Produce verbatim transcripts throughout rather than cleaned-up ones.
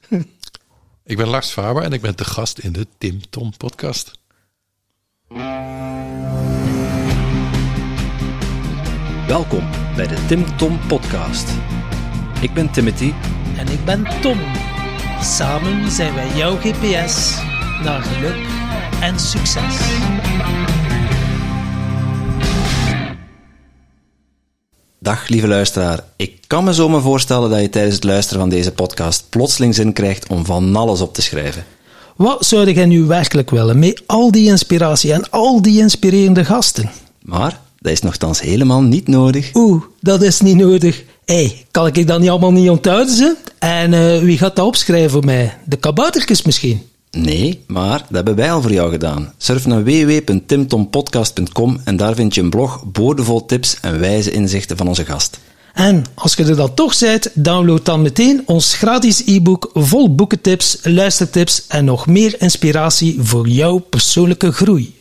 Ik ben Lars Faber en ik ben te gast in de Tim Tom podcast. Welkom bij de Tim Tom podcast. Ik ben Timothy. En ik ben Tom. Samen zijn wij jouw G P S naar geluk en succes. Dag lieve luisteraar. Ik kan me zomaar voorstellen dat je tijdens het luisteren van deze podcast plotseling zin krijgt om van alles op te schrijven. Wat zou jij nu werkelijk willen met al die inspiratie en al die inspirerende gasten? Maar dat is nogthans helemaal niet nodig. Oeh, dat is niet nodig. Hé, hey, kan ik dat niet allemaal niet onthouden? Ze? En uh, wie gaat dat opschrijven voor mij? De kaboutertjes misschien? Nee, maar dat hebben wij al voor jou gedaan. Surf naar w w w punt tim tom podcast punt com en daar vind je een blog boordevol tips en wijze inzichten van onze gast. En als je er dan toch bent, download dan meteen ons gratis e-book vol boekentips, luistertips en nog meer inspiratie voor jouw persoonlijke groei.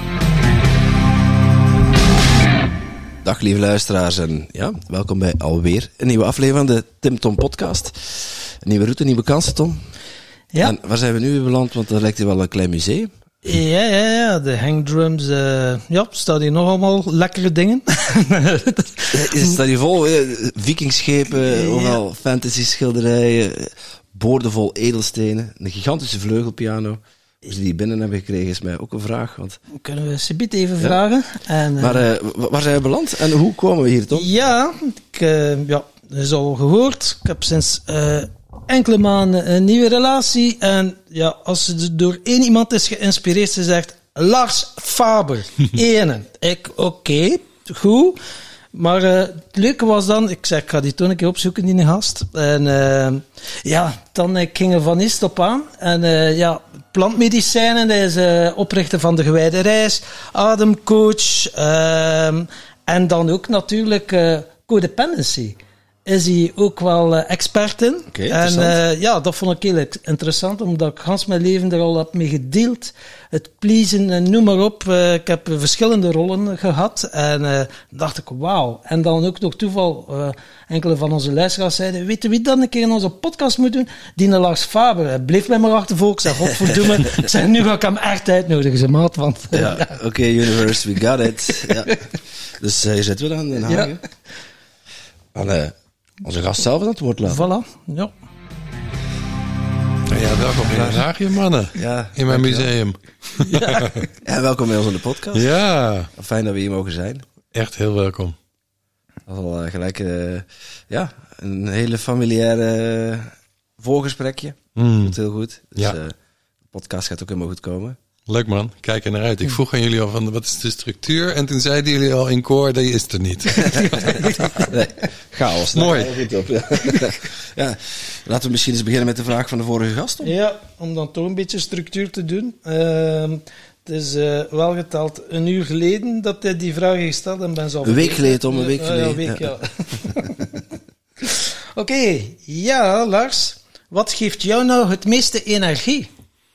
Dag lieve luisteraars en ja, welkom bij alweer een nieuwe aflevering van de Tim Tom podcast. Een nieuwe route, nieuwe kansen, Tom. Ja. En waar zijn we nu weer beland? Want dat lijkt hier wel een klein museum. Ja, ja, ja. De hangdrums. Uh, ja, staan hier nog allemaal lekkere dingen. Het staat hier vol, hè? Vikingschepen, ja. Overal fantasy schilderijen, boordevol edelstenen, een gigantische vleugelpiano. Hoe ze die binnen hebben gekregen is mij ook een vraag. Want... Kunnen we Sabit even ja. vragen? En, uh... maar uh, waar zijn we beland en hoe komen we hier, Tom? Ja, ik, uh, ja, dat is al gehoord. Ik heb sinds... Uh, enkele maanden een nieuwe relatie. En ja, als ze door één iemand is geïnspireerd, ze zegt Lars Faber. Ene. Ik, oké, okay, goed. Maar uh, het leuke was dan, ik zeg, ik ga die toen een keer opzoeken, die gast. En uh, ja, dan ik ging er van eerst op aan. En uh, ja, plantmedicijnen, hij is uh, oprichter van de Gewijde Reis, ademcoach. Uh, en dan ook natuurlijk uh, codependency. Is hij ook wel uh, expert in. Okay, en uh, ja, dat vond ik heel interessant, omdat ik gans mijn leven er al heb mee gedeeld. Het pleasen en noem maar op. Uh, ik heb uh, verschillende rollen gehad. En uh, dacht ik, wauw. En dan ook nog toeval, uh, enkele van onze luisteraars zeiden, weet je wie dan een keer in onze podcast moet doen? Die Lars Faber. Hij bleef mij maar achtervolgen. Ik zeg, godverdomme. Ik zeg, nu ga ik hem echt uitnodigen, ze maat. Want, uh, ja, ja. Oké, okay, universe, we got it. Ja. Dus uh, hier zitten we dan in Hagen. Ja. En, uh, onze gast zelf aan het woord laten. Voilà, ja. Ja, welkom in Hagen, mannen. Ja, in mijn museum. Ja. Ja, welkom bij ons in de podcast. Ja. Fijn dat we hier mogen zijn. Echt heel welkom. Dat is al uh, gelijk uh, ja, een hele familiaire uh, voorgesprekje. Mm. Dat is heel goed. Dus ja. uh, de podcast gaat ook helemaal goed komen. Leuk man, kijk er naar uit. Ik vroeg aan jullie al van wat is de structuur en toen zeiden jullie al in koor dat is er niet. Nee, chaos. Mooi. Nou, goed op. Ja. Ja, laten we misschien eens beginnen met de vraag van de vorige gast. Om. Ja, om dan toch een beetje structuur te doen. Uh, het is uh, wel geteld een uur geleden dat hij die vraag heeft gesteld en ben zo. Een week geleden, om een week geleden. Uh, een week, ja. ja. Oké, okay. Ja, Lars. Wat geeft jou nou het meeste energie?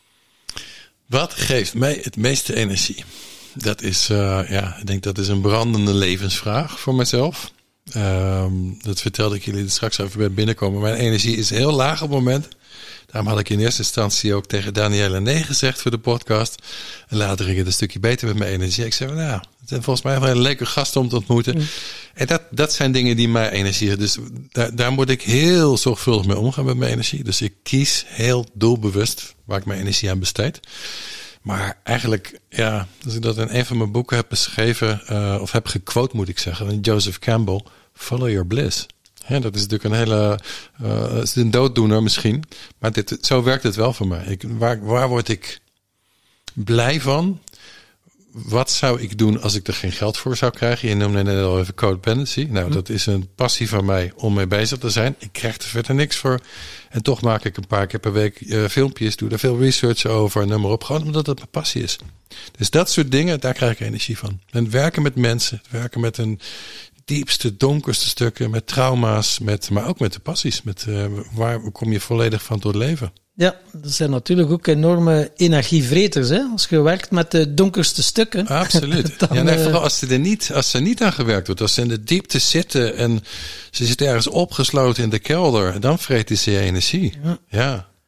Wat geeft mij het meeste energie? Dat is, uh, ja, ik denk dat is een brandende levensvraag voor mezelf. Um, dat vertelde ik jullie straks even bij binnenkomen. Mijn energie is heel laag op het moment. Daarom had ik in eerste instantie ook tegen Danielle nee gezegd voor de podcast. En later ging het een stukje beter met mijn energie. Ik zei, nou, het is volgens mij wel een leuke gast om te ontmoeten. Mm. En dat, dat zijn dingen die mij energie. Dus daar, daar moet ik heel zorgvuldig mee omgaan met mijn energie. Dus ik kies heel doelbewust waar ik mijn energie aan besteed. Maar eigenlijk, ja, als ik dat in een van mijn boeken heb beschreven, uh, of heb gequote moet ik zeggen, van Joseph Campbell, follow your bliss. Ja, dat is natuurlijk een hele, uh, is een dooddoener misschien, maar dit, zo werkt het wel voor mij. Ik, waar, waar word ik blij van? Wat zou ik doen als ik er geen geld voor zou krijgen? Je noemde net al even codependency. Nou, hm. dat is een passie van mij om mee bezig te zijn. Ik krijg er verder niks voor. En toch maak ik een paar keer per week uh, filmpjes, doe daar veel research over, noem maar op. Gewoon omdat het mijn passie is. Dus dat soort dingen, daar krijg ik energie van. En werken met mensen, werken met een diepste, donkerste stukken, met trauma's, met, maar ook met de passies. Met, uh, waar kom je volledig van tot leven? Ja, dat zijn natuurlijk ook enorme energievreters, hè? Als je werkt met de donkerste stukken. Absoluut. Dan, ja, nee, vooral als ze er niet, als ze niet aan gewerkt wordt, als ze in de diepte zitten en ze zitten ergens opgesloten in de kelder, dan vreten ze je energie. Ja. ja.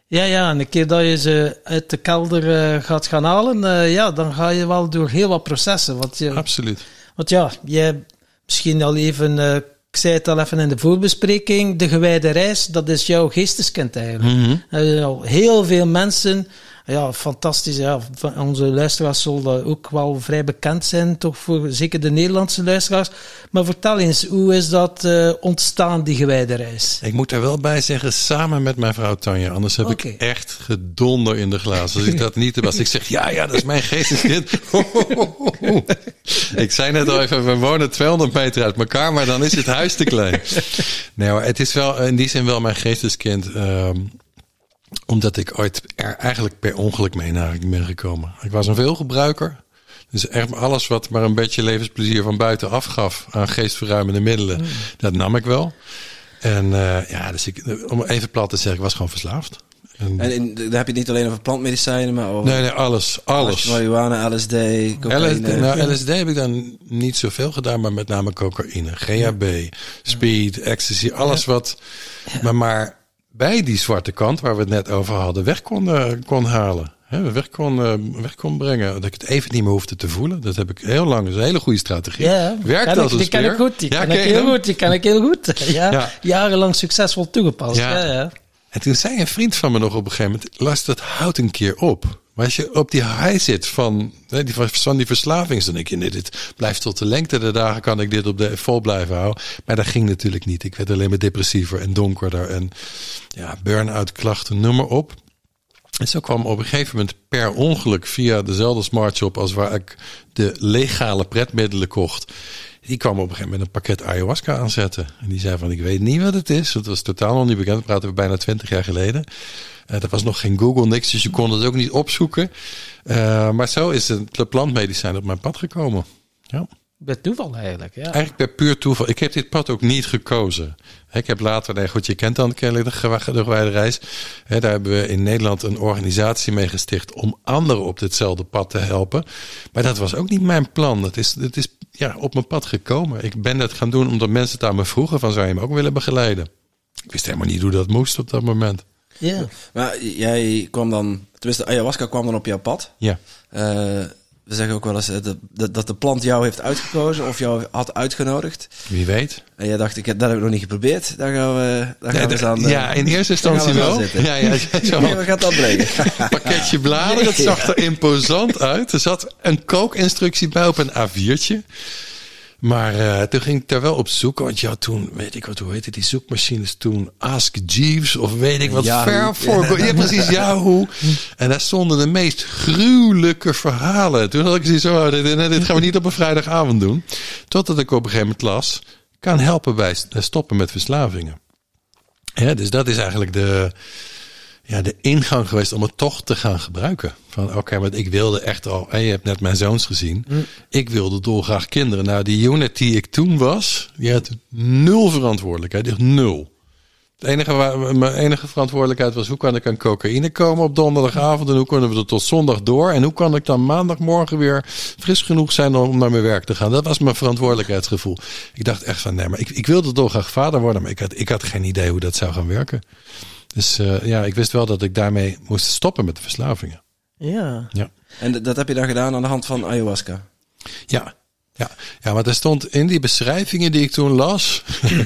Ja, ja, en een keer dat je ze uit de kelder uh, gaat gaan halen, uh, ja, dan ga je wel door heel wat processen. Want je, Absoluut. Want ja, jij misschien al even, uh, ik zei het al even in de voorbespreking, de gewijde reis, dat is jouw geesteskind eigenlijk. Mm-hmm. Uh, al heel veel mensen, ja, fantastisch, ja, van onze luisteraars zullen ook wel vrij bekend zijn, toch voor zeker de Nederlandse luisteraars. Maar vertel eens, hoe is dat uh, ontstaan, die gewijde reis? Ik moet er wel bij zeggen, samen met mijn vrouw Tanja. Anders heb Okay. ik echt gedonder in de glazen. Als ik dat niet heb, als ik zeg, ja, ja, dat is mijn geesteskind. Ik zei net al even, we wonen tweehonderd meter uit elkaar, maar dan is het huis te klein. Nee hoor, het is wel in die zin wel mijn geesteskind. Um, omdat ik ooit er eigenlijk per ongeluk mee naar ben gekomen. Ik was een veelgebruiker. Dus echt alles wat maar een beetje levensplezier van buitenaf gaf aan geestverruimende middelen, mm. dat nam ik wel. En uh, ja, dus ik, om even plat te zeggen, ik was gewoon verslaafd. En, en in, daar heb je het niet alleen over plantmedicijnen, maar over... Nee, nee, alles, alles. Marihuana, L S D, cocaïne. L S D, nou, L S D heb ik dan niet zoveel gedaan, maar met name cocaïne, G H B, speed, ecstasy, alles wat... Maar, maar bij die zwarte kant, waar we het net over hadden, weg kon, uh, kon halen. Hè, weg, kon, uh, weg kon brengen. Dat ik het even niet meer hoefde te voelen. Dat heb ik heel lang. Dat is een hele goede strategie. Ja, werkt dat als een die speer. ken ik goed. Die ja, ken ik heel goed. Die ken ik heel goed. Ja, ja. Jarenlang succesvol toegepast. Ja. Ja, ja. En toen zei een vriend van me nog op een gegeven moment, Lars, dat houdt een keer op. Maar als je op die high zit van, die, van die verslaving, dan denk je, nee, dit blijft tot de lengte der dagen, kan ik dit op de vol blijven houden. Maar dat ging natuurlijk niet. Ik werd alleen maar depressiever en donkerder en ja, burn-out klachten, noem maar op. En zo kwam op een gegeven moment per ongeluk via dezelfde smartshop als waar ik de legale pretmiddelen kocht. Die kwam op een gegeven moment een pakket ayahuasca aanzetten. En die zei van, ik weet niet wat het is. Het was totaal nog niet bekend. We praten we bijna twintig jaar geleden. Uh, er was nog geen Google, niks. Dus je kon het ook niet opzoeken. Uh, maar zo is het plantmedicijn op mijn pad gekomen. Ja. Bij toeval eigenlijk, ja. Eigenlijk bij puur toeval. Ik heb dit pad ook niet gekozen. Ik heb later, nee goed, je kent dan kennelijk de gewijde reis. He, daar hebben we in Nederland een organisatie mee gesticht om anderen op ditzelfde pad te helpen. Maar dat was ook niet mijn plan. Het is, het is ja, op mijn pad gekomen. Ik ben dat gaan doen omdat mensen het aan me vroegen van, zou je me ook willen begeleiden? Ik wist helemaal niet hoe dat moest op dat moment. Ja. Maar jij kwam dan, tenminste ayahuasca kwam dan op jouw pad. Ja. Uh, We zeggen ook wel eens dat de plant jou heeft uitgekozen of jou had uitgenodigd. Wie weet. En jij dacht, ik heb, dat heb ik nog niet geprobeerd. Daar gaan we, daar gaan ja, we eens aan. Ja, in eerste instantie wel. Ja, ja, zo. Nee, wat gaat dat brengen? Pakketje bladeren, het zag er imposant uit. Er zat een kookinstructie bij op een A viertje. Maar uh, toen ging ik daar wel op zoeken. Want ja, toen, weet ik wat, hoe heette die zoekmachines toen? Ask Jeeves of weet ik wat. Yahoo. Ver voor. Ja, precies, Yahoo. En daar stonden de meest gruwelijke verhalen. Toen had ik zoiets zo, dit, dit gaan we niet op een vrijdagavond doen. Totdat ik op een gegeven moment las, kan helpen bij stoppen met verslavingen. Ja, dus dat is eigenlijk de... Ja, de ingang geweest om het toch te gaan gebruiken. Van oké, okay, want ik wilde echt al... En je hebt net mijn zoons gezien. Mm. Ik wilde dolgraag kinderen. Nou, die unit die ik toen was... Die had nul verantwoordelijkheid. Die had nul. Het enige, waar, mijn enige verantwoordelijkheid was... Hoe kan ik aan cocaïne komen op donderdagavond? En hoe kunnen we er tot zondag door? En hoe kan ik dan maandagmorgen weer fris genoeg zijn... om naar mijn werk te gaan? Dat was mijn verantwoordelijkheidsgevoel. Ik dacht echt van... Nee, maar ik, ik wilde dolgraag vader worden. Maar ik had, ik had geen idee hoe dat zou gaan werken. Dus uh, ja, ik wist wel dat ik daarmee moest stoppen met de verslavingen. Ja. ja. En d- dat heb je dan gedaan aan de hand van ayahuasca? Ja. Ja, ja, maar er stond in die beschrijvingen die ik toen las...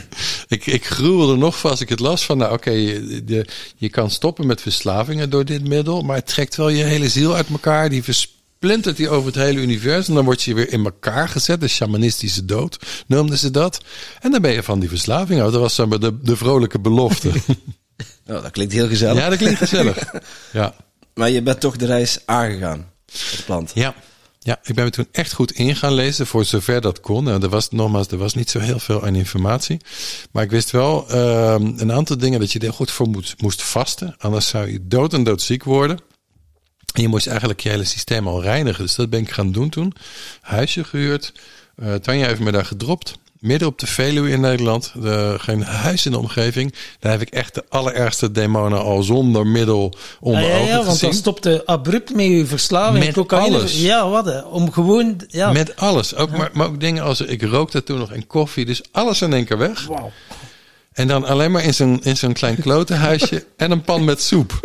ik, ik gruwelde nog voor als ik het las van... Nou oké, okay, je, je kan stoppen met verslavingen door dit middel... maar het trekt wel je hele ziel uit elkaar. Die versplintert die over het hele universum. Dan word je weer in elkaar gezet. De shamanistische dood noemden ze dat. En dan ben je van die verslaving af. Dat was zeg maar de, de vrolijke belofte. Oh, dat klinkt heel gezellig. Ja, dat klinkt gezellig. Ja. Maar je bent toch de reis aangegaan, het plant. Ja. Ja, ik ben me toen echt goed in gaan lezen, voor zover dat kon. Nou, er was, nogmaals, er was niet zo heel veel aan informatie. Maar ik wist wel uh, een aantal dingen dat je er goed voor moest, moest vasten. Anders zou je dood en doodziek worden. En je moest eigenlijk je hele systeem al reinigen. Dus dat ben ik gaan doen toen. Huisje gehuurd. Uh, Tanja heeft me daar gedropt. Midden op de Veluwe in Nederland. De, geen huis in de omgeving. Daar heb ik echt de allerergste demonen al zonder middel onder ah, ja, ja, ogen ja, want gezien. dan stopte abrupt met je verslaving. Met cocaïne, alles. Ja, wat hè. Om gewoon... Ja. Met alles. Ook, ja. maar, maar ook dingen als... Ik rookte toen nog en koffie. Dus alles in één keer weg. Wow. En dan alleen maar in zo'n, in zo'n klein klotenhuisje en een pan met soep.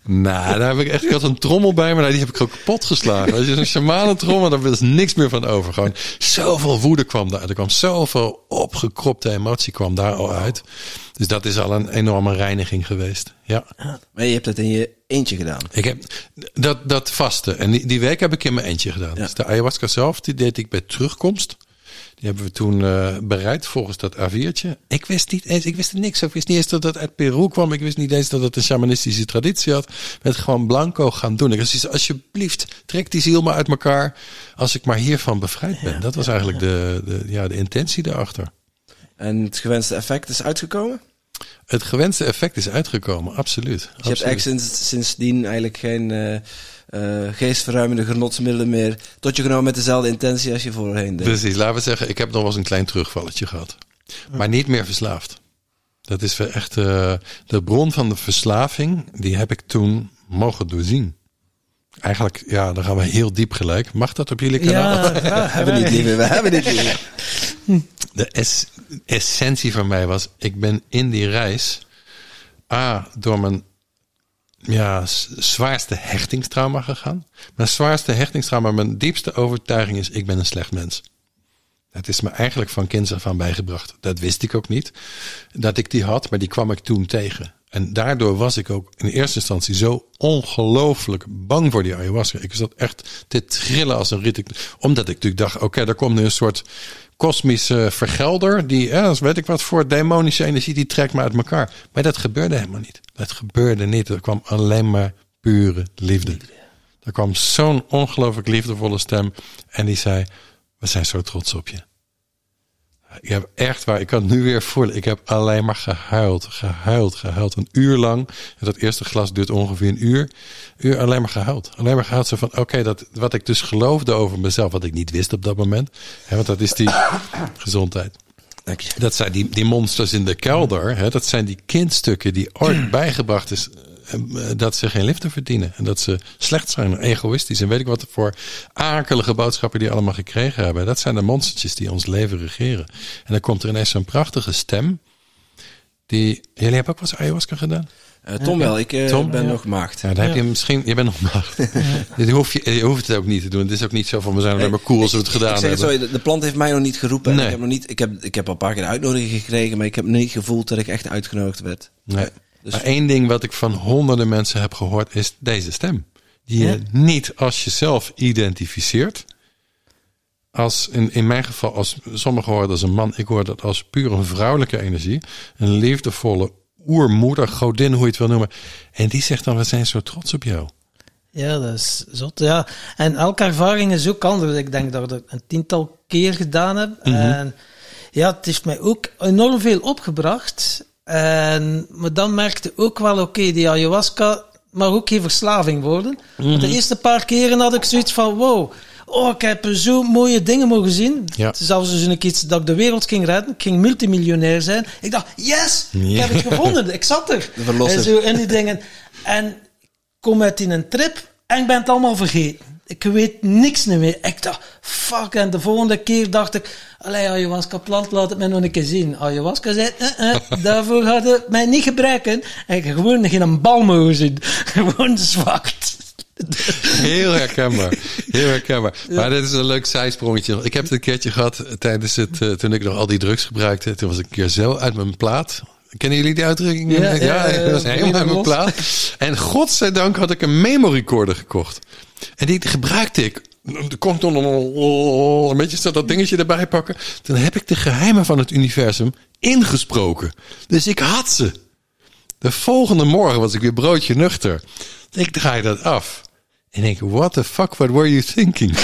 Nou, daar heb ik echt, ik had een trommel bij me, nou, die heb ik ook kapot geslagen. Als je een shamane trommel, daar is niks meer van over. Gewoon zoveel woede kwam daar. Er kwam zoveel opgekropte emotie kwam daar al uit. Dus dat is al een enorme reiniging geweest. Ja. Maar je hebt dat in je eentje gedaan. Ik heb dat, dat vaste. En die, die week heb ik in mijn eentje gedaan. Ja. Dus de ayahuasca zelf, die deed ik bij terugkomst. Die hebben we toen uh, bereid volgens dat A viertje. Ik wist niet eens, ik wist er niks. Ik wist niet eens dat dat uit Peru kwam. Ik wist niet eens dat het een shamanistische traditie had. Met gewoon blanco gaan doen. Ik zei, alsjeblieft, trek die ziel maar uit elkaar. Als ik maar hiervan bevrijd ben. Dat was eigenlijk de, de, ja, de intentie daarachter. En het gewenste effect is uitgekomen? Het gewenste effect is uitgekomen, absoluut. Dus je hebt eigenlijk sinds, sindsdien eigenlijk geen uh, uh, geestverruimende genotsmiddelen meer tot je genomen met dezelfde intentie als je voorheen deed. Precies, laten we zeggen, ik heb nog wel eens een klein terugvalletje gehad. Maar niet meer verslaafd. Dat is echt uh, de bron van de verslaving, die heb ik toen mogen doorzien. Eigenlijk, ja, dan gaan we heel diep gelijk. Mag dat op jullie kanaal? Ja, ja, we hebben niet liever, we hebben niet liever. De es- essentie van mij was, ik ben in die reis, A, door mijn ja, zwaarste hechtingstrauma gegaan. Mijn zwaarste hechtingstrauma, mijn diepste overtuiging is, ik ben een slecht mens. Het is me eigenlijk van kinds af aan bijgebracht. Dat wist ik ook niet, dat ik die had, maar die kwam ik toen tegen. En daardoor was ik ook in eerste instantie zo ongelooflijk bang voor die ayahuasca. Ik zat echt te trillen als een riet. Omdat ik natuurlijk dacht, oké, okay, daar komt nu een soort kosmische vergelder. Die, ja, dat weet ik wat voor demonische energie, die trekt me uit elkaar. Maar dat gebeurde helemaal niet. Dat gebeurde niet. Er kwam alleen maar pure liefde. Er kwam zo'n ongelooflijk liefdevolle stem. En die zei, we zijn zo trots op je. Ik heb echt waar, ik kan het nu weer voelen. Ik heb alleen maar gehuild, gehuild, gehuild. Een uur lang. En dat eerste glas duurt ongeveer een uur. uur alleen maar gehuild. Alleen maar gehuild. Zo van, oké, okay, dat wat ik dus geloofde over mezelf, wat ik niet wist op dat moment. Hè, want dat is die gezondheid. Dat zijn die, die monsters in de kelder. Hè, dat zijn die kindstukken die ooit bijgebracht is dat ze geen liefde verdienen. En dat ze slecht zijn, egoïstisch. En weet ik wat voor akelige boodschappen die allemaal gekregen hebben. Dat zijn de monstertjes die ons leven regeren. En dan komt er ineens zo'n prachtige stem. Die, jullie hebben ook wel eens ayahuasca gedaan? Uh, Tom wel, ik uh, Tom? ben ja. nog maagd. Ja, dan heb je misschien, je bent nog maagd. Ja. hoef je, je hoeft het ook niet te doen. Het is ook niet zo van, we zijn alleen maar cool als we het gedaan ik, ik hebben. Sorry, de plant heeft mij nog niet geroepen. Nee. Ik heb, nog niet, ik, heb, ik heb al een paar keer de uitnodiging gekregen, maar ik heb niet gevoeld dat ik echt uitgenodigd werd. Nee. Dus maar één ding wat ik van honderden mensen heb gehoord is deze stem. Die je ja. niet als jezelf identificeert. Als in, in mijn geval, als sommigen horen als een man. Ik hoor dat als puur een vrouwelijke energie. Een liefdevolle oermoeder, godin, hoe je het wil noemen. En die zegt dan, we zijn zo trots op jou. Ja, dat is zot. Ja. En elke ervaring is ook anders. Ik denk dat ik dat een tiental keer gedaan heb. Mm-hmm. En ja, het heeft mij ook enorm veel opgebracht. En, maar dan merkte ook wel, oké, okay, die ayahuasca mag ook geen verslaving worden. Mm-hmm. De eerste paar keren had ik zoiets van, wow, oh, ik heb zo mooie dingen mogen zien. Ja. Zelfs dus een keer dat ik de wereld ging redden. Ik ging multimiljonair zijn. Ik dacht, yes, ik ja. heb het gevonden. Ik zat er. En zo in die dingen. En ik kom uit in een trip en ik ben het allemaal vergeten. Ik weet niks meer. Ik dacht, fuck. En de volgende keer dacht ik, allee, ayahuasca plant, laat het mij nog een keer zien. Ayahuasca zei, uh, uh, daarvoor gaat het mij niet gebruiken. En ik gewoon geen bal mogen zien. Gewoon zwakt. Heel herkenbaar. Heel herkenbaar. Ja. Maar dit is een leuk zijsprongetje. Ik heb het een keertje gehd tijdens het, uh, toen ik nog al die drugs gebruikte. Toen was ik een keer zo uit mijn plaat. Kennen jullie die uitdrukking? Ja, ja, ja, ik was helemaal uit mijn plaat. En godzijdank had ik een memory recorder gekocht. En die gebruikte ik. Er kon dan een beetje dat dingetje erbij pakken. Toen heb ik de geheimen van het universum ingesproken. Dus ik had ze. De volgende morgen was ik weer broodje nuchter. Ik draai dat af. En denk, what the fuck, what were you thinking?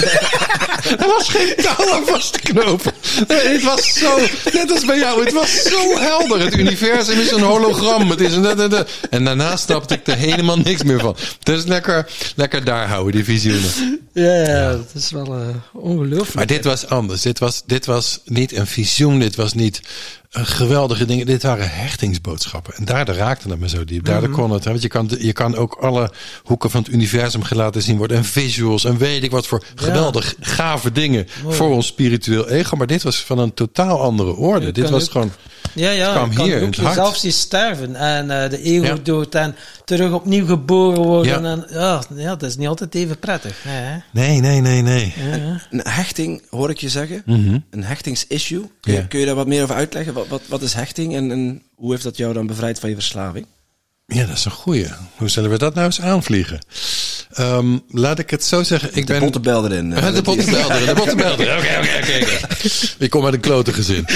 Er was geen touw aan vast te knopen. Nee, het was zo, net als bij jou, het was zo helder. Het universum is een hologram. Het is een, en daarna snapte ik er helemaal niks meer van. Dus lekker, lekker daar houden, die visioenen. Ja, ja, dat is wel uh, ongelooflijk. Maar dit was anders. Dit was, dit was niet een visioen. Dit was niet geweldige dingen. Dit waren hechtingsboodschappen. En daardoor raakte het me zo diep. Daardoor kon het. Hè, want je kan, je kan ook alle hoeken van het universum laten zien worden. En visuals. En weet ik wat voor ja. geweldig gave dingen. Mooi. Voor ons spiritueel ego. Maar dit was van een totaal andere orde. Je dit was ook, gewoon... Ja, ja. kwam je kan hier ook in het hart. jezelf zien sterven. En uh, de ego ja. dood. En terug opnieuw geboren worden. Ja. En, ja, ja, dat is niet altijd even prettig. Nee, hè? nee, nee, nee. nee. Ja. Een hechting, hoor ik je zeggen. Mm-hmm. Een hechtingsissue. Kun je, ja. kun je daar wat meer over uitleggen? Wat, wat, wat is hechting en, en hoe heeft dat jou dan bevrijd van je verslaving? Ja, dat is een goeie. Hoe zullen we dat nou eens aanvliegen? Um, laat ik het zo zeggen. Ik de ben... bottebel erin. Uh, de bottebel erin. De bottebel erin. Oké, oké, oké. Ik kom uit een klote gezin.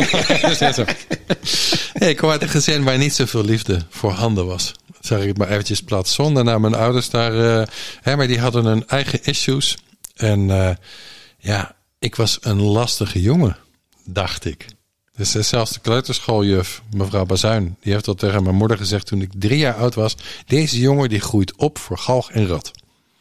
Nee, ik kom uit een gezin waar niet zoveel liefde voorhanden was. Zeg ik het maar eventjes plat. Zonder naar mijn ouders daar. Uh, hè, maar die hadden hun eigen issues. En uh, ja, ik was een lastige jongen, dacht ik. Dus zelfs de kleuterschooljuf, mevrouw Bazuin, die heeft dat tegen mijn moeder gezegd toen ik drie jaar oud was. Deze jongen die groeit op voor galg en rat.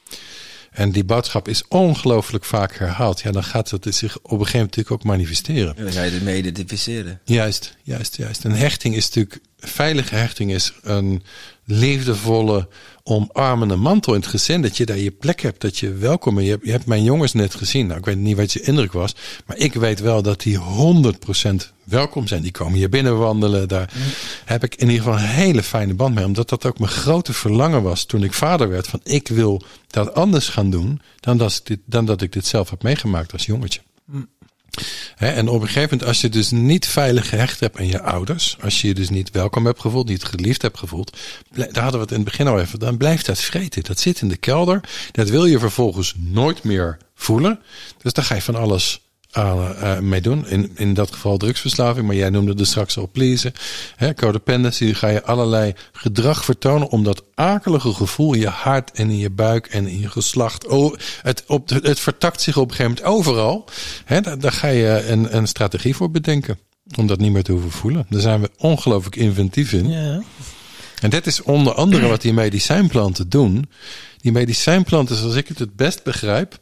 En die boodschap is ongelooflijk vaak herhaald. Ja, dan gaat het zich op een gegeven moment natuurlijk ook manifesteren. Ja, dan ga je ermee identificeren. Juist, juist, juist. En hechting is natuurlijk, veilige hechting is een liefdevolle, omarmende mantel in het gezin. Dat je daar je plek hebt, dat je welkom bent. Je hebt, je hebt mijn jongens net gezien. Nou, ik weet niet wat je indruk was. Maar ik weet wel dat die honderd procent welkom zijn. Die komen hier binnen wandelen. Daar mm. heb ik in ieder geval een hele fijne band mee. Omdat dat ook mijn grote verlangen was toen ik vader werd. Van ik wil dat anders gaan doen dan dat ik dit, dan dat ik dit zelf heb meegemaakt als jongetje. Mm. He, en op een gegeven moment, als je dus niet veilig gehecht hebt aan je ouders, als je je dus niet welkom hebt gevoeld, niet geliefd hebt gevoeld, daar hadden we het in het begin al even, dan blijft dat vreten. Dat zit in de kelder, dat wil je vervolgens nooit meer voelen. Dus daar ga je van alles aan, uh, mee doen. In, in dat geval drugsverslaving, maar jij noemde er straks al pleasen. He, codependency, ga je allerlei gedrag vertonen om dat akelige gevoel in je hart en in je buik en in je geslacht. Oh, het, op, het vertakt zich op een gegeven moment overal. He, daar, daar ga je een, een strategie voor bedenken. Om dat niet meer te hoeven voelen. Daar zijn we ongelooflijk inventief in. Ja. En dit is onder andere wat die medicijnplanten doen. Die medicijnplanten, zoals ik het het best begrijp,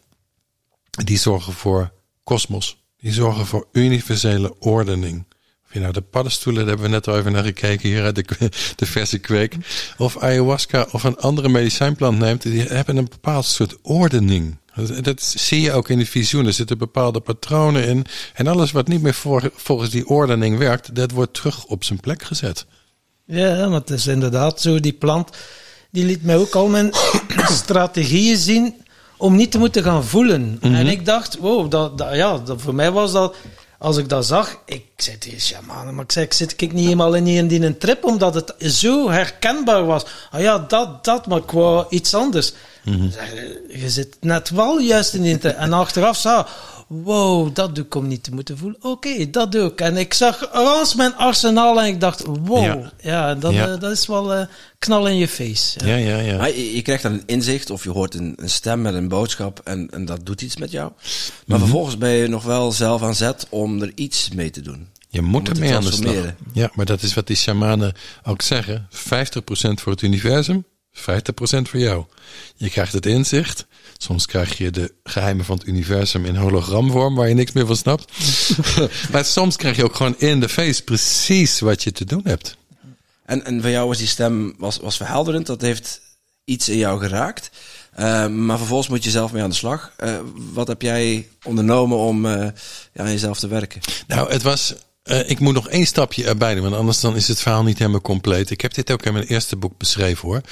die zorgen voor kosmos. Die zorgen voor universele ordening. Of je nou de paddenstoelen, daar hebben we net al even naar gekeken hier uit de, de verse kweek. Of ayahuasca of een andere medicijnplant neemt, die hebben een bepaald soort ordening. Dat, dat zie je ook in de visioen. Er zitten bepaalde patronen in. En alles wat niet meer voor, volgens die ordening werkt, dat wordt terug op zijn plek gezet. Ja, maar het is inderdaad zo. Die plant, die liet mij ook al mijn strategieën zien om niet te moeten gaan voelen. Mm-hmm. En ik dacht, wow, dat, dat, ja, dat, voor mij was dat, als ik dat zag, ik zei tegen shamanen, maar ik zei, ik zit ik niet helemaal in die, in die trip, omdat het zo herkenbaar was. Ah ja, dat, dat, maar ik wou iets anders. Mm-hmm. Zeg, je zit net wel juist in die trip. En achteraf zag wow, dat doe ik om niet te moeten voelen. Oké, okay, dat doe ik. En ik zag als mijn arsenaal en ik dacht, wow, ja, ja, dat, ja. Uh, dat is wel uh, knal in je face. Ja, ja, ja. ja. Maar je, je krijgt dan een inzicht of je hoort een, een stem met een boodschap en, en dat doet iets met jou. Maar mm-hmm. vervolgens ben je nog wel zelf aan zet om er iets mee te doen. Je moet ermee aan de slag. Ja, maar dat is wat die shamanen ook zeggen. vijftig procent voor het universum, vijftig procent voor jou. Je krijgt het inzicht. Soms krijg je de geheimen van het universum in hologramvorm waar je niks meer van snapt. Maar soms krijg je ook gewoon in de face precies wat je te doen hebt. En, en voor jou was die stem was, was verhelderend. Dat heeft iets in jou geraakt. Uh, maar vervolgens moet je zelf mee aan de slag. Uh, wat heb jij ondernomen om uh, ja, aan jezelf te werken? Nou, het was... Uh, ik moet nog één stapje erbij doen, want anders dan is het verhaal niet helemaal compleet. Ik heb dit ook in mijn eerste boek beschreven hoor.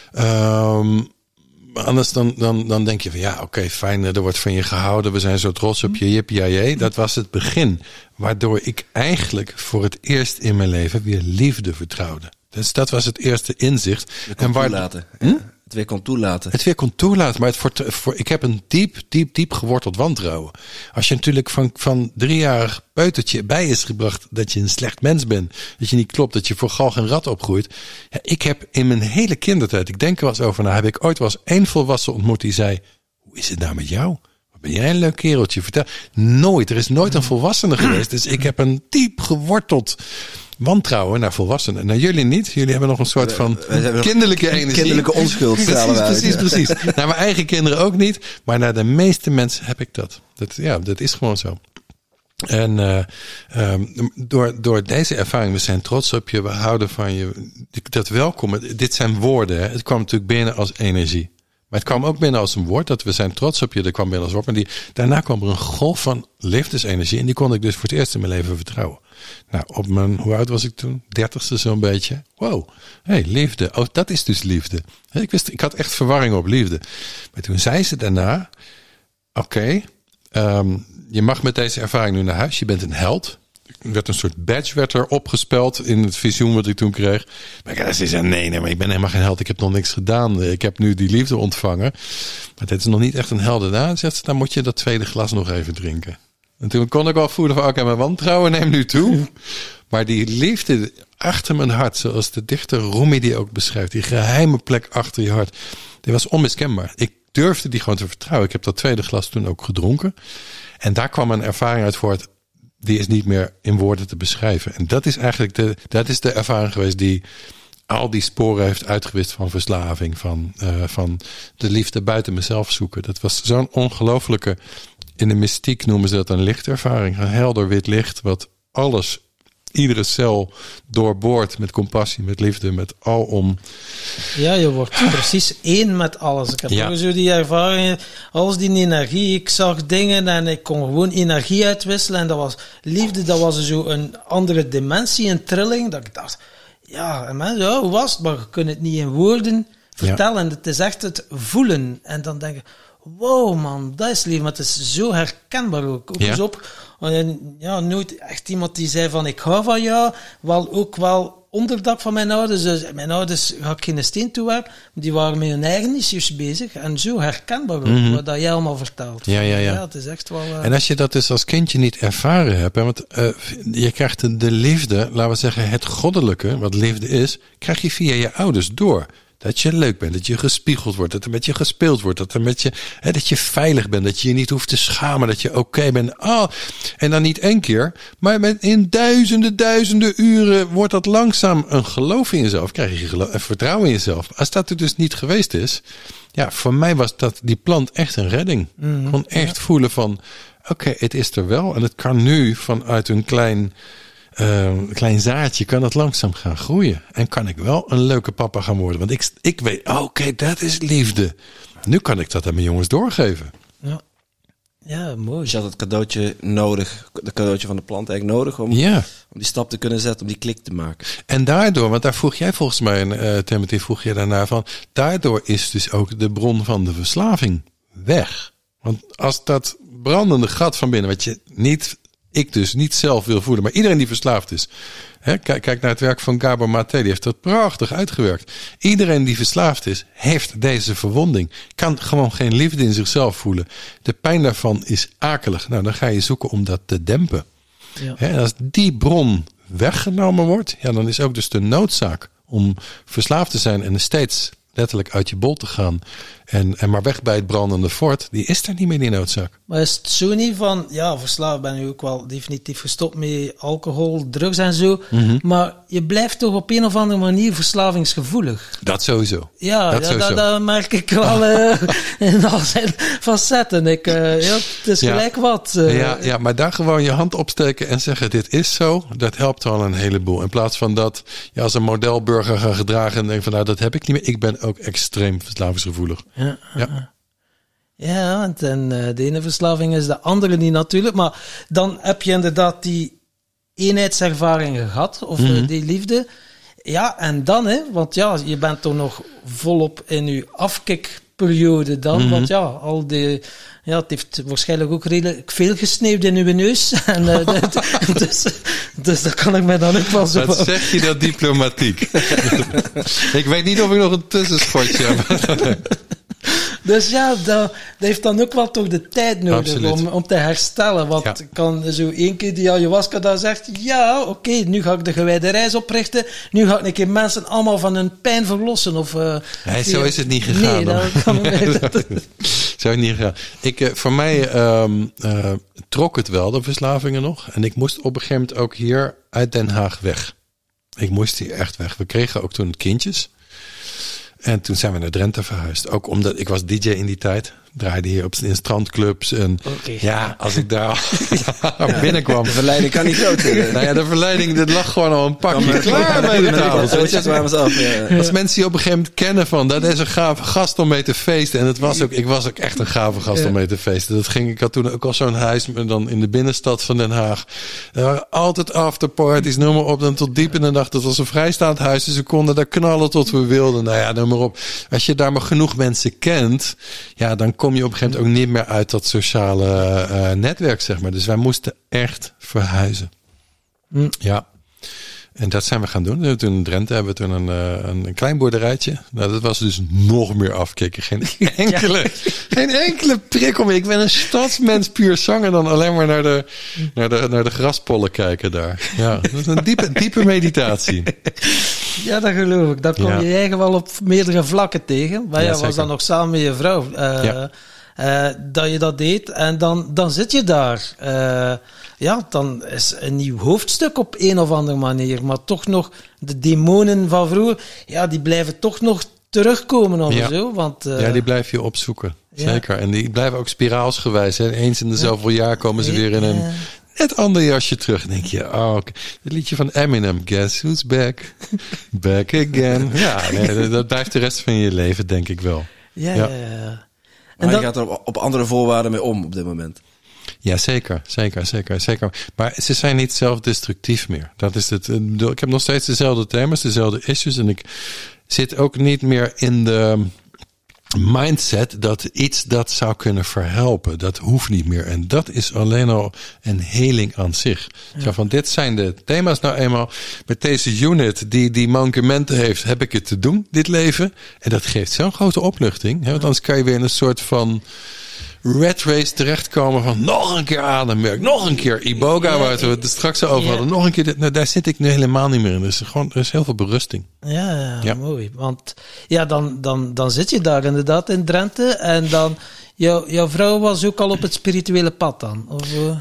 Um, anders dan, dan, dan denk je van ja, oké, okay, fijn, er wordt van je gehouden. We zijn zo trots op je, jippie-jee. Dat was het begin. Waardoor ik eigenlijk voor het eerst in mijn leven weer liefde vertrouwde. Dus dat was het eerste inzicht. En waar toelaten. Hm? Het weer kon toelaten. Het weer kon toelaten. Maar het voor, voor, ik heb een diep, diep, diep geworteld wantrouwen. Als je natuurlijk van, van driejarig peutertje bij is gebracht dat je een slecht mens bent. Dat je niet klopt, dat je voor galg en rat opgroeit. Ja, ik heb in mijn hele kindertijd, ik denk er wel eens over na, heb ik ooit wel eens één volwassen ontmoet die zei, hoe is het nou met jou? Wat ben jij een leuk kereltje? Vertel. Nooit. Er is nooit een volwassene geweest. Dus ik heb een diep geworteld wantrouwen naar volwassenen. Naar jullie niet. Jullie hebben nog een soort van kinderlijke energie. Kinderlijke onschuld. Precies, precies, precies. Naar mijn eigen kinderen ook niet. Maar naar de meeste mensen heb ik dat. dat ja, dat is gewoon zo. En uh, um, door, door deze ervaring, we zijn trots op je, we houden van je. Dat welkom, dit zijn woorden. Hè. Het kwam natuurlijk binnen als energie. Maar het kwam ook binnen als een woord, dat we zijn trots op je. Dat kwam binnen als woord. Maar die, daarna kwam er een golf van liefdesenergie. En die kon ik dus voor het eerst in mijn leven vertrouwen. Nou, op mijn, hoe oud was ik toen? Dertigste zo'n beetje. Wow, hey, liefde. Oh, dat is dus liefde. Ik wist, ik had echt verwarring op liefde. Maar toen zei ze daarna, oké, okay, um, je mag met deze ervaring nu naar huis. Je bent een held. Er werd een soort badge werd er opgespeld in het visioen wat ik toen kreeg. Maar ik zei, zei nee, nee, maar ik ben helemaal geen held. Ik heb nog niks gedaan. Ik heb nu die liefde ontvangen. Maar dit is nog niet echt een heldendaad. Zegt ze, dan moet je dat tweede glas nog even drinken. En toen kon ik wel voelen van, oké, okay, mijn wantrouwen neemt nu toe. Maar die liefde achter mijn hart, zoals de dichter Rumi die ook beschrijft, die geheime plek achter je hart, die was onmiskenbaar. Ik durfde die gewoon te vertrouwen. Ik heb dat tweede glas toen ook gedronken. En daar kwam een ervaring uit voort, die is niet meer in woorden te beschrijven. En dat is eigenlijk de, dat is de ervaring geweest die al die sporen heeft uitgewist van verslaving, van, uh, van de liefde buiten mezelf zoeken. Dat was zo'n ongelofelijke, in de mystiek noemen ze dat een lichtervaring. Een helder wit licht, wat alles, iedere cel doorboort met compassie, met liefde, met alom. Ja, je wordt precies één met alles. Ik heb ja. ook zo die ervaringen, alles die energie. Ik zag dingen en ik kon gewoon energie uitwisselen. En dat was liefde, dat was zo een andere dimensie, een trilling. Dat ik dacht, ja, en mensen, ja, hoe was het? Maar je kunt het niet in woorden vertellen. Ja. Het is echt het voelen. En dan denk je, wow man, dat is lief. Maar het is zo herkenbaar ook. Ook ja. eens op, en, ja, nooit echt iemand die zei van, ik hou van jou. Wel ook wel onderdak van mijn ouders. Dus mijn ouders ga ik geen steen toewerpen. Die waren met hun eigen issues bezig. En zo herkenbaar ook, mm-hmm. wat jij allemaal vertelt. Ja, ja, ja. ja het is echt wel... Uh... En als je dat dus als kindje niet ervaren hebt, hè, want uh, je krijgt de, de liefde, laten we zeggen het goddelijke, wat liefde is, krijg je via je ouders door. Dat je leuk bent, dat je gespiegeld wordt, dat er met je gespeeld wordt, dat, er met je, hè, dat je veilig bent, dat je je niet hoeft te schamen, dat je oké okay bent. Oh, en dan niet één keer, maar met in duizenden, duizenden uren wordt dat langzaam een geloof in jezelf. Krijg je geloof, een vertrouwen in jezelf. Als dat er dus niet geweest is, ja, voor mij was dat die plant echt een redding. Mm-hmm. Ik kon echt ja. voelen van, oké, okay, het is er wel en het kan nu vanuit een klein... Uh, een klein zaadje kan het langzaam gaan groeien. En kan ik wel een leuke papa gaan worden. Want ik, ik weet, oké, okay, dat is liefde. Nu kan ik dat aan mijn jongens doorgeven. Ja, ja mooi. Dus je had het cadeautje nodig, het cadeautje van de plant eigenlijk nodig om, ja. om die stap te kunnen zetten, om die klik te maken. En daardoor, want daar vroeg jij volgens mij, uh, Timothy, vroeg je daarna van, daardoor is dus ook de bron van de verslaving weg. Want als dat brandende gat van binnen, wat je niet... ik dus niet zelf wil voelen, maar iedereen die verslaafd is. Hè, kijk, kijk naar het werk van Gabor Maté, die heeft dat prachtig uitgewerkt. Iedereen die verslaafd is, heeft deze verwonding. Kan gewoon geen liefde in zichzelf voelen. De pijn daarvan is akelig. Nou, dan ga je zoeken om dat te dempen. Ja. Hè, en als die bron weggenomen wordt, ja, dan is ook dus de noodzaak om verslaafd te zijn en steeds letterlijk uit je bol te gaan en, en maar weg bij het brandende fort, die is er niet meer, die noodzaak. Maar is het zo niet van, ja, verslaafd ben je ook wel definitief gestopt met alcohol, drugs en zo, mm-hmm. maar je blijft toch op een of andere manier verslavingsgevoelig. Dat sowieso. Ja, dat, ja, sowieso. dat, dat merk ik wel uh, in al zijn facetten. Ik, uh, ja, het is ja. gelijk wat. Uh, ja, ja, maar daar gewoon je hand opsteken en zeggen, dit is zo, dat helpt al een heleboel. In plaats van dat je als een modelburger gaat gedragen en denkt van, nou, dat heb ik niet meer. Ik ben ook extreem verslavingsgevoelig. Ja, ja. ja want en, uh, de ene verslaving is de andere niet natuurlijk, maar dan heb je inderdaad die eenheidservaringen gehad, of mm-hmm. uh, die liefde. Ja, en dan, hè, want ja, je bent toch nog volop in je afkikperiode dan, mm-hmm. want ja, al die, ja, het heeft waarschijnlijk ook redelijk veel gesneeuwd in uw neus. En, uh, dat, dus, dus dat kan ik mij dan ook wel zo... Wat zeg je dat diplomatiek? Ik weet niet of ik nog een tussenschotje heb. Dus ja, dat, dat heeft dan ook wel toch de tijd nodig om, om te herstellen. Want ja. kan zo één keer die ayahuasca daar zegt, ja, oké, okay, nu ga ik de gewijde reis oprichten. Nu ga ik een keer mensen allemaal van hun pijn verlossen. Of, uh, nee, zo is het niet gegaan. Nee, dat kan ik niet. Zo is het niet gegaan. Ik, uh, voor mij um, uh, trok het wel, de verslavingen nog. En ik moest op een gegeven moment ook hier uit Den Haag weg. Ik moest hier echt weg. We kregen ook toen kindjes. En toen zijn we naar Drenthe verhuisd. Ook omdat ik was D J in die tijd. Draaide hier op in strandclubs. En Okay. ja, als ik daar ja, binnenkwam. De verleiding kan niet groot zijn. Nou ja, de verleiding, dit lag gewoon al een pakje klaar bij de tafel. Ja. Als mensen je op een gegeven moment kennen van, dat is een gave gast om mee te feesten. En het was ook, ik was ook echt een gave gast ja. om mee te feesten. Dat ging, ik had toen ook al zo'n huis dan in de binnenstad van Den Haag. Er waren altijd afterparties, noem maar op. Dan tot diep in de nacht. Dat was een vrijstaand huis. Dus we konden daar knallen tot we wilden. Nou ja, noem maar op. Als je daar maar genoeg mensen kent, ja, dan kom je op een gegeven moment ook niet meer uit dat sociale uh, netwerk, zeg maar. Dus wij moesten echt verhuizen. Mm. Ja. En dat zijn we gaan doen. Toen in Drenthe hebben we toen een, een, een klein boerderijtje. Nou, dat was dus nog meer afkicken. Geen enkele, ja. geen enkele prikkel meer. Ik ben een stadsmens puur zanger dan alleen maar naar de, naar de, naar de graspollen kijken daar. Ja, dat is een diepe, diepe meditatie. Ja, dat geloof ik. Dat kom je ja. eigen wel op meerdere vlakken tegen. Maar ja, ja was dan nog samen met je vrouw. Uh, ja. Uh, dat je dat deed. En dan, dan zit je daar. Uh, ja, dan is een nieuw hoofdstuk op een of andere manier. Maar toch nog, de demonen van vroeger, ja, die blijven toch nog terugkomen of ja. zo. Want, uh, ja, die blijf je opzoeken. Zeker. Ja. En die blijven ook spiraalsgewijs. Hè. Eens in de zoveel ja. jaar komen ze weer in een net ander jasje terug. Dan denk je, oh, okay. Het liedje van Eminem, Guess Who's Back? Back again. Ja, nee, dat blijft de rest van je leven, denk ik wel. Ja, ja. ja, ja. Maar en je gaat er op, op andere voorwaarden mee om op dit moment. Ja, zeker, zeker, zeker, zeker. Maar ze zijn niet zelfdestructief meer. Dat is het. Ik heb nog steeds dezelfde thema's, dezelfde issues. En ik zit ook niet meer in de mindset dat iets dat zou kunnen verhelpen. Dat hoeft niet meer. En dat is alleen al een heling aan zich. Ja. Zo van, dit zijn de thema's nou eenmaal. Met deze unit die die mankementen heeft, heb ik het te doen, dit leven. En dat geeft zo'n grote opluchting. Hè? Want anders kan je weer in een soort van rat race terechtkomen van nog een keer ademwerk, nog een keer Iboga, ja, waar we het straks over hadden, ja. nog een keer dit. Nou, daar zit ik nu helemaal niet meer in. Dus gewoon, er is heel veel berusting. Ja, ja, ja. mooi. Want ja, dan, dan, dan zit je daar inderdaad in Drenthe en dan jou, jouw vrouw was ook al op het spirituele pad dan? Of, uh...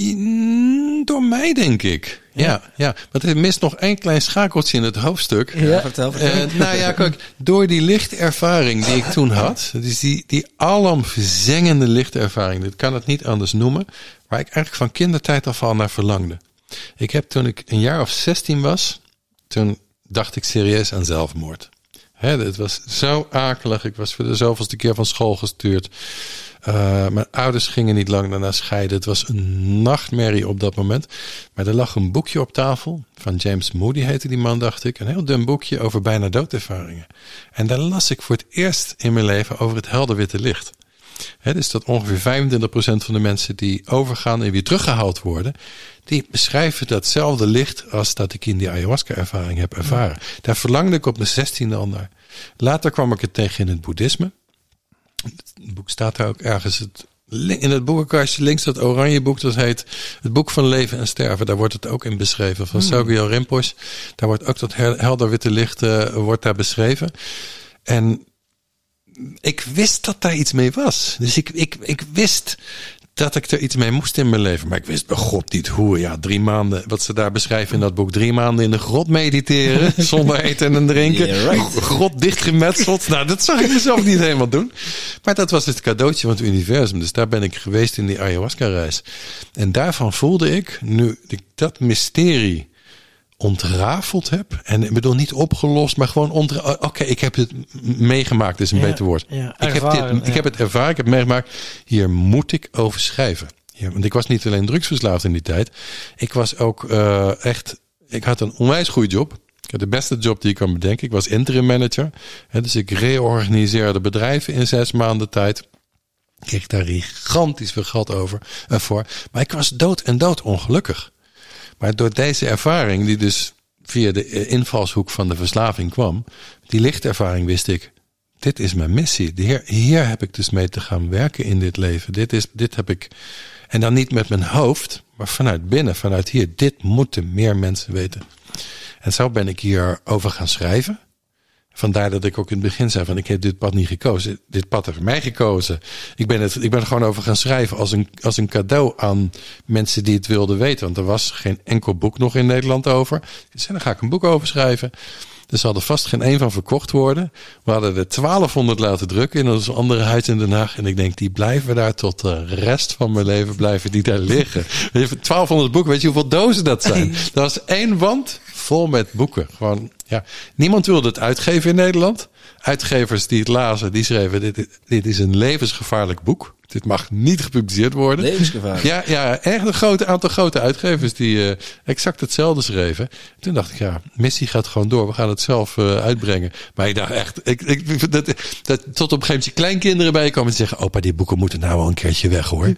Door mij, denk ik. Ja, ja. ja. Want er mist nog één klein schakeltje in het hoofdstuk. Ja, ja vertel, vertel. Uh, nou ja, kijk, door die lichtervaring die ik toen had, dus die, die alomverzengende lichtervaring, dat kan het niet anders noemen, waar ik eigenlijk van kindertijd af al naar verlangde. Ik heb toen ik een jaar of zestien was, toen dacht ik serieus aan zelfmoord. Hè, het was zo akelig. Ik was voor de zoveelste keer van school gestuurd. Uh, mijn ouders gingen niet lang daarna scheiden. Het was een nachtmerrie op dat moment. Maar er lag een boekje op tafel. Van James Moody heette die man, dacht ik. Een heel dun boekje over bijna doodervaringen. En daar las ik voor het eerst in mijn leven over het helder witte licht. He, dus dat ongeveer vijfentwintig procent van de mensen die overgaan en weer teruggehaald worden, die beschrijven datzelfde licht als dat ik in die ayahuasca-ervaring heb ervaren. Ja. Daar verlangde ik op mijn zestiende al naar. Later kwam ik het tegen in het boeddhisme. Het boek staat daar ook ergens. Het, in het boekenkastje links dat oranje boek, dat heet het boek van leven en sterven. Daar wordt het ook in beschreven. Van Sogyal Rinpoche. Daar wordt ook dat helder witte licht uh, wordt daar beschreven. En ik wist dat daar iets mee was. Dus ik, ik, ik wist dat ik er iets mee moest in mijn leven. Maar ik wist bij God niet hoe. Ja, drie maanden, wat ze daar beschrijven in dat boek. Drie maanden in de grot mediteren. Zonder eten en drinken. Yeah, right. Grot dichtgemetseld. Nou, dat zag ik mezelf niet helemaal doen. Maar dat was het cadeautje van het universum. Dus daar ben ik geweest in die ayahuasca-reis. En daarvan voelde ik, nu ik dat mysterie ontrafeld heb. En ik bedoel niet opgelost, maar gewoon ontra- Oké, okay, ik heb het meegemaakt, is een ja, beter woord. Ja, ik, heb dit, ja. ik heb het ervaren, ik heb het meegemaakt. Hier moet ik over schrijven. Ja, want ik was niet alleen drugsverslaafd in die tijd. Ik was ook uh, echt, ik had een onwijs goede job. Ik had de beste job die ik kan bedenken. Ik was interim manager. Hè, dus ik reorganiseerde bedrijven in zes maanden tijd. Ik kreeg daar gigantisch veel geld over, uh, voor. Maar ik was dood en dood ongelukkig. Maar door deze ervaring, die dus via de invalshoek van de verslaving kwam, die lichtervaring, wist ik, dit is mijn missie. Hier, hier heb ik dus mee te gaan werken in dit leven. Dit is, dit heb ik, en dan niet met mijn hoofd, maar vanuit binnen, vanuit hier. Dit moeten meer mensen weten. En zo ben ik hier over gaan schrijven. Vandaar dat ik ook in het begin zei van, ik heb dit pad niet gekozen. Dit pad heeft mij gekozen. Ik ben, het, ik ben er gewoon over gaan schrijven als een, als een cadeau aan mensen die het wilden weten. Want er was geen enkel boek nog in Nederland over. Dus dan ga ik een boek over schrijven. Er zal er vast geen één van verkocht worden. We hadden er twaalfhonderd laten drukken in ons andere huis in Den Haag. En ik denk, die blijven daar tot de rest van mijn leven blijven die daar liggen. twaalfhonderd boeken, weet je hoeveel dozen dat zijn? Dat was één wand vol met boeken. Gewoon, ja. Niemand wilde het uitgeven in Nederland. Uitgevers die het lazen, die schreven, dit, dit is een levensgevaarlijk boek. Dit mag niet gepubliceerd worden. Levensgevaarlijk. Ja, ja, echt een groot aantal grote uitgevers die uh, exact hetzelfde schreven. Toen dacht ik, ja, missie gaat gewoon door. We gaan het zelf uh, uitbrengen. Maar ik dacht echt, ik, ik, dat, dat tot op een gegeven moment je kleinkinderen bij je komen en zeggen, opa, die boeken moeten nou wel een keertje weg, hoor.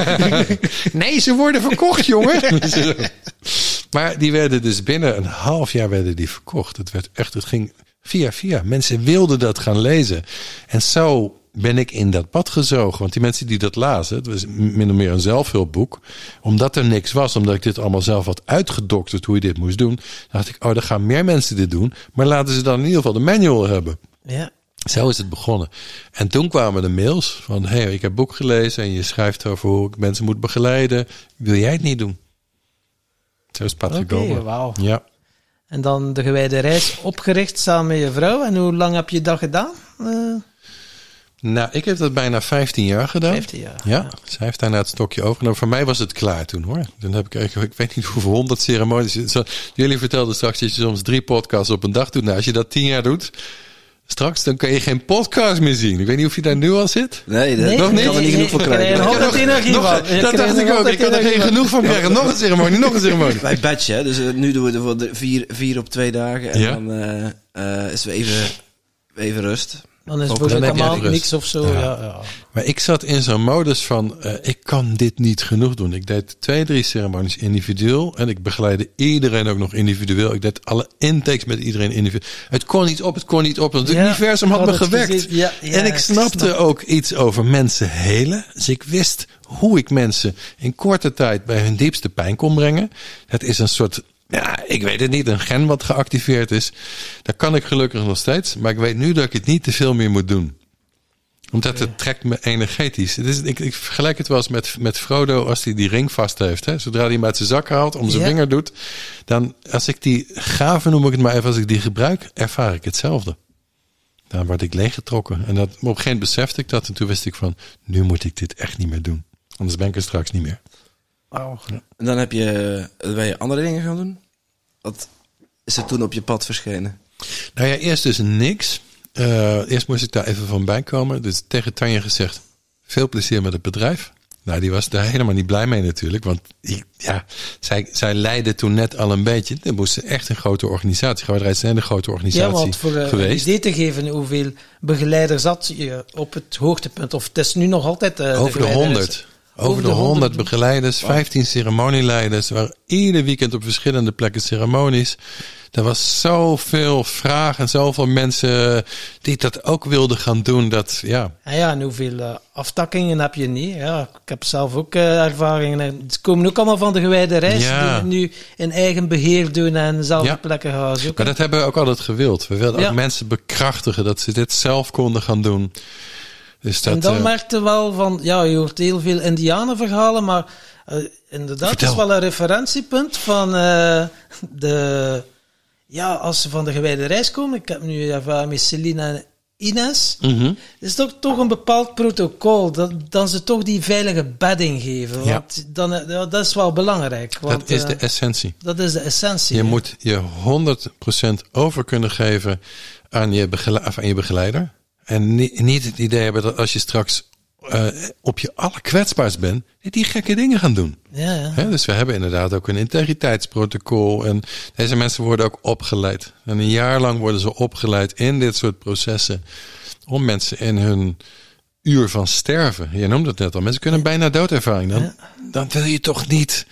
Nee, ze worden verkocht, jongen. Maar die werden dus binnen een half jaar werden die verkocht. Het werd echt, het ging via via. Mensen wilden dat gaan lezen. En zo ben ik in dat pad gezogen. Want die mensen die dat lazen, het was min of meer een zelfhulpboek. Omdat er niks was, omdat ik dit allemaal zelf had uitgedokterd hoe je dit moest doen, dacht ik, oh, dan gaan meer mensen dit doen. Maar laten ze dan in ieder geval de manual hebben. Ja. Zo is het begonnen. En toen kwamen de mails van, hé, hey, ik heb boek gelezen en je schrijft over hoe ik mensen moet begeleiden. Wil jij het niet doen? Zo is het pad gekomen. Oké, wauw. Ja. En dan de gewijde reis opgericht samen met je vrouw. En hoe lang heb je dat gedaan? Uh... Nou, ik heb dat bijna vijftien jaar gedaan. vijftien jaar. Ja, zij heeft daarna het stokje overgenomen. Voor mij was het klaar toen, hoor. Dan heb ik eigenlijk, ik weet niet hoeveel honderd ceremonies. Jullie vertelden straks dat je soms drie podcasts op een dag doet. Nou, als je dat tien jaar doet, straks dan kan je geen podcast meer zien. Ik weet niet of je daar nu al zit. Nee, dat Nee, nog niet. nee, Kan er niet nee, genoeg van ik krijgen. krijg er altijd energie Nog- van. Ik dat krijg dacht er ik ook. altijd Ik kan er geen energie van. genoeg van krijgen. Nog een ceremonie, nog een ceremonie. Wij batchen, hè. Dus uh, nu doen we er voor de vier, vier op twee dagen. En Ja. dan uh, uh, is we even, even rust. Dan is Ook voor dan een heb je maand even rust. niks of zo. Ja. Ja. Ja. Maar ik zat in zo'n modus van, uh, ik kan dit niet genoeg doen. Ik deed twee, drie ceremonies individueel. En ik begeleidde iedereen ook nog individueel. Ik deed alle intakes met iedereen individueel. Het kon niet op, het kon niet op. Want het Ja, universum had ik me had het gewekt. gezien. Ja, ja, en ik ik snapte snap. ook iets over mensen helen. Dus ik wist hoe ik mensen in korte tijd bij hun diepste pijn kon brengen. Het is een soort, ja, ik weet het niet, een gen wat geactiveerd is. Dat kan ik gelukkig nog steeds. Maar ik weet nu dat ik het niet te veel meer moet doen. Omdat het trekt me energetisch. Het is, ik, ik vergelijk het wel eens met, met Frodo als hij die ring vast heeft. Hè? Zodra hij hem uit zijn zak haalt, om zijn Ja. vinger doet. Dan, als ik die gave, noem ik het maar even, als ik die gebruik, ervaar ik hetzelfde. Dan word ik leeggetrokken. En dat, op een gegeven moment besefte ik dat. En toen wist ik van, nu moet ik dit echt niet meer doen. Anders ben ik er straks niet meer. Wauw. En dan heb je, uh, ben je andere dingen gaan doen? Wat is er toen op je pad verschenen? Nou ja, eerst dus niks. Uh, eerst moest ik daar even van bij komen. Dus tegen Tanja gezegd, veel plezier met het bedrijf. Nou, die was daar helemaal niet blij mee natuurlijk. Want die, ja, zij, zij leidde toen net al een beetje. Er moest echt een grote organisatie. Gewaardereis is een hele grote Ja, organisatie want voor uh, een geweest. idee te geven hoeveel begeleiders had je op het hoogtepunt. Of het is nu nog altijd uh, Over de honderd. Over de honderd begeleiders, vijftien ceremonieleiders. Er waren ieder weekend op verschillende plekken ceremonies. Er was zoveel vraag en zoveel mensen die dat ook wilden gaan doen. Dat, ja. En ja, en hoeveel uh, aftakkingen heb je niet? Ja, ik heb zelf ook uh, ervaringen. En ze komen ook allemaal van de gewijde reis. Ja. Die nu in eigen beheer doen en zelf Ja. op plekken gaan zoeken. Maar dat hebben we ook altijd gewild. We wilden Ja. ook mensen bekrachtigen dat ze dit zelf konden gaan doen. Dus dat, en dan uh, merkte wel van, ja, je hoort heel veel Indianenverhalen, maar uh, inderdaad, het Vertel. is wel een referentiepunt van uh, de, ja, als ze van de gewijde reis komen. Ik heb nu ervaren met Celine en Ines. mhm. Het is toch, toch een bepaald protocol, dat, dat ze toch die veilige bedding geven. Ja. Want dan, uh, dat is wel belangrijk. Want, Dat is uh, de essentie. dat is de essentie. Je hè. moet je honderd procent over kunnen geven aan je, begele- of aan je begeleider. En ni- niet het idee hebben dat als je straks uh, op je allerkwetsbaarst bent, dat die gekke dingen gaan doen. Ja, ja. Hè, dus we hebben inderdaad ook een integriteitsprotocol. En deze mensen worden ook opgeleid. En een jaar lang worden ze opgeleid in dit soort processen. Om mensen in hun uur van sterven. Je noemde het net al. Mensen kunnen bijna doodervaring. Dan, Ja. dan wil je toch niet.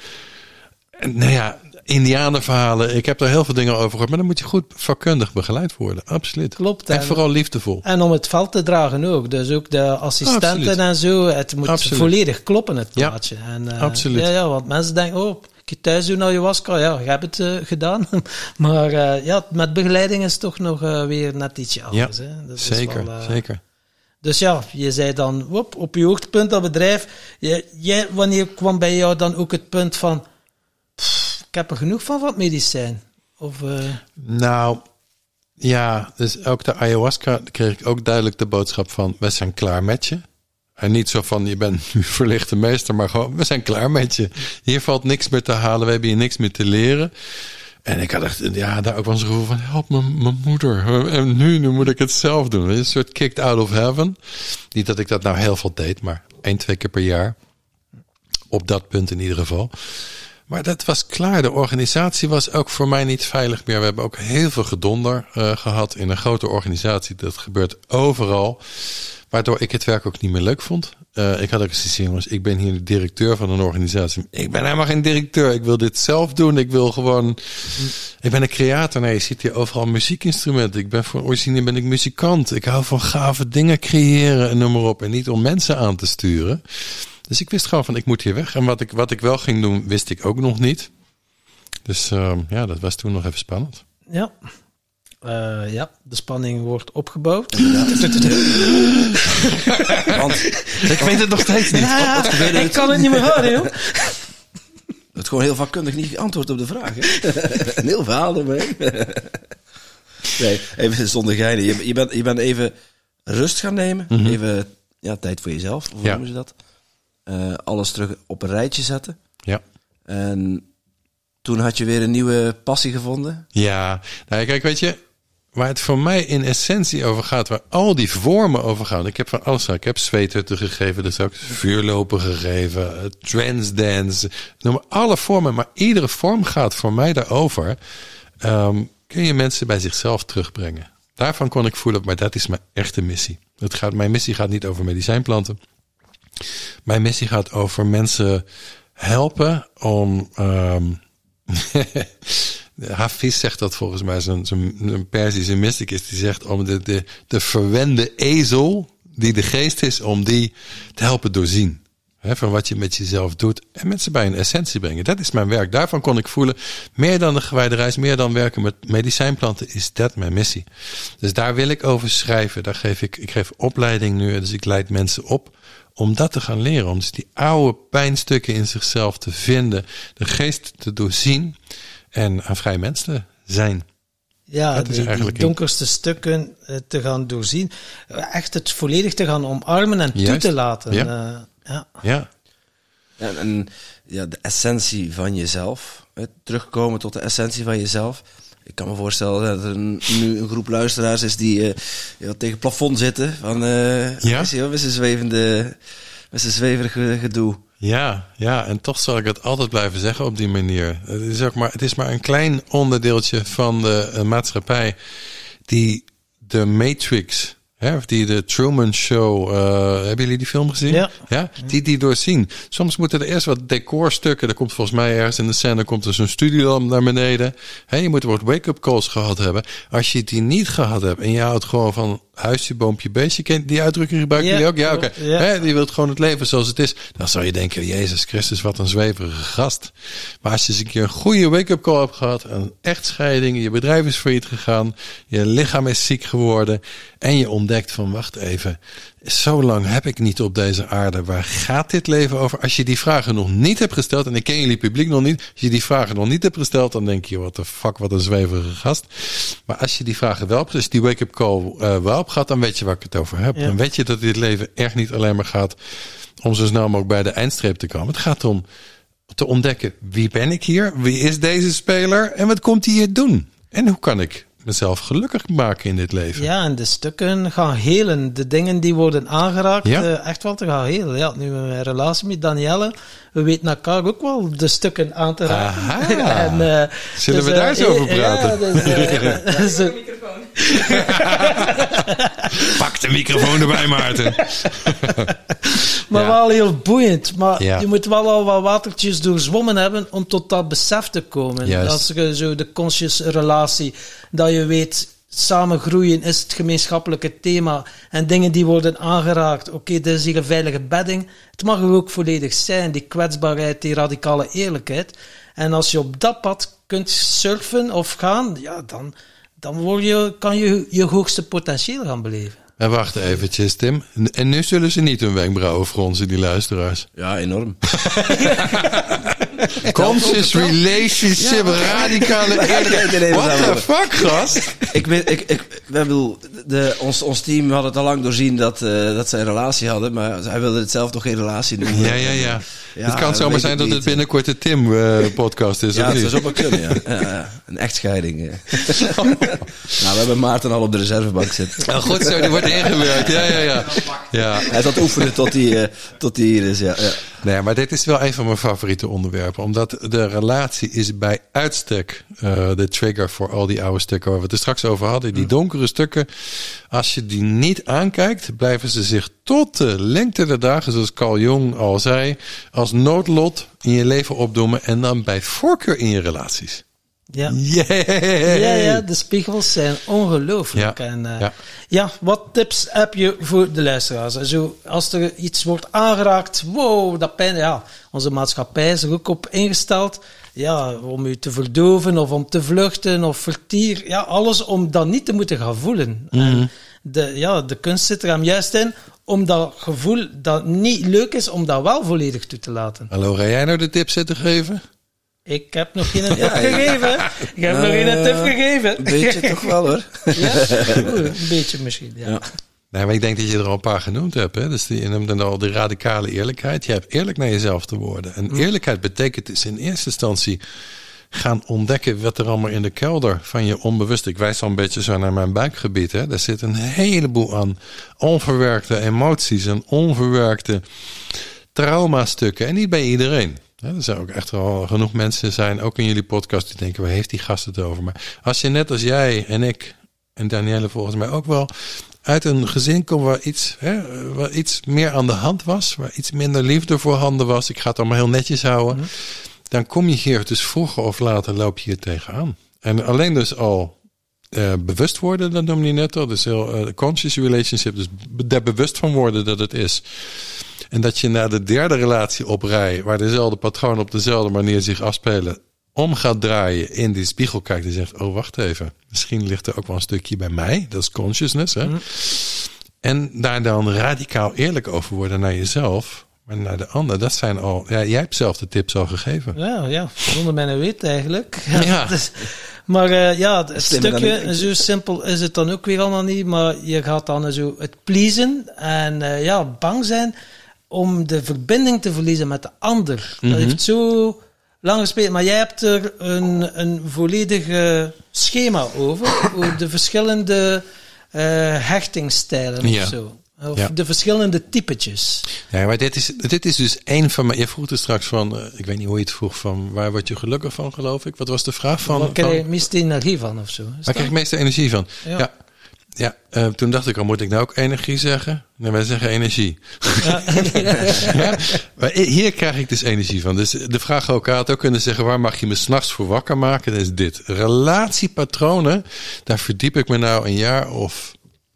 En, nou ja, Indianenverhalen. Ik heb daar heel veel dingen over gehoord. Maar dan moet je goed vakkundig begeleid worden. Absoluut. Klopt. En En- vooral liefdevol. En om het veld te dragen ook. Dus ook de assistenten Absoluut. en zo. Het moet Absoluut. volledig kloppen, het Ja. plaatje. En, uh, Absoluut. Ja, ja, want mensen denken, oh, ik je thuis doen ayahuasca. Ja, je hebt het uh, gedaan. maar uh, ja, met begeleiding is het toch nog uh, weer net ietsje anders. Ja, hè. Dat is zeker. wel, uh, Zeker. Dus ja, je zei dan, wop, op je hoogtepunt dat bedrijf. Jij, jij, wanneer kwam bij jou dan ook het punt van, pff, ik heb er genoeg van van het medicijn? Of, uh, Nou, Ja, dus ook de ayahuasca kreeg ik ook duidelijk de boodschap van, we zijn klaar met je. En niet zo van, je bent nu verlichte meester, maar gewoon, we zijn klaar met je. Hier valt niks meer te halen, we hebben hier niks meer te leren. En ik had echt, ja, daar ook wel eens een gevoel van, help me, mijn moeder. En nu, nu moet ik het zelf doen. Een soort kicked out of heaven. Niet dat ik dat nou heel veel deed, maar één, twee keer per jaar. Op dat punt in ieder geval. Maar dat was klaar. De organisatie was ook voor mij niet veilig meer. We hebben ook heel veel gedonder uh, gehad in een grote organisatie. Dat gebeurt overal. Waardoor ik het werk ook niet meer leuk vond. Uh, ik had ook gezien, jongens, ik ben hier de directeur van een organisatie. Ik ben helemaal geen directeur. Ik wil dit zelf doen. Ik wil gewoon... Mm. Ik ben een creator. Nee, je ziet hier overal muziekinstrumenten. Ik ben voor origine ben ik muzikant. Ik hou van gave dingen creëren en noem maar op. En niet om mensen aan te sturen. Dus ik wist gewoon van, ik moet hier weg. En wat ik, wat ik wel ging doen, wist ik ook nog niet. Dus uh, ja, dat was toen nog even spannend. Ja. Uh, ja, de spanning wordt opgebouwd. Want ik weet het nog steeds niet. Ja, wat, wat gebeurde ik het? kan het niet meer horen, joh. Het gewoon heel vakkundig niet geantwoord op de vraag. Hè? Een heel verhaal ermee. Nee, even zonder geinen. Je, je, bent, je bent even rust gaan nemen. Mm-hmm. Even ja, tijd voor jezelf. Hoe ja. noemen ze dat? Uh, alles terug op een rijtje zetten. Ja. En toen had je weer een nieuwe passie gevonden. Ja, nou kijk, weet je, waar het voor mij in essentie over gaat, waar al die vormen over gaan. Ik heb van alles gedaan. Ik heb zweethutten gegeven, dus ook vuurlopen gegeven, transdance, noem maar alle vormen. Maar iedere vorm gaat voor mij daarover. Um, kun je mensen bij zichzelf terugbrengen. Daarvan kon ik voelen, maar dat is mijn echte missie. Het gaat, mijn missie gaat niet over medicijnplanten. Mijn missie gaat over mensen helpen om... Um, Hafiz zegt dat volgens mij, zo'n, zo'n Perzische mysticus, die zegt om de, de, de verwende ezel, die de geest is, om die te helpen doorzien. He, van wat je met jezelf doet en mensen bij een essentie brengen. Dat is mijn werk. Daarvan kon ik voelen, meer dan de gewijde reis, meer dan werken met medicijnplanten, is dat mijn missie. Dus daar wil ik over schrijven. Daar geef ik, ik geef opleiding nu, dus ik leid mensen op om dat te gaan leren. Om dus die oude pijnstukken in zichzelf te vinden, de geest te doorzien en een vrij mens te zijn. Ja, die, die donkerste in... stukken uh, te gaan doorzien. Echt het volledig te gaan omarmen en Juist. toe te laten. Ja. Uh, ja. ja. En, en ja, de essentie van jezelf. Hè, terugkomen tot de essentie van jezelf. Ik kan me voorstellen dat er een, nu een groep luisteraars is die uh, ja, tegen het plafond zitten. Van, uh, ja? Is hij, met zijn zwevende, met zijn zweverige gedoe. Ja, ja, en toch zal ik het altijd blijven zeggen op die manier. Het is ook maar, het is maar een klein onderdeeltje van de uh, maatschappij die de Matrix, hè, of die de Truman Show, uh, hebben jullie die film gezien? Ja. ja. Die die doorzien. Soms moeten er eerst wat decorstukken. Er komt volgens mij ergens in de scène komt er zo'n studiolamp naar beneden. Hè, je moet wat wake-up calls gehad hebben. Als je die niet gehad hebt en je houdt gewoon van huisje, boompje, beestje. Kent die uitdrukking, gebruiken jullie ook? Ja, oké. Okay. Ja. Hè, die wilt gewoon het leven zoals het is. Dan zou je denken, Jezus Christus, wat een zweverige gast. Maar als je eens een keer een goede wake-up call hebt gehad, een echtscheiding, je bedrijf is failliet gegaan, je lichaam is ziek geworden en je ontdekt van, wacht even, zo lang heb ik niet op deze aarde. Waar gaat dit leven over? Als je die vragen nog niet hebt gesteld, en ik ken jullie publiek nog niet, als je die vragen nog niet hebt gesteld, dan denk je, wat de fuck, wat een zweverige gast. Maar als je die vragen wel hebt, dus die wake-up call uh, wel op gaat, dan weet je waar ik het over heb. Ja. Dan weet je dat dit leven echt niet alleen maar gaat om zo snel mogelijk bij de eindstreep te komen. Het gaat om te ontdekken, wie ben ik hier? Wie is deze speler? En wat komt hij hier doen? En hoe kan ik mezelf gelukkig maken in dit leven? Ja, en de stukken gaan helen. De dingen die worden aangeraakt, ja. uh, echt wel te gaan helen. Ja, nu een relatie met Danielle, we weten elkaar ook wel de stukken aan te raken. en, uh, Zullen dus, we daar uh, zo over praten? Ja, dus, uh, dus, uh, Pak de microfoon erbij, Maarten. Maar ja. wel heel boeiend. Maar ja. je moet wel al wat watertjes doorzwommen hebben om tot dat besef te komen. Juist. Als je zo de conscious relatie, dat je weet, samen groeien is het gemeenschappelijke thema. En dingen die worden aangeraakt. Oké, okay, dit is hier een veilige bedding. Het mag er ook volledig zijn. Die kwetsbaarheid, die radicale eerlijkheid. En als je op dat pad kunt surfen of gaan, ja, dan... dan word je, kan je je hoogste potentieel gaan beleven. En wacht eventjes, Tim. En nu zullen ze niet hun wenkbrauwen fronsen, die luisteraars. Ja, enorm. Conscious relationship, Ja. radicale eerlijkheid. What the fuck, gast? Ik weet, ik, ik, we bedoel, de, ons, ons team had het al lang doorzien dat, uh, dat zij een relatie hadden, maar hij wilde het zelf toch geen relatie noemen. Ja, ja, ja. Ja, het kan dat zomaar weet zijn ik dat niet. het binnenkort de Tim-podcast is, Ja, of het niet? zou zo wel kunnen, ja. ja, ja. Een echtscheiding. Ja. Nou, we hebben Maarten al op de reservebank zitten. Ja, goed zo, die wordt ingewerkt. Ja, ja, ja. ja. Hij is aan het oefenen tot hij, uh, tot hij hier is, ja. ja. Nee, maar dit is wel een van mijn favoriete onderwerpen. Omdat de relatie is bij uitstek uh, de trigger voor al die oude stukken waar we het er straks over hadden. Die donkere stukken, als je die niet aankijkt, blijven ze zich tot de lengte der dagen, zoals Carl Jung al zei, als noodlot in je leven opdoemen en dan bij voorkeur in je relaties. Ja. Yay! Ja, ja, de spiegels zijn ongelooflijk. Ja, En, uh, ja. ja, wat tips heb je voor de luisteraars? Zo, als er iets wordt aangeraakt, wow, dat pijn. Ja, onze maatschappij is er ook op ingesteld. Ja, om u te verdoven of om te vluchten of vertier. Ja, alles om dat niet te moeten gaan voelen. Mm-hmm. En de, ja, de kunst zit er hem juist in om dat gevoel dat niet leuk is, om dat wel volledig toe te laten. Hallo, ga jij nou de tip zitten geven? Ik heb nog geen tip Ja, ja. gegeven. Ik heb nog geen tip gegeven. Een beetje toch wel, hoor. Ja, oeh, een beetje misschien, ja. Ja. Nee, maar ik denk dat je er al een paar genoemd hebt. Hè? Dus die, je noemt dan al de radicale eerlijkheid. Je hebt eerlijk naar jezelf te worden. En eerlijkheid betekent dus in eerste instantie gaan ontdekken wat er allemaal in de kelder van je onbewust. Ik wijs al een beetje zo naar mijn buikgebied. Hè? Daar zit een heleboel aan onverwerkte emoties en onverwerkte traumastukken. En niet bij iedereen. Ja, er zijn ook echt wel genoeg mensen zijn, ook in jullie podcast, die denken, waar heeft die gast het over? Maar als je net als jij en ik en Danielle volgens mij ook wel uit een gezin komt waar iets, hè, waar iets meer aan de hand was, waar iets minder liefde voorhanden was, ik ga het allemaal heel netjes houden, mm-hmm. dan kom je hier dus vroeger of later loop je hier tegenaan. En alleen dus al uh, bewust worden, dat noem je net al, dus heel uh, conscious relationship, dus daar bewust van worden dat het is. En dat je naar de derde relatie op rij, waar dezelfde patronen op dezelfde manier zich afspelen, om gaat draaien, in die spiegel kijkt en zegt, oh wacht even, misschien ligt er ook wel een stukje bij mij, dat is consciousness. Hè? Mm. En daar dan radicaal eerlijk over worden naar jezelf, maar naar de ander, dat zijn al, ja, jij hebt zelf de tips al gegeven. Ja, ja, zonder mijn weet eigenlijk. Ja. Ja. Dus, maar uh, ja, het Slimmer stukje, zo simpel is het dan ook weer allemaal niet, maar je gaat dan zo het pleasen en uh, ja, bang zijn om de verbinding te verliezen met de ander. Mm-hmm. Dat heeft zo lang gespeeld. Maar jij hebt er een, een volledig uh, schema over. Over de verschillende uh, hechtingsstijlen ja. of zo. Of ja. de verschillende typetjes. Ja, maar dit is, dit is dus één van mijn... Je vroeg er straks van... Uh, ik weet niet hoe je het vroeg van... Waar word je gelukkig van, geloof ik? Wat was de vraag van... Waar krijg je van, meeste energie van of zo? Waar krijg je het meeste energie van? Ja. ja. Ja, uh, toen dacht ik al, moet ik nou ook energie zeggen? Nee, wij zeggen energie. Ja. ja, maar hier krijg ik dus energie van. Dus de vraag ook, had ook kunnen zeggen, waar mag je me 's nachts voor wakker maken? Dat is dit. Relatiepatronen, daar verdiep ik me nou een jaar of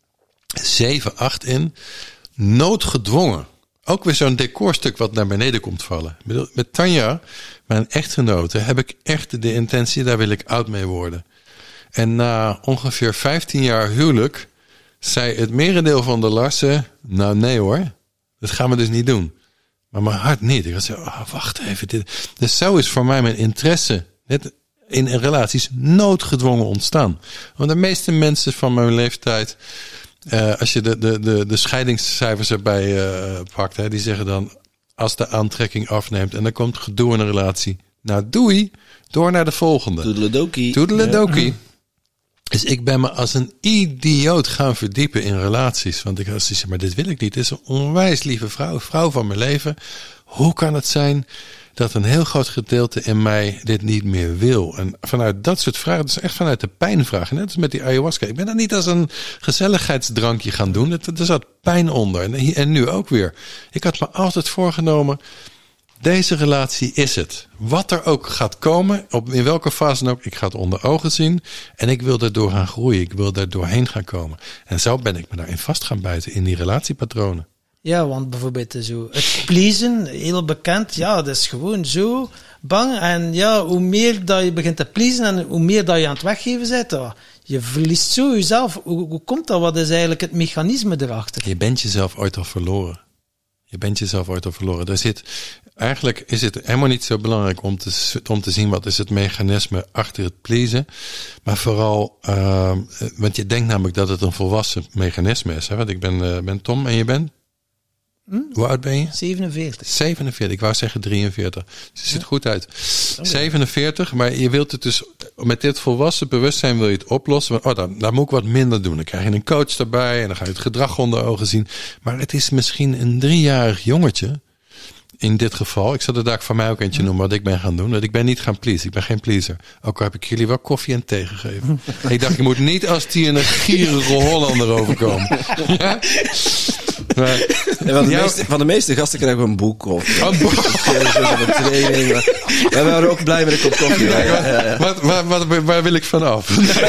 zeven, acht in. Noodgedwongen. Ook weer zo'n decorstuk wat naar beneden komt vallen. Met Tanja, mijn echtgenote, heb ik echt de intentie, daar wil ik oud mee worden. En na ongeveer vijftien jaar huwelijk zei het merendeel van de Larsen, nou nee hoor, dat gaan we dus niet doen. Maar mijn hart niet. Ik had zo, oh, wacht even. Dit. Dus zo is voor mij mijn interesse net in relaties noodgedwongen ontstaan. Want de meeste mensen van mijn leeftijd, uh, als je de, de, de, de scheidingscijfers erbij uh, pakt, hè, die zeggen dan, als de aantrekking afneemt en er komt gedoe in een relatie, nou doei, door naar de volgende. Toedeledokie. Toedeledokie. Ja. Dus ik ben me als een idioot gaan verdiepen in relaties. Want ik had zoiets, maar dit wil ik niet. Dit is een onwijs lieve vrouw, vrouw van mijn leven. Hoe kan het zijn dat een heel groot gedeelte in mij dit niet meer wil? En vanuit dat soort vragen, dat is echt vanuit de pijnvragen. Net als met die ayahuasca. Ik ben dat niet als een gezelligheidsdrankje gaan doen. Er zat pijn onder. En, en nu ook weer. Ik had me altijd voorgenomen, deze relatie is het. Wat er ook gaat komen, op in welke fase dan ook, ik ga het onder ogen zien. En ik wil daardoor gaan groeien. Ik wil daar doorheen gaan komen. En zo ben ik me daarin vast gaan bijten in die relatiepatronen. Ja, want bijvoorbeeld zo het pleasen, heel bekend. Ja, dat is gewoon zo bang. En ja, hoe meer dat je begint te pleasen en hoe meer dat je aan het weggeven bent, oh, je verliest zo jezelf. Hoe, hoe komt dat? Wat is eigenlijk het mechanisme erachter? Je bent jezelf ooit al verloren. Je bent jezelf ooit al verloren. Daar zit, eigenlijk is het helemaal niet zo belangrijk om te, om te zien wat is het mechanisme achter het pleasen. Maar vooral, uh, want je denkt namelijk dat het een volwassen mechanisme is. Hè? Want ik ben, uh, ben Tom en je bent? Hm? Hoe oud ben je? zevenenveertig. zevenenveertig, ik wou zeggen drieënveertig. Dus het ziet ja. goed uit. Okay. zevenenveertig, maar je wilt het dus, met dit volwassen bewustzijn wil je het oplossen. Want, oh, dan, dan moet ik wat minder doen. Dan krijg je een coach erbij en dan ga je het gedrag onder ogen zien. Maar het is misschien een driejarig jongetje. In dit geval, ik zal de dag van mij ook eentje noemen wat ik ben gaan doen. Dat ik ben niet gaan pleasen. Ik ben geen pleaser. Ook al heb ik jullie wel koffie en thee gegeven. Ik dacht, je moet niet als die een gierige Hollander overkomen. Ja? Maar, ja, van, de jou... meeste, van de meeste gasten krijgen we een boek of een boek. Een training. We waren ook blij met een kop koffie. Ja, ja, ja. Wat, wat, wat, waar, waar wil ik vanaf?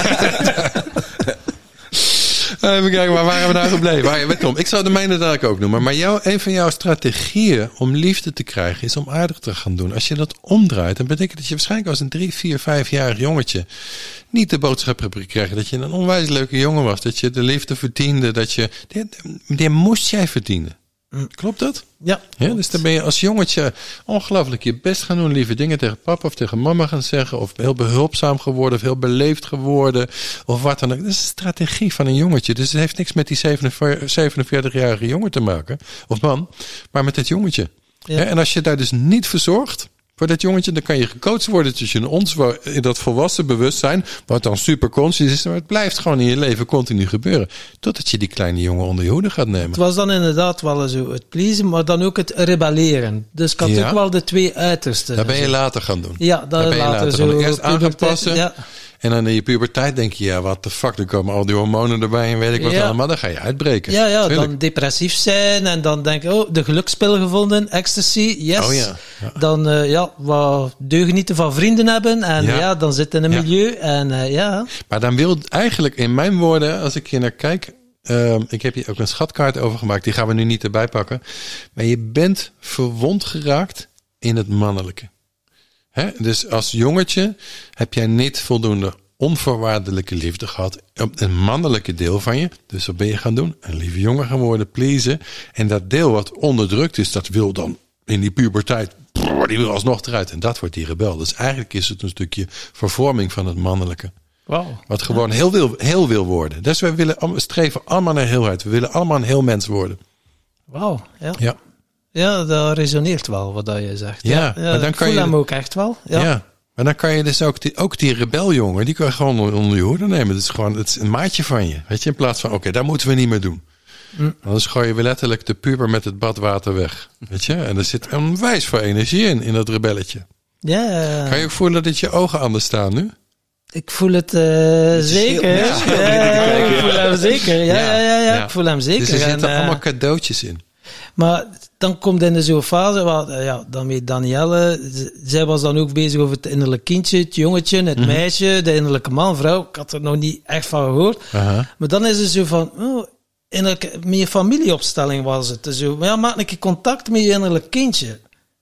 Even kijken, waar waren we nou gebleven? Tom, ik zou de mijne dadelijk ook noemen. Maar jou, een van jouw strategieën om liefde te krijgen is om aardig te gaan doen. Als je dat omdraait, dan betekent dat je waarschijnlijk als een drie, vier, vijfjarig jongetje niet de boodschap hebt gekregen dat je een onwijs leuke jongen was. Dat je de liefde verdiende. Dat je, die, die moest jij verdienen. Klopt dat? Ja. ja. Dus dan ben je als jongetje ongelooflijk je best gaan doen. Lieve dingen tegen papa of tegen mama gaan zeggen. Of heel behulpzaam geworden. Of heel beleefd geworden. Of wat dan ook. Dat is een strategie van een jongetje. Dus het heeft niks met die zevenenveertigjarige jongen te maken. Of man. Maar met het jongetje. Ja. Ja, en als je daar dus niet verzorgt voor dat jongetje, dan kan je gecoacht worden tussen ons in dat volwassen bewustzijn, wat dan super conscious is, maar het blijft gewoon in je leven continu gebeuren. Totdat je die kleine jongen onder je hoede gaat nemen. Het was dan inderdaad wel zo het pleasen, maar dan ook het rebelleren. Dus ik had ja. ook wel de twee uitersten. Dat ben je later gaan doen. Ja, dat, dat ben je later, later zo. Eerst aan gaan passen. Ja. En dan in je puberteit denk je, ja, wat de fuck, er komen al die hormonen erbij en weet ik wat ja. allemaal. Dan ga je uitbreken. Ja, ja, dan depressief zijn en dan denk je, oh, de gelukspil gevonden, ecstasy, yes. Oh, ja. Ja. Dan, uh, ja, wat deugenieten van vrienden hebben en ja, ja dan zit in een ja. milieu en uh, ja. Maar dan wil eigenlijk in mijn woorden, als ik hier naar kijk, uh, ik heb hier ook een schatkaart over gemaakt, die gaan we nu niet erbij pakken. Maar je bent verwond geraakt in het mannelijke. He, dus als jongetje heb jij niet voldoende onvoorwaardelijke liefde gehad. Een mannelijke deel van je. Dus wat ben je gaan doen? Een lieve jongen gaan worden, pleasen. En dat deel wat onderdrukt is, dat wil dan in die puberteit, die wil alsnog eruit. En dat wordt die rebel. Dus eigenlijk is het een stukje vervorming van het mannelijke. Wow. Wat gewoon heel wil, heel wil worden. Dus wij willen streven allemaal naar heelheid. We willen allemaal een heel mens worden. Wauw. Ja. Ja. Ja, dat resoneert wel wat je zegt. Ja, ja, ja maar dan ik kan voel je hem ook echt wel. Ja. ja, maar dan kan je dus ook die, ook die rebeljongen, die kan je gewoon onder je hoede nemen. Het is gewoon het is een maatje van je. Weet je, in plaats van, oké, okay, dat moeten we niet meer doen. Mm. Anders gooi je weer letterlijk de puber met het badwater weg. Weet je, en er zit een wijs voor energie in, in dat rebelletje. Ja. Kan je ook voelen dat je ogen anders staan nu? Ik voel het uh, zeker. Ja, ja, ja, ik voel hem zeker. Ja, ja, ja, ja, ja. Ik voel hem zeker. Dus er zitten en, uh, allemaal cadeautjes in. Maar dan komt in zo'n fase, waar, ja, dan met Danielle, z- zij was dan ook bezig over het innerlijke kindje, het jongetje, het mm-hmm. meisje, de innerlijke man, vrouw. Ik had er nog niet echt van gehoord. Uh-huh. Maar dan is het zo van, oh, innerlijke, met je familieopstelling was het zo. Ja, maak een keer contact met je innerlijke kindje.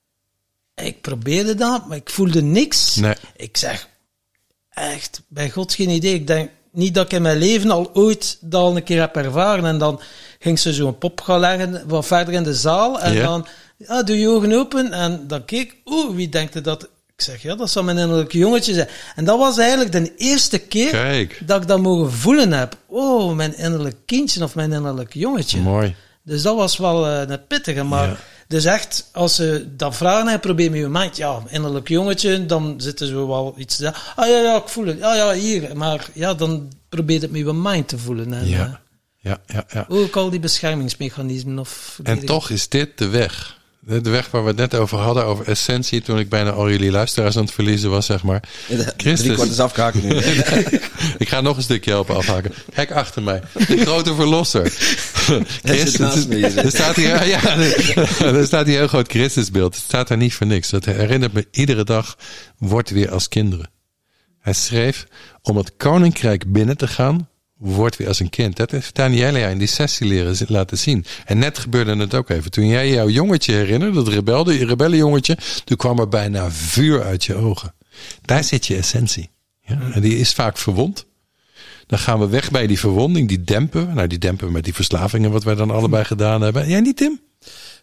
Ik probeerde dat, maar ik voelde niks. Nee. Ik zeg, echt, bij God geen idee. Ik denk niet dat ik in mijn leven al ooit dat al een keer heb ervaren. En dan ging ze zo'n pop gaan leggen, wat verder in de zaal. En ja. dan, ja, doe je ogen open. En dan keek, oeh, wie denkt dat? Ik zeg, ja, dat zou mijn innerlijke jongetje zijn. En dat was eigenlijk de eerste keer Kijk. dat ik dat mogen voelen heb. Oh, mijn innerlijk kindje of mijn innerlijk jongetje. Mooi. Dus dat was wel uh, een pittige, maar... Ja. Dus echt, als ze dat vragen en probeer met je mind, ja, innerlijk jongetje, dan zitten ze wel iets te zeggen. Ah ja, ja, ik voel het. Ja, ja, hier. Maar ja, dan probeer het met je mind te voelen. En, ja. Uh, ja, ja, ja. Ook al die beschermingsmechanismen. Of en toch is dit de weg. De weg waar we het net over hadden, over essentie, toen ik bijna al jullie luisteraars aan het verliezen was, zeg maar. Christus. Drie kwart is afgehaakt nu. Ik ga nog een stukje helpen afhaken. Kijk achter mij. De grote verlosser. Christus. Er staat hier, ja, er staat hier heel groot Christusbeeld. Het staat daar niet voor niks. Dat herinnert me iedere dag, wordt weer als kinderen. Hij schreef, om het koninkrijk binnen te gaan, wordt weer als een kind. Dat heeft Daniela in die sessie leren laten zien. En net gebeurde het ook even. Toen jij jouw jongetje herinnerde, dat rebelde, je rebellenjongetje, toen kwam er bijna vuur uit je ogen. Daar zit je essentie. Ja? En die is vaak verwond. Dan gaan we weg bij die verwonding, die dempen we. Nou, die dempen we met die verslavingen, wat wij dan allebei gedaan hebben. Jij niet, Tim?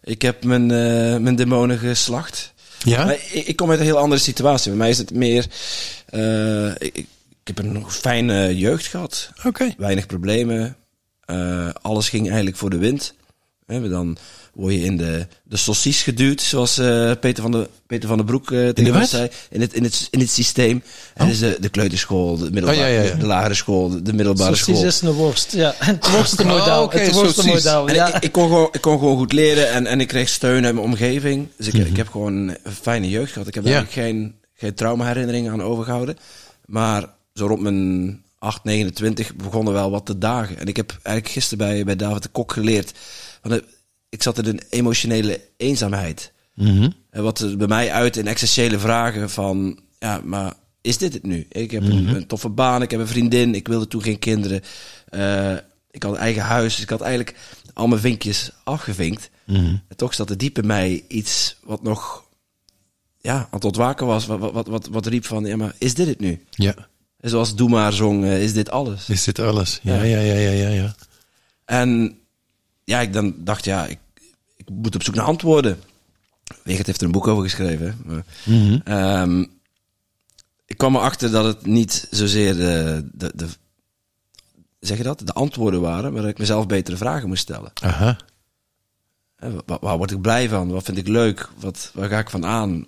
Ik heb mijn, uh, mijn demonen geslacht. Ja? Maar ik, ik kom uit een heel andere situatie. Bij mij is het meer... Uh, ik, ik heb een fijne jeugd gehad. Oké. Okay. Weinig problemen. Uh, alles ging eigenlijk voor de wind. He, dan word je in de, de saucies geduwd, zoals uh, Peter van de Peter van den Broek uh, tegen ons zei. In het, in het, in het systeem. Oh. Dus de, de kleuterschool, de middelbare, oh, ja, ja, ja. de lagere school, de, de middelbare saucies school. Saucies is een worst, ja. Het worstenmodel. Oh, okay, het worstenmodel, ja. Ik, ik, kon gewoon, ik kon gewoon goed leren en, en ik kreeg steun uit mijn omgeving. Dus ik, mm-hmm. ik heb gewoon een fijne jeugd gehad. Ik heb ja. eigenlijk geen, geen traumaherinneringen aan overgehouden. Maar zo rond mijn acht, negenentwintig begonnen wel wat te dagen. En ik heb eigenlijk gisteren bij, bij David de Kok geleerd. Want ik zat in een emotionele eenzaamheid. Mm-hmm. En wat er bij mij uit in essentiële vragen van... Ja, maar is dit het nu? Ik heb mm-hmm. een, een toffe baan, ik heb een vriendin, ik wilde toen geen kinderen. Uh, ik had een eigen huis, dus ik had eigenlijk al mijn vinkjes afgevinkt. Mm-hmm. En toch zat er diep in mij iets wat nog ja, aan het ontwaken was. Wat, wat, wat, wat riep van, ja, maar is dit het nu? Ja. En zoals Doe maar zong, uh, is dit alles? Is dit alles? Ja, ja, ja, ja, ja. ja. En ja, ik dan dacht, ja, ik, ik moet op zoek naar antwoorden. Wegert heeft er een boek over geschreven. Maar, mm-hmm. um, ik kwam erachter dat het niet zozeer de, de, de, zeg je dat, de antwoorden waren, maar dat ik mezelf betere vragen moest stellen. Aha. Waar, waar word ik blij van? Wat vind ik leuk? Wat, waar ga ik van aan?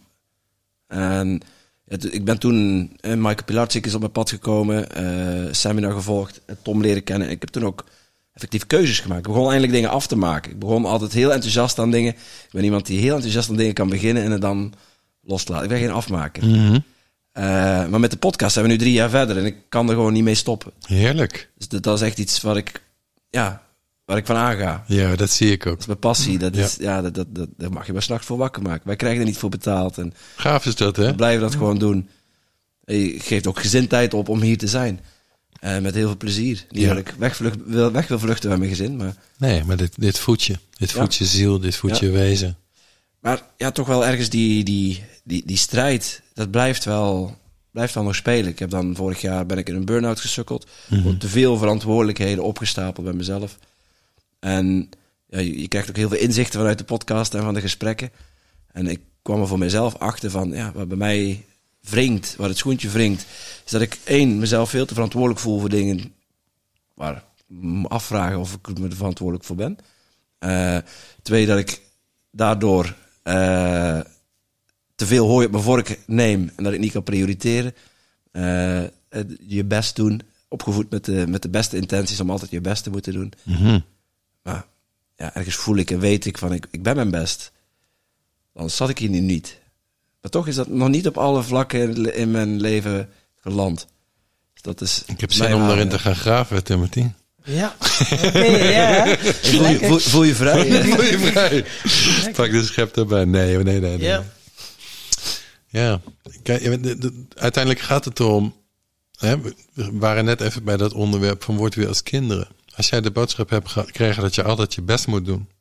En ja, ik ben toen, eh, Michael Pilarczyk is op mijn pad gekomen, uh, seminar gevolgd, Tom leren kennen. Ik heb toen ook effectief keuzes gemaakt. Ik begon eindelijk dingen af te maken. Ik begon altijd heel enthousiast aan dingen. Ik ben iemand die heel enthousiast aan dingen kan beginnen en het dan loslaten. Ik ben geen afmaker. Mm-hmm. Uh, maar met de podcast zijn we nu drie jaar verder en ik kan er gewoon niet mee stoppen. Heerlijk. Dus dat, dat is echt iets waar ik, ja, waar ik van aanga. Ja, dat zie ik ook. Dat is mijn passie. Dat is, ja. ja, dat, dat, dat, daar mag je maar 's nachts voor wakker maken. Wij krijgen er niet voor betaald. En gaaf is dat, hè? We blijven dat gewoon doen. En je geeft ook gezindheid op om hier te zijn. Uh, met heel veel plezier. Niet ja. dat ik wegvlucht, wil, weg wil vluchten met mijn gezin. Maar... Nee, maar dit, dit voedt je. Dit voedt ja. je ziel, dit voedt ja. je wezen. Maar ja, toch wel ergens die, die, die, die strijd, dat blijft wel, blijft wel nog spelen. Ik heb dan vorig jaar ben ik in een burn-out gesukkeld. Mm-hmm. Te veel verantwoordelijkheden opgestapeld bij mezelf. En ja, je, je krijgt ook heel veel inzichten vanuit de podcast en van de gesprekken. En ik kwam er voor mezelf achter van, ja, wat bij mij wringt, waar het schoentje wringt, is dat ik één, mezelf veel te verantwoordelijk voel voor dingen waar ik me afvragen of ik me er verantwoordelijk voor ben. Uh, twee, dat ik daardoor uh, te veel hooi op mijn vork neem en dat ik niet kan prioriteren. Uh, je best doen, opgevoed met de, met de beste intenties om altijd je best te moeten doen. Mm-hmm. Maar ja, ergens voel ik en weet ik van, ik, ik ben mijn best. Anders zat ik hier nu niet. Maar toch is dat nog niet op alle vlakken in mijn leven geland. Dus dat is ik heb zin om daarin te gaan graven, Timothy. Ja, okay, ja. Voel, je, voel, voel je vrij? Voel je vrij? Pak de schep erbij. Nee, nee, nee. nee. Ja. Ja. Kijk, de, de, uiteindelijk gaat het erom... Hè, we waren net even bij dat onderwerp van word weer als kinderen. Als jij de boodschap hebt gekregen dat je altijd je best moet doen.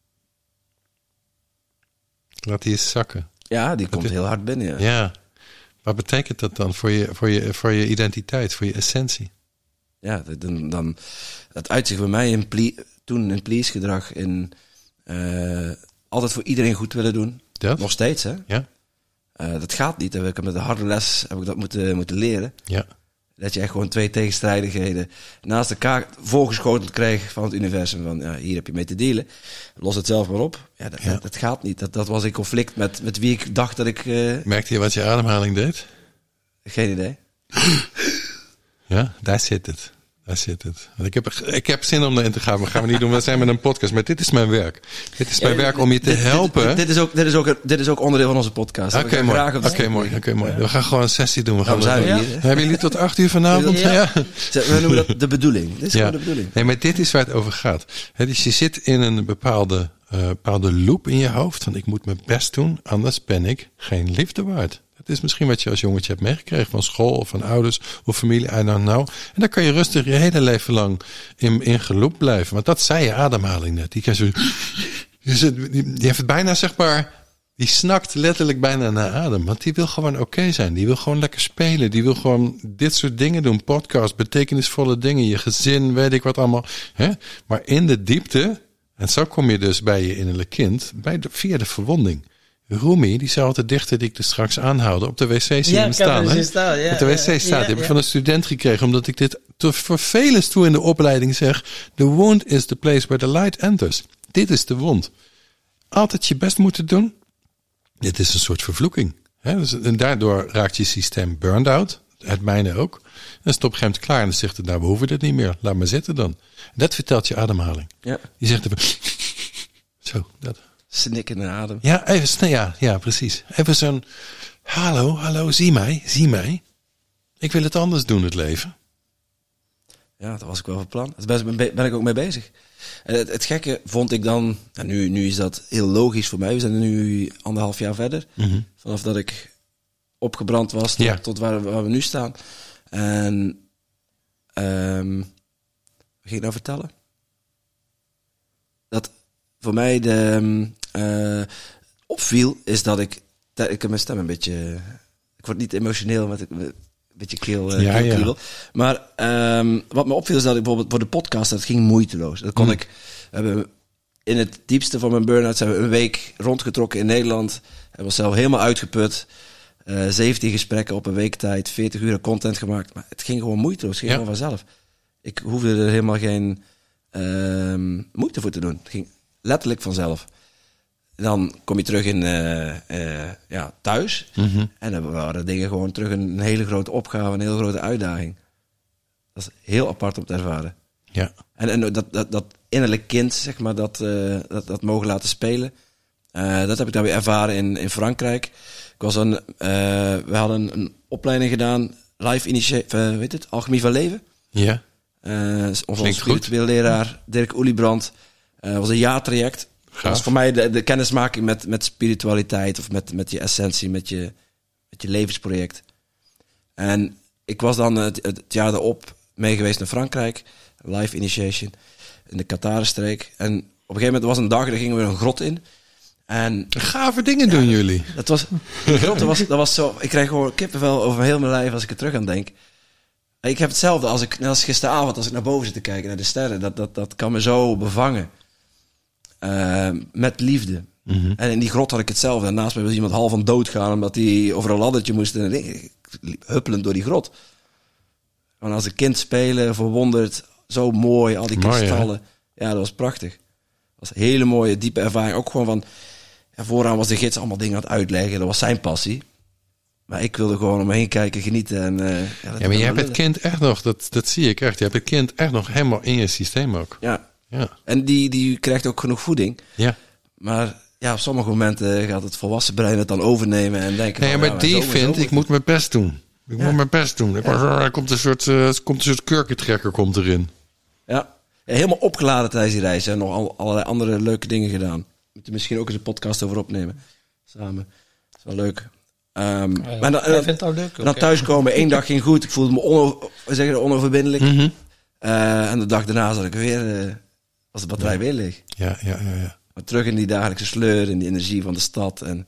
Laat die eens zakken. Ja, die komt heel hard binnen. Ja. ja. Wat betekent dat dan voor je, voor je, voor je identiteit, voor je essentie? Ja, dan, dan dat uitzicht bij mij in plie, toen in please gedrag, in uh, altijd voor iedereen goed willen doen. Dat? Nog steeds, hè? Ja. Uh, dat gaat niet. Heb ik met de harde les heb ik dat moeten, moeten leren. Ja. Dat je echt gewoon twee tegenstrijdigheden naast elkaar voorgeschoteld krijgt van het universum. Van ja, hier heb je mee te dealen. Los het zelf maar op. Ja, dat, ja. dat, dat gaat niet. Dat, dat was in conflict met, met wie ik dacht dat ik... Uh... Merkte je wat je ademhaling deed? Geen idee. Ja, daar zit het. Daar zit het. Want ik, heb, ik heb zin om erin te gaan, maar gaan we niet doen. We zijn met een podcast. Maar dit is mijn werk. Dit is mijn ja, werk om je te dit, helpen. Dit, dit, is ook, dit, is ook, dit is ook onderdeel van onze podcast. Oké, okay, mooi. Oké, okay, mooi. Okay, mooi. We gaan gewoon een sessie doen. We gaan oh, zijn we ja. hier, Hebben jullie tot acht uur vanavond? Ja. Ja. We noemen dat de bedoeling. Dit is ja. gewoon de bedoeling. Nee, maar dit is waar het over gaat. He, dus je zit in een bepaalde, uh, bepaalde loop in je hoofd. Van ik moet mijn best doen, anders ben ik geen liefde waard. Het is misschien wat je als jongetje hebt meegekregen van school of van ouders of familie, I don't know. En daar kan je rustig je hele leven lang in, in geloop blijven. Want dat zei je ademhaling net. Die, kan zo, die, die heeft het bijna, zeg maar, die snakt letterlijk bijna naar adem. Want die wil gewoon oké okay zijn. Die wil gewoon lekker spelen. Die wil gewoon dit soort dingen doen. Podcast, betekenisvolle dingen. Je gezin, weet ik wat allemaal. Hè? Maar in de diepte En zo kom je dus bij je innerlijk kind bij de, via de verwonding. Rumi, die zou altijd dichter die ik er straks aanhouden. Op de wc zie je Ja, hem ik heb staan. hem Hè? zien staan, ja, op de wc ja, staat. ja, Die heb ik ja. van een student gekregen. Omdat ik dit te vervelend toe in de opleiding zeg. The wound is the place where the light enters. Dit is de wond. Altijd je best moeten doen. Dit is een soort vervloeking. Hè? Dus, en daardoor raakt je systeem burned out. Het mijne ook. Dan is het op een gegeven moment klaar. En dan zegt het, nou, we hoeven dit niet meer. Laat maar zitten dan. Dat vertelt je ademhaling. Ja. Je zegt even... Zo, dat... Snikken naar adem. Ja, even snel. Ja, ja, precies. Even zo'n... Hallo, hallo, zie mij, zie mij. Ik wil het anders doen, het leven. Ja, dat was ik wel van plan. Daar ben, ben ik ook mee bezig. En het, het gekke vond ik dan... En nu, nu is dat heel logisch voor mij. We zijn nu anderhalf jaar verder. Mm-hmm. Vanaf dat ik opgebrand was tot, Ja. tot waar, waar we nu staan. En... Um, wat ging ik nou vertellen? Dat voor mij de... Uh, opviel is dat ik... Dat ik heb mijn stem een beetje... Ik word niet emotioneel met... Een beetje keel, uh, Ja, ja. keelkriebel. Maar um, wat me opviel is dat ik bijvoorbeeld voor de podcast... Dat ging moeiteloos. Dat kon Mm. ik... We hebben in het diepste van mijn burn-out... zijn we een week rondgetrokken in Nederland. Hebben onszelf helemaal uitgeput. Uh, zeventien gesprekken op een week tijd. veertig uur content gemaakt. Maar het ging gewoon moeiteloos. Het ging Ja. gewoon vanzelf. Ik hoefde er helemaal geen um, moeite voor te doen. Het ging letterlijk vanzelf. Dan kom je terug in uh, uh, ja, thuis. Mm-hmm. En dan waren dingen gewoon terug een hele grote opgave, een hele grote uitdaging. Dat is heel apart om te ervaren. Ja. En, en dat, dat, dat innerlijk kind, zeg maar, dat, uh, dat, dat mogen laten spelen. Uh, dat heb ik dan weer ervaren in, in Frankrijk. Ik was een, uh, we hadden een opleiding gedaan, live initiative, uh, weet het, Alchemie van Leven. Ja. Uh, onze Klinkt spiritueel leraar Dirk Oeliebrand. Uh, was een jaartraject. Dat was voor mij de, de kennismaking met, met spiritualiteit of met, met je essentie, met je, met je levensproject. En ik was dan het, het jaar erop mee geweest naar Frankrijk, live initiation, in de Qatarenstreek. En op een gegeven moment was een dag, daar gingen we een grot in. En Gave dingen doen jullie. dat was, die grot, dat was, dat was zo, ik krijg gewoon kippenvel over heel mijn lijf als ik er terug aan denk. Ik heb hetzelfde als ik, net als gisteravond, als ik naar boven zit te kijken, naar de sterren. Dat, dat, dat kan me zo bevangen. Uh, met liefde. Mm-hmm. En in die grot had ik hetzelfde. En naast mij was iemand half aan dood gaan omdat hij over een laddertje moest. En ik liep huppelend door die grot. En als een kind spelen, verwonderd, zo mooi, al die Mooi, kristallen. Ja, dat was prachtig. Dat was een hele mooie, diepe ervaring. Ook gewoon van, ja, vooraan was de gids allemaal dingen aan het uitleggen. Dat was zijn passie. Maar ik wilde gewoon om me heen kijken, genieten. En, uh, ja, dat Ja, maar je hebt het lullen. kind echt nog, dat, dat zie ik echt. Je hebt het kind echt nog helemaal in je systeem ook. Ja. Ja. En die, die krijgt ook genoeg voeding. Ja. Maar ja, op sommige momenten gaat het volwassen brein het dan overnemen en denken... Nee, van, maar ja, die zo en zo vindt, ik moet mijn best doen. Ik Ja. moet mijn best doen. Ik was, er komt een soort, uh, er komt een soort kurkentrekker komt erin. Ja. Ja, helemaal opgeladen tijdens die reis. En nog al, allerlei andere leuke dingen gedaan. We moeten misschien ook eens een podcast over opnemen. Samen. Dat is wel leuk. Um, Ja, maar dan, hij dan, vindt het ook leuk. dan thuiskomen, één dag ging goed. Ik voelde me ono, we zeggen het, onoverwinnelijk. Mm-hmm. Uh, en de dag daarna zat ik weer... Uh, was de batterij weer leeg. Ja, ja, ja, ja. Maar terug in die dagelijkse sleur, in die energie van de stad. En,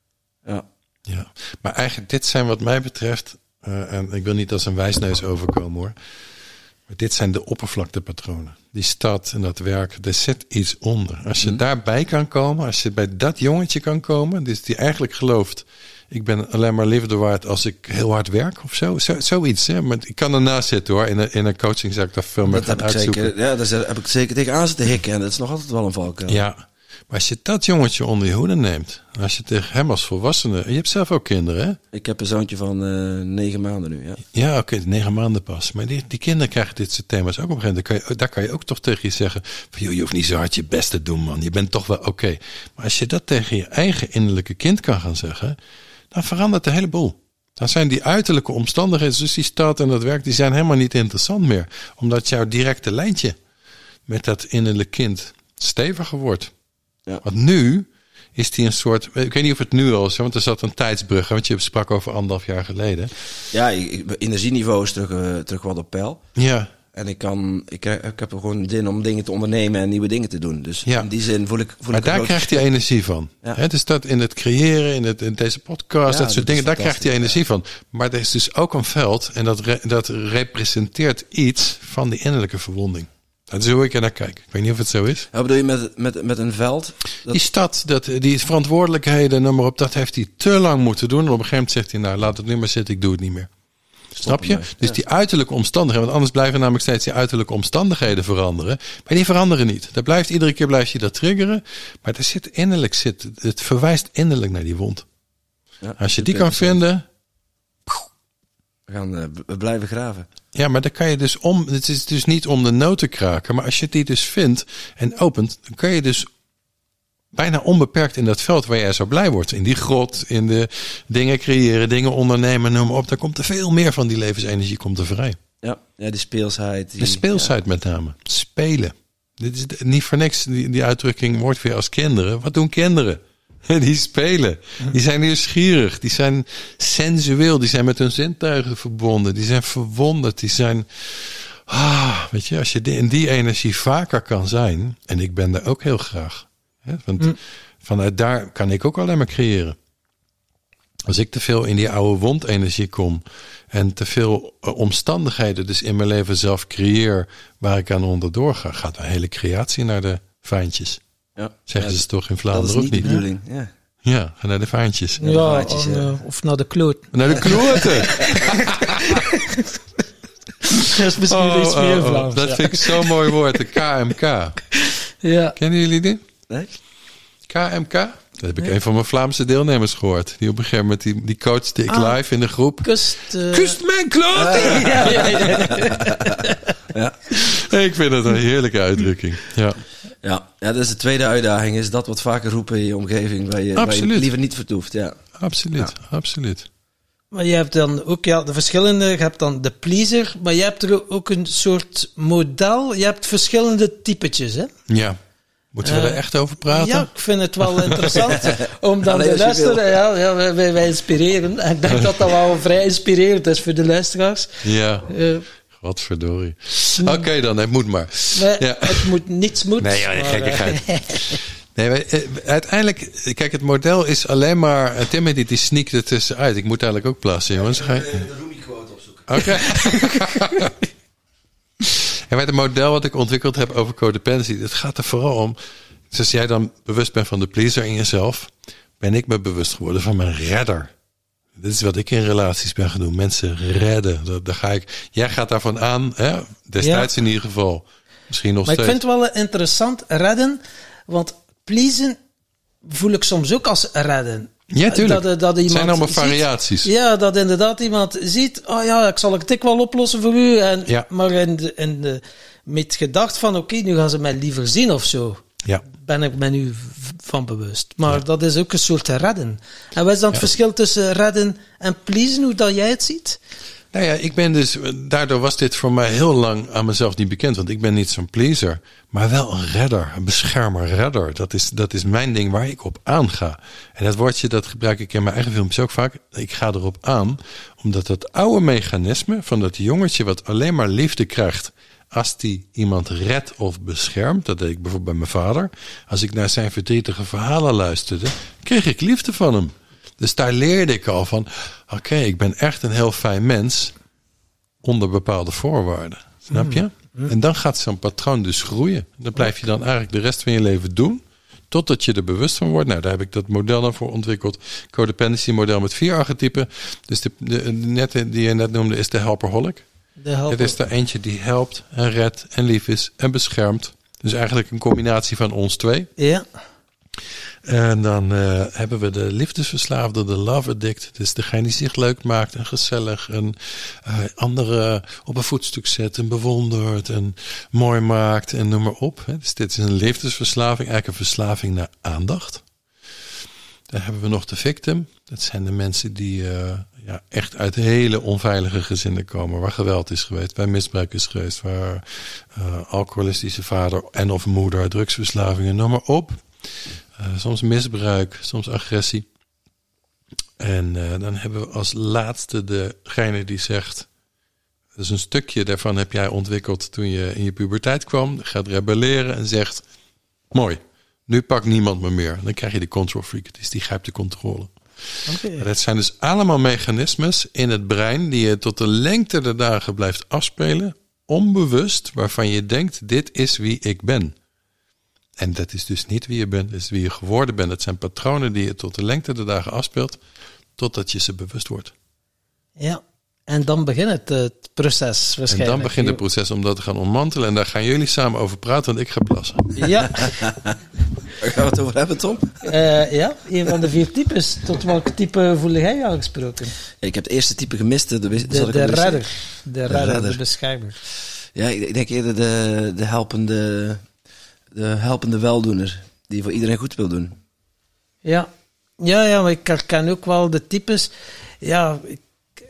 ja. Ja, maar eigenlijk dit zijn wat mij betreft, uh, en ik wil niet als een wijsneus overkomen hoor, maar dit zijn de oppervlaktepatronen. Die stad en dat werk, er zit iets onder. Als je Mm. daarbij kan komen, als je bij dat jongetje kan komen, dus die eigenlijk gelooft, ik ben alleen maar liefde waard als ik heel hard werk of zo, zo zoiets. Hè? Maar ik kan ernaast zitten hoor, in een, in een coaching zou ik daar veel meer Dat gaan heb ik, uitzoeken. zeker, ja, daar heb ik zeker tegenaan zitten hikken. En dat is nog altijd wel een valkuil. Ja, maar als je dat jongetje onder je hoede neemt, als je tegen hem als volwassene, en je hebt zelf ook kinderen hè? Ik heb een zoontje van uh, negen maanden nu, ja. Ja, oké, okay, negen maanden pas. Maar die, die kinderen krijgen dit soort thema's ook op een gegeven moment. Daar kan je, daar kan je ook toch tegen je zeggen van, joh, je hoeft niet zo hard je best te doen, man. Je bent toch wel oké. Okay. Maar als je dat tegen je eigen innerlijke kind kan gaan zeggen, dan verandert de hele boel. Dan zijn die uiterlijke omstandigheden, dus die stad en dat werk, die zijn helemaal niet interessant meer. Omdat jouw directe lijntje met dat innerlijke kind steviger wordt. Ja. Want nu is die een soort, ik weet niet of het nu al is, want er zat een tijdsbrug, want je sprak over anderhalf jaar geleden. Ja, ik, mijn energieniveau is terug, uh, terug wat op peil. Ja. En ik kan, ik, ik heb er gewoon zin om dingen te ondernemen en nieuwe dingen te doen. Dus Ja. in die zin voel ik, voel Maar ik een daar groot krijgt hij energie van. Ja. He, dus dat in het creëren, in, het, in deze podcast, Ja, dat soort dat dingen, is daar krijgt hij fantastisch, energie van. Maar er is dus ook een veld en dat, re, dat representeert iets van die innerlijke verwonding. Dat is hoe ik er naar kijk. Ik weet niet of het zo is. Wat bedoel je met, met, met een veld? Dat... Die stad, dat, die verantwoordelijkheden, noem maar op, dat heeft hij te lang moeten doen. En op een gegeven moment zegt hij, nou, laat het nu maar zitten, ik doe het niet meer. Snap je? Dus die uiterlijke omstandigheden, want anders blijven namelijk steeds die uiterlijke omstandigheden veranderen. Maar die veranderen niet. Dat blijft, iedere keer blijft je dat triggeren. Maar er zit innerlijk, zit, het verwijst innerlijk naar die wond. Ja, Als je die kan vinden... We gaan uh, we blijven graven. Ja, maar dan kan je dus om... Het is dus niet om de nood te kraken. Maar als je die dus vindt en opent, dan kun je dus bijna onbeperkt in dat veld waar jij zo blij wordt. In die grot, in de dingen creëren, dingen ondernemen, noem maar op. Daar komt er veel meer van die levensenergie komt er vrij. Ja, ja die speelsheid. Die, de speelsheid ja. met name. Spelen. Dit is niet voor niks, die, die uitdrukking wordt weer als kinderen. Wat doen kinderen? Die spelen. Die zijn nieuwsgierig. Die zijn sensueel. Die zijn met hun zintuigen verbonden. Die zijn verwonderd. Die zijn... Ah, weet je, als je in die energie vaker kan zijn... En ik ben daar ook heel graag. Hè, want mm. vanuit daar kan ik ook alleen maar creëren. Als ik te veel in die oude wondenergie kom... en te veel omstandigheden dus in mijn leven zelf creëer... waar ik aan onderdoor ga... gaat mijn hele creatie naar de vaantjes. Ja, zeggen ja, ze toch in Vlaanderen ook niet? Dat is niet de bedoeling, ja. Ja, naar de vaantjes. Ja, ja, vaantjes, ja. Uh, of naar de kloot. Naar de kloten! Dat is misschien oh, iets meer oh, oh. Vlaams. Dat ja. vind ik zo'n mooi woord, de K M K. Ja. Kennen jullie die? Nee. K M K? Dat heb ik nee. een van mijn Vlaamse deelnemers gehoord. Die op een gegeven moment, die, die coachte ik ah, live in de groep. Kust, uh... Kust mijn kloot! Uh, ja, ja, ja. ja. Ik vind het een heerlijke uitdrukking. Ja. Ja, ja, dat is de tweede uitdaging. Is dat wat vaker roepen in je omgeving waar je, waar je liever niet vertoeft. Ja. Absoluut, ja. absoluut. Maar je hebt dan ook ja, de verschillende, je hebt dan de pleaser, maar je hebt er ook een soort model. Je hebt verschillende typetjes, hè? Ja. Moeten we uh, er echt over praten? Ja, ik vind het wel interessant om dan te luisteren. Ja, ja, wij, wij inspireren. En ik denk dat dat wel vrij inspirerend is voor de luisteraars. Ja. Uh, Wat verdorie. Oké okay, dan, het moet maar. Nee, ja. Het moet, niets moet. Nee, ja, gekkigheid. Nee, wij, uh, uiteindelijk, kijk, het model is alleen maar... Uh, Timothy die sneakt er tussenuit. Ik moet eigenlijk ook plassen, jongens. Ga je... De Rumi-quote opzoeken. Oké. Okay. En met het model wat ik ontwikkeld heb over codependency... het gaat er vooral om... Dus als jij dan bewust bent van de pleaser in jezelf... ben ik me bewust geworden van mijn redder. Dit is wat ik in relaties ben gaan doen. Mensen redden. Daar, daar ga ik, jij gaat daarvan aan. Hè? Destijds ja. in ieder geval. Misschien nog maar steeds. Ik vind het wel interessant, redden. Want pleasen voel ik soms ook als redden. Ja, tuurlijk. Dat, dat het zijn allemaal variaties. Ziet, ja, dat inderdaad iemand ziet... Oh ja, ik zal het dik wel oplossen voor u. En, ja. Maar in de, in de, met gedacht van... Oké, okay, nu gaan ze mij liever zien of zo. Ja. Ben ik me nu van bewust. Maar ja. dat is ook een soort redden. En wat is dan het ja. verschil tussen redden en pleasen? Hoe dat jij het ziet? Nou ja, ik ben dus... Daardoor was dit voor mij heel lang aan mezelf niet bekend. Want ik ben niet zo'n pleaser. Maar wel een redder. Een beschermer redder. Dat is, dat is mijn ding waar ik op aanga. En dat woordje, dat gebruik ik in mijn eigen filmpjes ook vaak. Ik ga erop aan. Omdat dat oude mechanisme van dat jongetje wat alleen maar liefde krijgt... Als die iemand redt of beschermt, dat deed ik bijvoorbeeld bij mijn vader. Als ik naar zijn verdrietige verhalen luisterde, kreeg ik liefde van hem. Dus daar leerde ik al van, oké, okay, ik ben echt een heel fijn mens onder bepaalde voorwaarden. Snap je? Mm. En dan gaat zo'n patroon dus groeien. Dat blijf je dan eigenlijk de rest van je leven doen, totdat je er bewust van wordt. Nou, daar heb ik dat model dan voor ontwikkeld. Codependency model met vier archetypen. Dus de, de, de net die je net noemde is de helperholic. Het is er eentje die helpt en redt en lief is en beschermt. Dus eigenlijk een combinatie van ons twee. Ja. En dan uh, hebben we de liefdesverslaafde, de love addict. Dus degene die zich leuk maakt en gezellig. En uh, anderen op een voetstuk zet en bewondert en mooi maakt en noem maar op. Dus dit is een liefdesverslaving, eigenlijk een verslaving naar aandacht. Dan hebben we nog de victim. Dat zijn de mensen die uh, ja, echt uit hele onveilige gezinnen komen. Waar geweld is geweest, waar misbruik is geweest. Waar uh, alcoholistische vader en of moeder, drugsverslavingen, noem maar op. Uh, soms misbruik, soms agressie. En uh, dan hebben we als laatste degene die zegt... Dus een stukje daarvan heb jij ontwikkeld toen je in je puberteit kwam. Gaat rebelleren en zegt... Mooi. Nu pakt niemand me meer. Dan krijg je de control freak. Dus die grijpt de controle. Okay. Dat zijn dus allemaal mechanismes in het brein... die je tot de lengte der dagen blijft afspelen... onbewust waarvan je denkt, dit is wie ik ben. En dat is dus niet wie je bent, dat is wie je geworden bent. Het zijn patronen die je tot de lengte der dagen afspeelt, totdat je ze bewust wordt. Ja, en dan begint het, het proces waarschijnlijk. En dan begint het proces om dat te gaan ontmantelen. En daar gaan jullie samen over praten, want ik ga plassen. Ja. Waar gaan we het over hebben, Tom? Uh, ja, een van de vier types. Tot welk type voel jij aangesproken? Ja, ik heb het eerste type gemist. De, de, de, de redder. De redder, redder. de beschermer. Ja, ik, ik denk eerder de, de, helpende, de helpende weldoener. Die voor iedereen goed wil doen. Ja, ja, ja, maar ik herken ook wel de types. Ja, ik,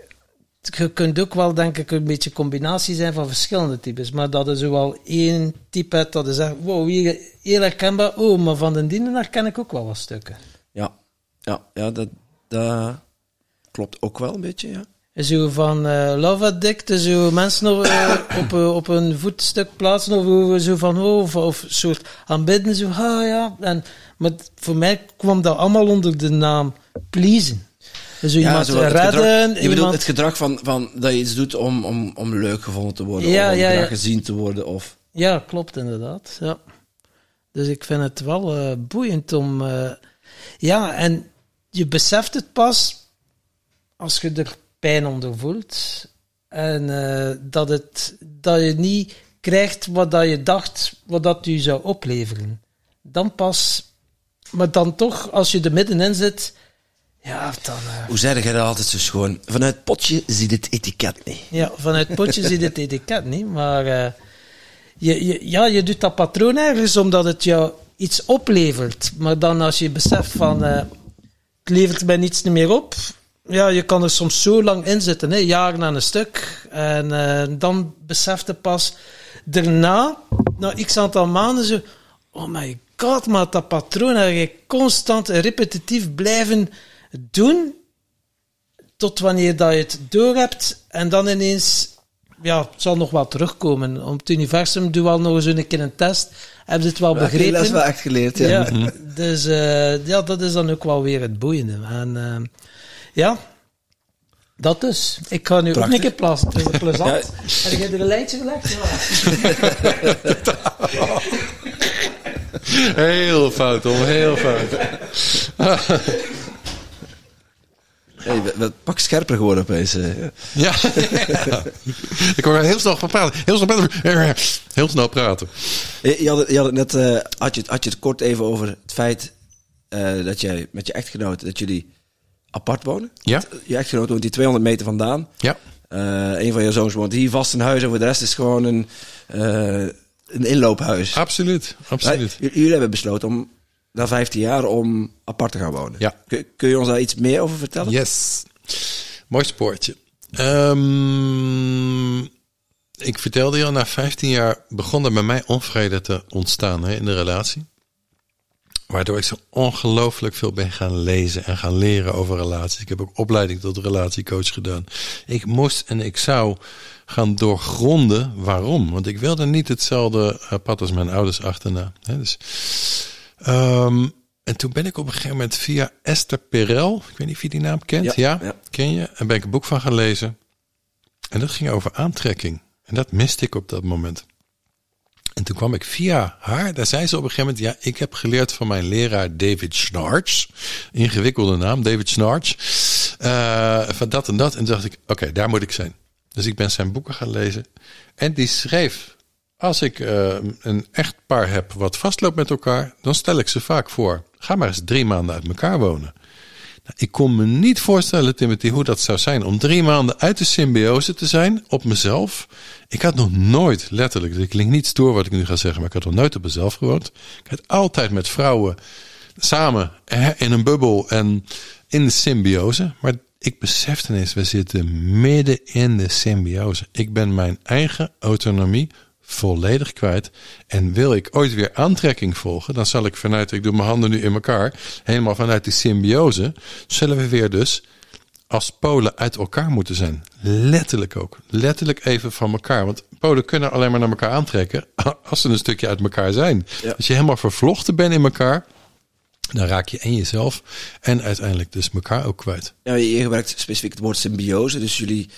je kunt ook wel, denk ik, een beetje combinatie zijn van verschillende types. Maar dat is wel één type hebt dat is echt, wow, hier heel herkenbaar. Oh, maar van den dienen herken ik ook wel wat stukken. Ja, ja, ja dat, dat klopt ook wel een beetje, ja. Zo van uh, love addict, zo mensen op, uh, op, uh, op een voetstuk plaatsen, of zo van, oh, of, of soort aanbidden, zo, ah ja. En, maar voor mij kwam dat allemaal onder de naam pleasen. Dus ja, iemand zo, redden. Het gedrag, je bedoelt iemand... het gedrag van, van dat je iets doet om, om, om leuk gevonden te worden, ja, of om ja, ja. gezien te worden. Of... Ja, klopt inderdaad. Ja. Dus ik vind het wel uh, boeiend om... Uh, ja, en je beseft het pas als je er pijn onder voelt. En uh, dat, het, dat je niet krijgt wat dat je dacht, wat dat je zou opleveren. Dan pas... Maar dan toch, als je er middenin zit... Ja, dan... Uh... Hoe zeg je dat altijd zo schoon? Vanuit het potje ziet het etiket niet. Ja, vanuit het potje ziet het etiket niet, maar... Uh, je, je, ja, je doet dat patroon ergens omdat het jou iets oplevert. Maar dan als je beseft van... Uh, het levert mij niets meer op... Ja, je kan er soms zo lang in zitten, hè, jaren aan een stuk. En uh, dan besef je pas daarna, na x aantal maanden, zo... Oh my god, maar dat patroon heb je constant en repetitief blijven doen, tot wanneer dat je het door hebt. En dan ineens, ja, het zal nog wel terugkomen. Om het universum doe wel nog eens een keer een test. Heb je het wel begrepen? Dat is wel echt geleerd, ja. ja dus uh, ja, dat is dan ook wel weer het boeiende. En... Uh, ja, dat dus. Ik ga nu Prachtig. ook een keer plassen. Het is plezant. Ja. Heb jij er een lijntje gelegd? Ja. Heel fout, Tom. Heel fout. Hey, wat pak scherper geworden opeens. Uh. Ja. ja. Ik hoor heel snel van praten. Heel snel praten. Heel snel praten. Je had het, je had het net, uh, had, je, had je het kort even over het feit uh, dat jij met je echtgenoot, dat jullie apart wonen. Ja. Je echtgenoot woont hier tweehonderd meter vandaan. Ja. Uh, een van je zoons woont hier vast in huis en voor de rest is gewoon een, uh, een inloophuis. Absoluut, absoluut. Uh, jullie hebben besloten om na vijftien jaar om apart te gaan wonen. Ja. Kun, kun je ons daar iets meer over vertellen? Yes. Mooi spoortje. Um, ik vertelde je al, na vijftien jaar begon er bij mij onvrede te ontstaan hè, in de relatie. Waardoor ik zo ongelooflijk veel ben gaan lezen en gaan leren over relaties. Ik heb ook opleiding tot relatiecoach gedaan. Ik moest en ik zou gaan doorgronden waarom. Want ik wilde niet hetzelfde pad als mijn ouders achterna. He, dus, um, en toen ben ik op een gegeven moment via Esther Perel, ik weet niet of je die naam kent. Ja, ja, ja. Ken je? En ben ik een boek van gaan lezen. En dat ging over aantrekking. En dat miste ik op dat moment. En toen kwam ik via haar, daar zei ze op een gegeven moment... ja, ik heb geleerd van mijn leraar David Schnarch. Ingewikkelde naam, David Schnarch. Uh, van dat en dat. En toen dacht ik, oké, okay, daar moet ik zijn. Dus ik ben zijn boeken gaan lezen. En die schreef... als ik uh, een echtpaar heb wat vastloopt met elkaar... dan stel ik ze vaak voor... ga maar eens drie maanden uit elkaar wonen. Nou, ik kon me niet voorstellen, Timothy, hoe dat zou zijn... om drie maanden uit de symbiose te zijn op mezelf... Ik had nog nooit, letterlijk, ik klink niet stoer wat ik nu ga zeggen, maar ik had nog nooit op mezelf gewoond. Ik had altijd met vrouwen samen in een bubbel en in de symbiose. Maar ik besefte ineens, we zitten midden in de symbiose. Ik ben mijn eigen autonomie volledig kwijt. En wil ik ooit weer aantrekking volgen, dan zal ik vanuit, ik doe mijn handen nu in elkaar, helemaal vanuit die symbiose, zullen we weer dus... als polen uit elkaar moeten zijn. Letterlijk ook. Letterlijk even van elkaar. Want polen kunnen alleen maar naar elkaar aantrekken... als ze een stukje uit elkaar zijn. Ja. Als je helemaal vervlochten bent in elkaar... dan raak je en jezelf... en uiteindelijk dus elkaar ook kwijt. Ja, je gebruikt specifiek het woord symbiose. Dus jullie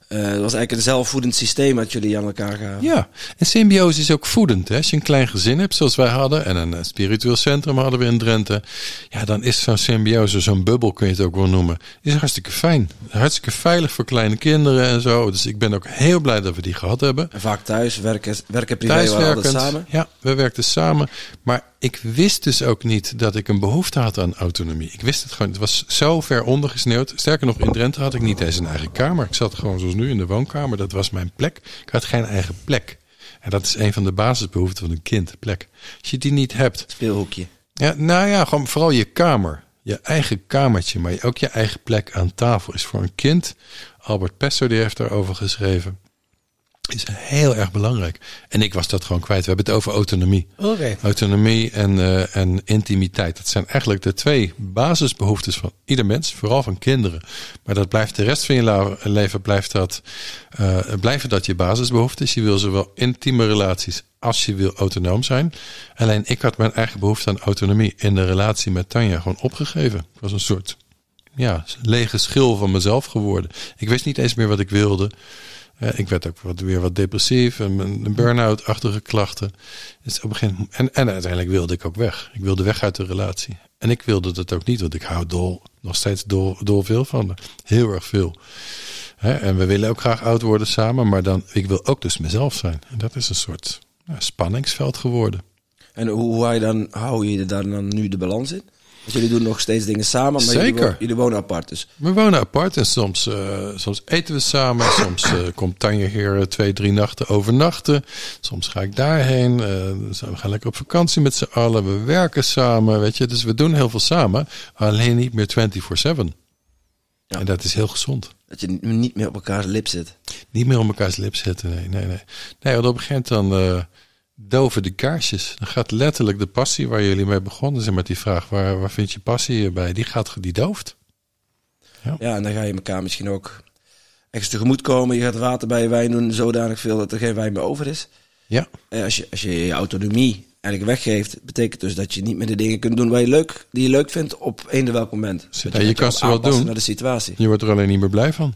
Uh, het was eigenlijk een zelfvoedend systeem dat jullie aan elkaar gaven. Ja, en symbiose is ook voedend. Hè? Als je een klein gezin hebt, zoals wij hadden, en een spiritueel centrum hadden we in Drenthe, ja, dan is zo'n symbiose, zo'n bubbel kun je het ook wel noemen, is hartstikke fijn. Hartstikke veilig voor kleine kinderen en zo. Dus ik ben ook heel blij dat we die gehad hebben. En vaak thuis, werken, werken privé, waren altijd samen? Ja, we werkten samen. Maar ik wist dus ook niet dat ik een behoefte had aan autonomie. Ik wist het gewoon. Het was zo ver ondergesneeuwd. Sterker nog, in Drenthe had ik niet eens een eigen kamer. Ik zat gewoon zoals nu in de woonkamer. Dat was mijn plek. Ik had geen eigen plek. En dat is een van de basisbehoeften van een kind, plek. Als je die niet hebt. Speelhoekje. Ja, nou ja, gewoon vooral je kamer. Je eigen kamertje, maar ook je eigen plek aan tafel is voor een kind. Albert Pesser die heeft daarover geschreven. Is heel erg belangrijk. En ik was dat gewoon kwijt. We hebben het over autonomie. Okay. Autonomie en, uh, en intimiteit. Dat zijn eigenlijk de twee basisbehoeftes van ieder mens. Vooral van kinderen. Maar dat blijft de rest van je la- leven blijft dat, uh, blijven dat je basisbehoeftes. Je wil zowel intieme relaties als je wil autonoom zijn. Alleen ik had mijn eigen behoefte aan autonomie in de relatie met Tanja gewoon opgegeven. Ik was een soort ja, lege schil van mezelf geworden. Ik wist niet eens meer wat ik wilde. Uh, ik werd ook wat, weer wat depressief en een burn-out-achtige klachten. Dus op een gegeven moment, en, en uiteindelijk wilde ik ook weg. Ik wilde weg uit de relatie. En ik wilde dat ook niet, want ik hou dol, nog steeds dol, dol veel van haar. Heel erg veel. Hè, en we willen ook graag oud worden samen, maar dan, ik wil ook dus mezelf zijn. En dat is een soort ja, spanningsveld geworden. En hoe hou je, dan, hou je daar dan nu de balans in? Want jullie doen nog steeds dingen samen, maar Zeker. Jullie, wonen, jullie wonen apart dus. We wonen apart en soms, uh, soms eten we samen. Soms uh, komt Tanja hier uh, twee, drie nachten overnachten. Soms ga ik daarheen. Uh, we gaan lekker op vakantie met z'n allen. We werken samen, weet je. Dus we doen heel veel samen. Alleen niet meer vierentwintig zeven. Ja. En dat is heel gezond. Dat je niet meer op elkaars lip zit. Niet meer op elkaars lip zitten, nee, nee, nee. Nee, want op een gegeven moment dan... Uh, doven de kaarsjes. Dan gaat letterlijk de passie waar jullie mee begonnen zijn met die vraag, waar, waar vind je passie bij? Die gaat die dooft. Ja. ja, en dan ga je elkaar misschien ook echt tegemoet komen. Je gaat water bij je wijn doen, zodanig veel dat er geen wijn meer over is. Ja. En als je, als je je autonomie eigenlijk weggeeft, betekent dus dat je niet meer de dingen kunt doen waar je leuk, die je leuk vindt op eender welk moment. Ja, je, je kan ze wel doen. Naar de situatie. Je wordt er alleen niet meer blij van.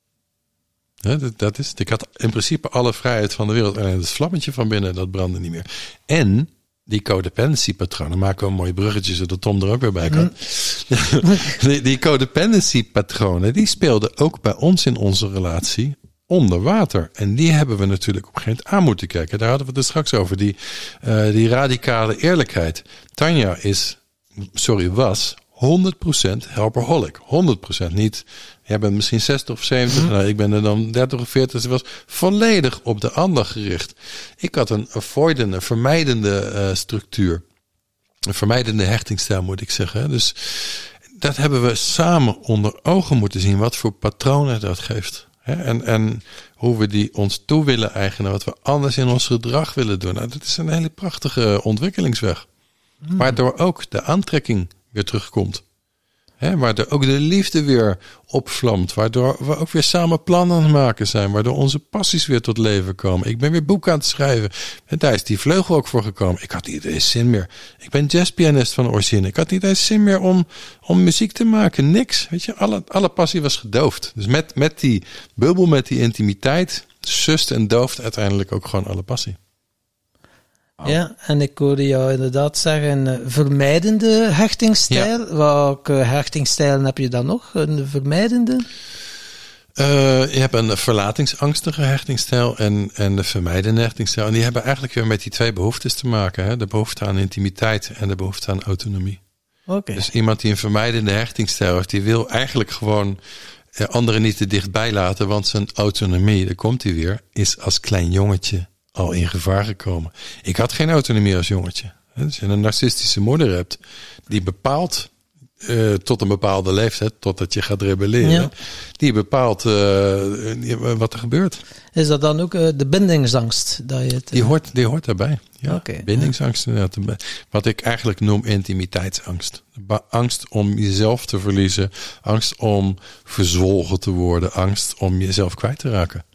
Ja, dat, dat is, ik had in principe alle vrijheid van de wereld. Alleen het vlammetje van binnen, dat brandde niet meer. En die codependency-patronen, maken we een mooi bruggetje zodat Tom er ook weer bij kan. Mm. die die codependency-patronen, die speelden ook bij ons in onze relatie onder water. En die hebben we natuurlijk op een gegeven moment aan moeten kijken. Daar hadden we het er straks over. Die, uh, die radicale eerlijkheid. Tanja is, sorry, was honderd procent helperholic. honderd procent niet. Jij bent misschien zestig of zeventig. Nou, ik ben er dan dertig of veertig. Dus het was volledig op de ander gericht. Ik had een avoidende, vermijdende uh, structuur. Een vermijdende hechtingsstijl moet ik zeggen. Dus dat hebben we samen onder ogen moeten zien. Wat voor patronen dat geeft. En, en hoe we die ons toe willen eigenen. Wat we anders in ons gedrag willen doen. Nou, dat is een hele prachtige ontwikkelingsweg. Hmm. Waardoor ook de aantrekking weer terugkomt. He, waardoor ook de liefde weer opvlamt. Waardoor we ook weer samen plannen aan het maken zijn. Waardoor onze passies weer tot leven komen. Ik ben weer boeken aan het schrijven. En daar is die vleugel ook voor gekomen. Ik had niet eens zin meer. Ik ben jazzpianist van origine. Ik had niet eens zin meer om, om muziek te maken. Niks. Weet je, alle, alle passie was gedoofd. Dus met, met die bubbel, met die intimiteit, sust en dooft uiteindelijk ook gewoon alle passie. Oh. Ja, en ik hoorde jou inderdaad zeggen, uh, vermijdende hechtingsstijl. Ja. Welke hechtingsstijlen heb je dan nog? Een vermijdende? Uh, je hebt een verlatingsangstige hechtingsstijl en, en de vermijdende hechtingsstijl. En die hebben eigenlijk weer met die twee behoeftes te maken. Hè? De behoefte aan intimiteit en de behoefte aan autonomie. Okay. Dus iemand die een vermijdende hechtingsstijl heeft, die wil eigenlijk gewoon uh, anderen niet te dichtbij laten. Want zijn autonomie, daar komt hij weer, is als klein jongetje al in gevaar gekomen. Ik had geen autonomie als jongetje. Als je een narcistische moeder hebt die bepaalt uh, tot een bepaalde leeftijd, totdat je gaat rebelleren, ja. die bepaalt uh, wat er gebeurt. Is dat dan ook uh, de bindingsangst? Dat je het, uh... die, hoort, die hoort daarbij. Ja, okay. Bindingsangst inderdaad. Wat ik eigenlijk noem intimiteitsangst. Angst om jezelf te verliezen. Angst om verzwolgen te worden. Angst om jezelf kwijt te raken.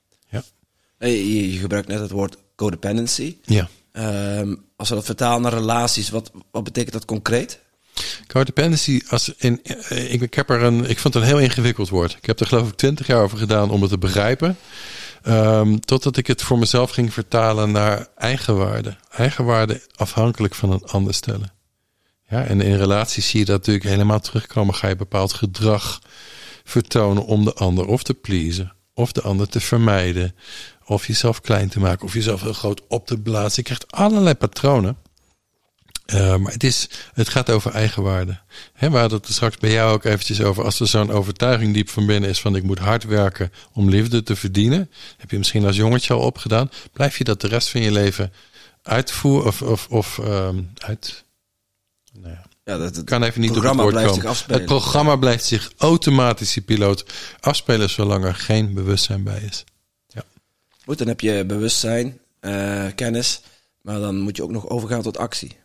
Je, je gebruikt net het woord codependency. Ja. Um, als we dat vertalen naar relaties, wat, wat betekent dat concreet? Codependency, als in, ik, ik, heb er een, ik vond het een heel ingewikkeld woord. Ik heb er geloof ik twintig jaar over gedaan om het te begrijpen. Um, totdat ik het voor mezelf ging vertalen naar eigenwaarde. Eigenwaarde afhankelijk van een ander stellen. Ja, en in relaties zie je dat natuurlijk helemaal terugkomen. Ga je bepaald gedrag vertonen om de ander of te pleasen. Of de ander te vermijden. Of jezelf klein te maken. Of jezelf heel groot op te blazen. Je krijgt allerlei patronen. Uh, maar het, is, het gaat over eigenwaarde. He, we hadden het er straks bij jou ook eventjes over. Als er zo'n overtuiging diep van binnen is van ik moet hard werken om liefde te verdienen. Heb je misschien als jongetje al opgedaan. Blijf je dat de rest van je leven uitvoeren of, of, of um, uit... Nou ja. Ja, dat, het kan even niet op het programma woord blijft komen. zich afspelen. Het programma blijft zich automatisch die piloot afspelen zolang er geen bewustzijn bij is. Ja. Goed, dan heb je bewustzijn, uh, kennis, maar dan moet je ook nog overgaan tot actie.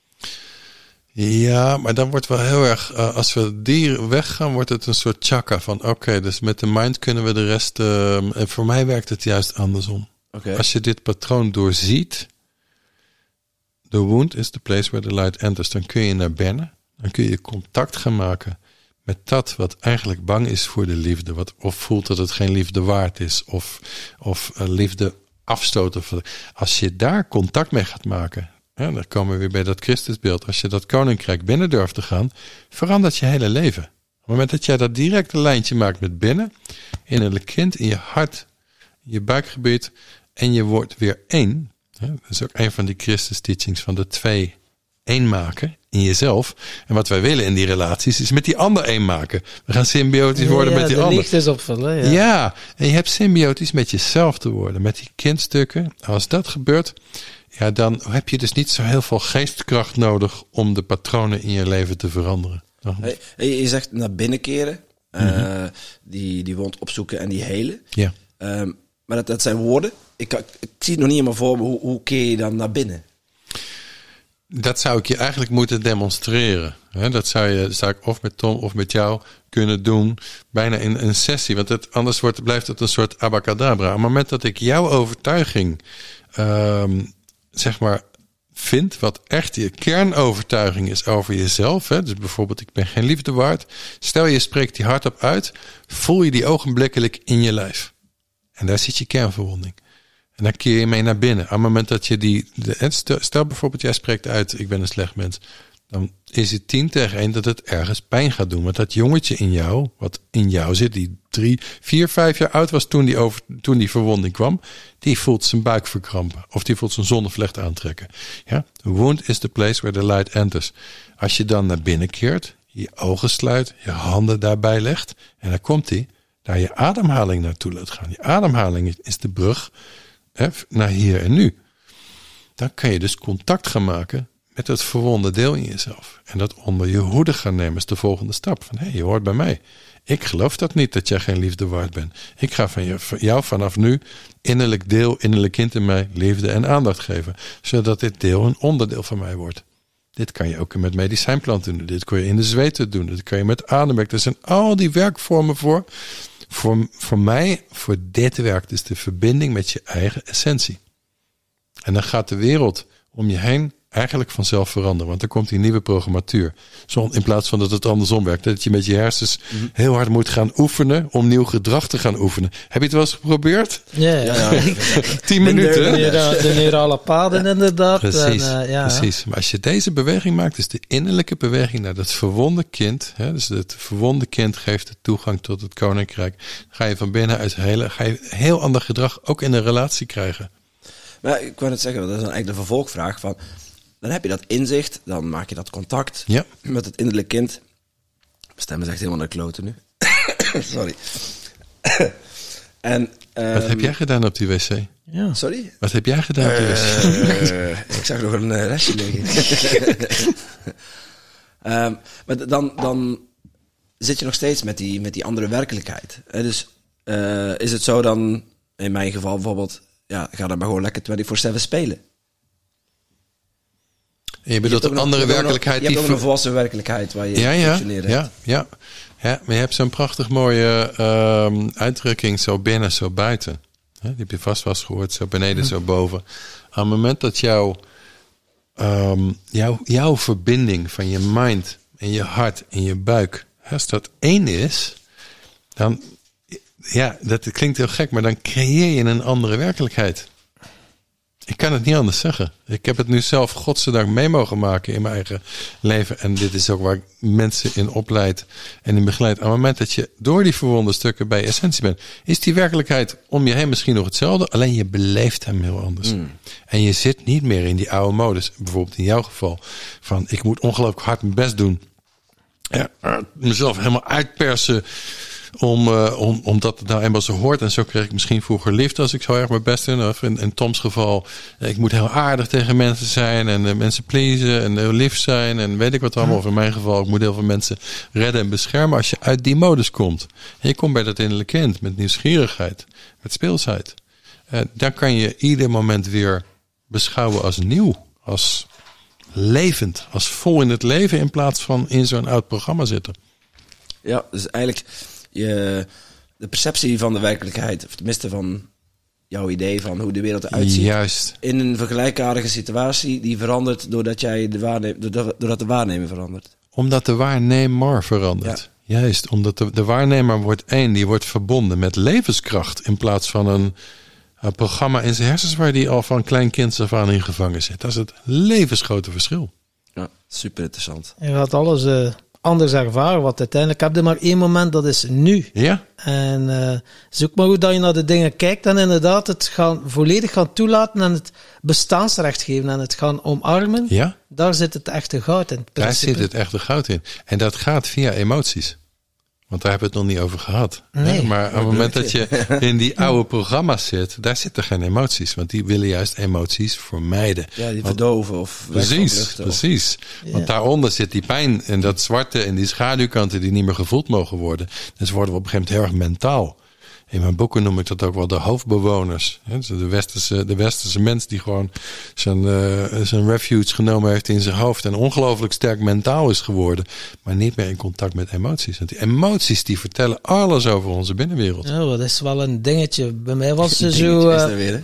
Ja, maar dan wordt wel heel erg, uh, als we die weggaan, wordt het een soort chakra van oké, okay, dus met de mind kunnen we de rest, uh, en voor mij werkt het juist andersom. Okay. Als je dit patroon doorziet, the wound is the place where the light enters, dan kun je naar binnen, dan kun je contact gaan maken met dat wat eigenlijk bang is voor de liefde, wat of voelt dat het geen liefde waard is, of, of uh, liefde afstoten. Als je daar contact mee gaat maken, ja, dan komen we weer bij dat Christusbeeld. Als je dat koninkrijk binnen durft te gaan, verandert je hele leven. Op het moment dat jij dat directe lijntje maakt met binnen, innerlijk kind, in je hart, in je buikgebied, en je wordt weer één. Ja, dat is ook een van die Christus-teachings van de twee één maken in jezelf. En wat wij willen in die relaties is met die ander één maken. We gaan symbiotisch worden ja, met die de ander. liefdes opvullen. Ja. ja, en je hebt symbiotisch met jezelf te worden, met die kindstukken. Als dat gebeurt, ja, dan heb je dus niet zo heel veel geestkracht nodig om de patronen in je leven te veranderen. Hey, je zegt naar binnen keren, uh, mm-hmm. die, die wond opzoeken en die helen. Ja. Um, maar dat, dat zijn woorden. Ik, ik, ik zie het nog niet helemaal voor me. Hoe, hoe keer je dan naar binnen? Dat zou ik je eigenlijk moeten demonstreren. Dat zou je, zou ik of met Tom of met jou kunnen doen. Bijna in een sessie. Want het, anders wordt, blijft het een soort abacadabra. Op het moment dat ik jouw overtuiging Um, zeg maar vind, wat echt je kernovertuiging is over jezelf. Hè? Dus bijvoorbeeld, ik ben geen liefde waard. Stel je spreekt die hardop uit, voel je die ogenblikkelijk in je lijf. En daar zit je kernverwonding. En dan keer je mee naar binnen. Op het moment dat je die, de, stel bijvoorbeeld, jij spreekt uit, ik ben een slecht mens. Dan is het tien tegen één dat het ergens pijn gaat doen. Want dat jongetje in jou, wat in jou zit, die drie, vier, vijf jaar oud was toen die, over, toen die verwonding kwam, die voelt zijn buik verkrampen. Of die voelt zijn zonnevlecht aantrekken. Ja? The wound is the place where the light enters. Als je dan naar binnen keert, je ogen sluit, je handen daarbij legt, en dan komt hij, daar je ademhaling naartoe laat gaan. Je ademhaling is de brug, hè, naar hier en nu. Dan kan je dus contact gaan maken met het verwonde deel in jezelf. En dat onder je hoede gaan nemen is de volgende stap. Van, hé, hey, je hoort bij mij. Ik geloof dat niet, dat jij geen liefde waard bent. Ik ga van jou vanaf nu innerlijk deel, innerlijk kind in mij liefde en aandacht geven. Zodat dit deel een onderdeel van mij wordt. Dit kan je ook met medicijnplanten doen. Dit kun je in de zweten doen. Dit kan je met ademwerk. Er zijn al die werkvormen voor. Voor, voor mij, voor dit werk, dus de verbinding met je eigen essentie. En dan gaat de wereld om je heen eigenlijk vanzelf veranderen. Want dan komt die nieuwe programmatuur. Zo, in plaats van dat het andersom werkt. Dat je met je hersens mm-hmm. heel hard moet gaan oefenen om nieuw gedrag te gaan oefenen. Heb je het wel eens geprobeerd? Ja, ja. ja. Tien minuten. De, neura, de neurale paden inderdaad. Precies, en, uh, ja, precies. Maar als je deze beweging maakt, dus de innerlijke beweging naar dat verwonde kind. Hè, dus het verwonde kind geeft de toegang tot het koninkrijk. Dan ga je van binnenuit hele, ga je heel ander gedrag ook in een relatie krijgen. Maar ik wou net zeggen, dat is dan eigenlijk de vervolgvraag van, dan heb je dat inzicht, dan maak je dat contact ja. met het innerlijk kind. Mijn stem is echt helemaal naar kloten nu. Sorry. en, um, Wat heb jij gedaan op die wc? Ja. Sorry? Wat heb jij gedaan op die wc? Uh, ik zag nog een uh, restje liggen. um, maar dan, dan zit je nog steeds met die, met die andere werkelijkheid. Uh, dus uh, is het zo dan, in mijn geval bijvoorbeeld, ja, ga dan maar gewoon lekker vierentwintig zeven spelen. En je bedoelt een andere nog, werkelijkheid. Je hebt die ook een volwassen werkelijkheid waar je ja, ja, functioneert. Ja, ja, ja, maar je hebt zo'n prachtig mooie uh, uitdrukking, zo binnen, zo buiten. He, die heb je vast wel eens gehoord, zo beneden, hm. zo boven. Op het moment dat jouw, um, jouw, jouw verbinding van je mind in je hart, in je buik, als dat één is, dan, ja, dat klinkt heel gek, maar dan creëer je een andere werkelijkheid. Ik kan het niet anders zeggen. Ik heb het nu zelf godzijdank mee mogen maken in mijn eigen leven. En dit is ook waar ik mensen in opleid en in begeleid. Op het moment dat je door die verwonde stukken bij essentie bent, is die werkelijkheid om je heen misschien nog hetzelfde. Alleen je beleeft hem heel anders. Mm. En je zit niet meer in die oude modus. Bijvoorbeeld in jouw geval. Van ik moet ongelooflijk hard mijn best doen. Ja, mezelf helemaal uitpersen. Om, uh, om, omdat het nou eenmaal zo hoort. En zo kreeg ik misschien vroeger liefde als ik zo erg mijn best doe. Of in, in Toms geval, ik moet heel aardig tegen mensen zijn. En uh, mensen pleasen en heel lief zijn. En weet ik wat allemaal. Of in mijn geval, ik moet heel veel mensen redden en beschermen. Als je uit die modus komt. En je komt bij dat innerlijke kind. Met nieuwsgierigheid. Met speelsheid. Uh, dan kan je ieder moment weer beschouwen als nieuw. Als levend. Als vol in het leven. In plaats van in zo'n oud programma zitten. Ja, dus eigenlijk... Je, de perceptie van de werkelijkheid, of tenminste van jouw idee van hoe de wereld eruit ziet. Juist. In een vergelijkbare situatie die verandert doordat, jij de waarnem, doordat de waarnemer verandert. Omdat de waarnemer verandert. Ja. Juist, omdat de, de waarnemer wordt één, die wordt verbonden met levenskracht in plaats van een, een programma in zijn hersens waar die al van klein kind af aan in gevangen zit. Dat is het levensgrote verschil. Ja, super interessant. Je gaat alles... Uh... anders ervaren, want uiteindelijk heb je maar één moment, dat is nu. Ja. En uh, zoek maar hoe dat je naar de dingen kijkt en inderdaad het gaan volledig gaan toelaten en het bestaansrecht geven en het gaan omarmen. Ja. Daar zit het echte goud in. Daar zit het echte goud in. En dat gaat via emoties. Want daar hebben we het nog niet over gehad. Nee. Ja, maar op het moment dat je in die oude programma's zit, daar zitten geen emoties. Want die willen juist emoties vermijden. Ja, die want, verdoven of precies, precies. Of... Want daaronder zit die pijn en dat zwarte en die schaduwkanten die niet meer gevoeld mogen worden. Dus worden we op een gegeven moment heel erg mentaal. In mijn boeken noem ik dat ook wel de hoofdbewoners. De westerse, de westerse mens die gewoon zijn, uh, zijn refuge genomen heeft in zijn hoofd. En ongelooflijk sterk mentaal is geworden. Maar niet meer in contact met emoties. Want die emoties die vertellen alles over onze binnenwereld. Ja, dat is wel een dingetje. Bij mij was ze zo... Uh, weer,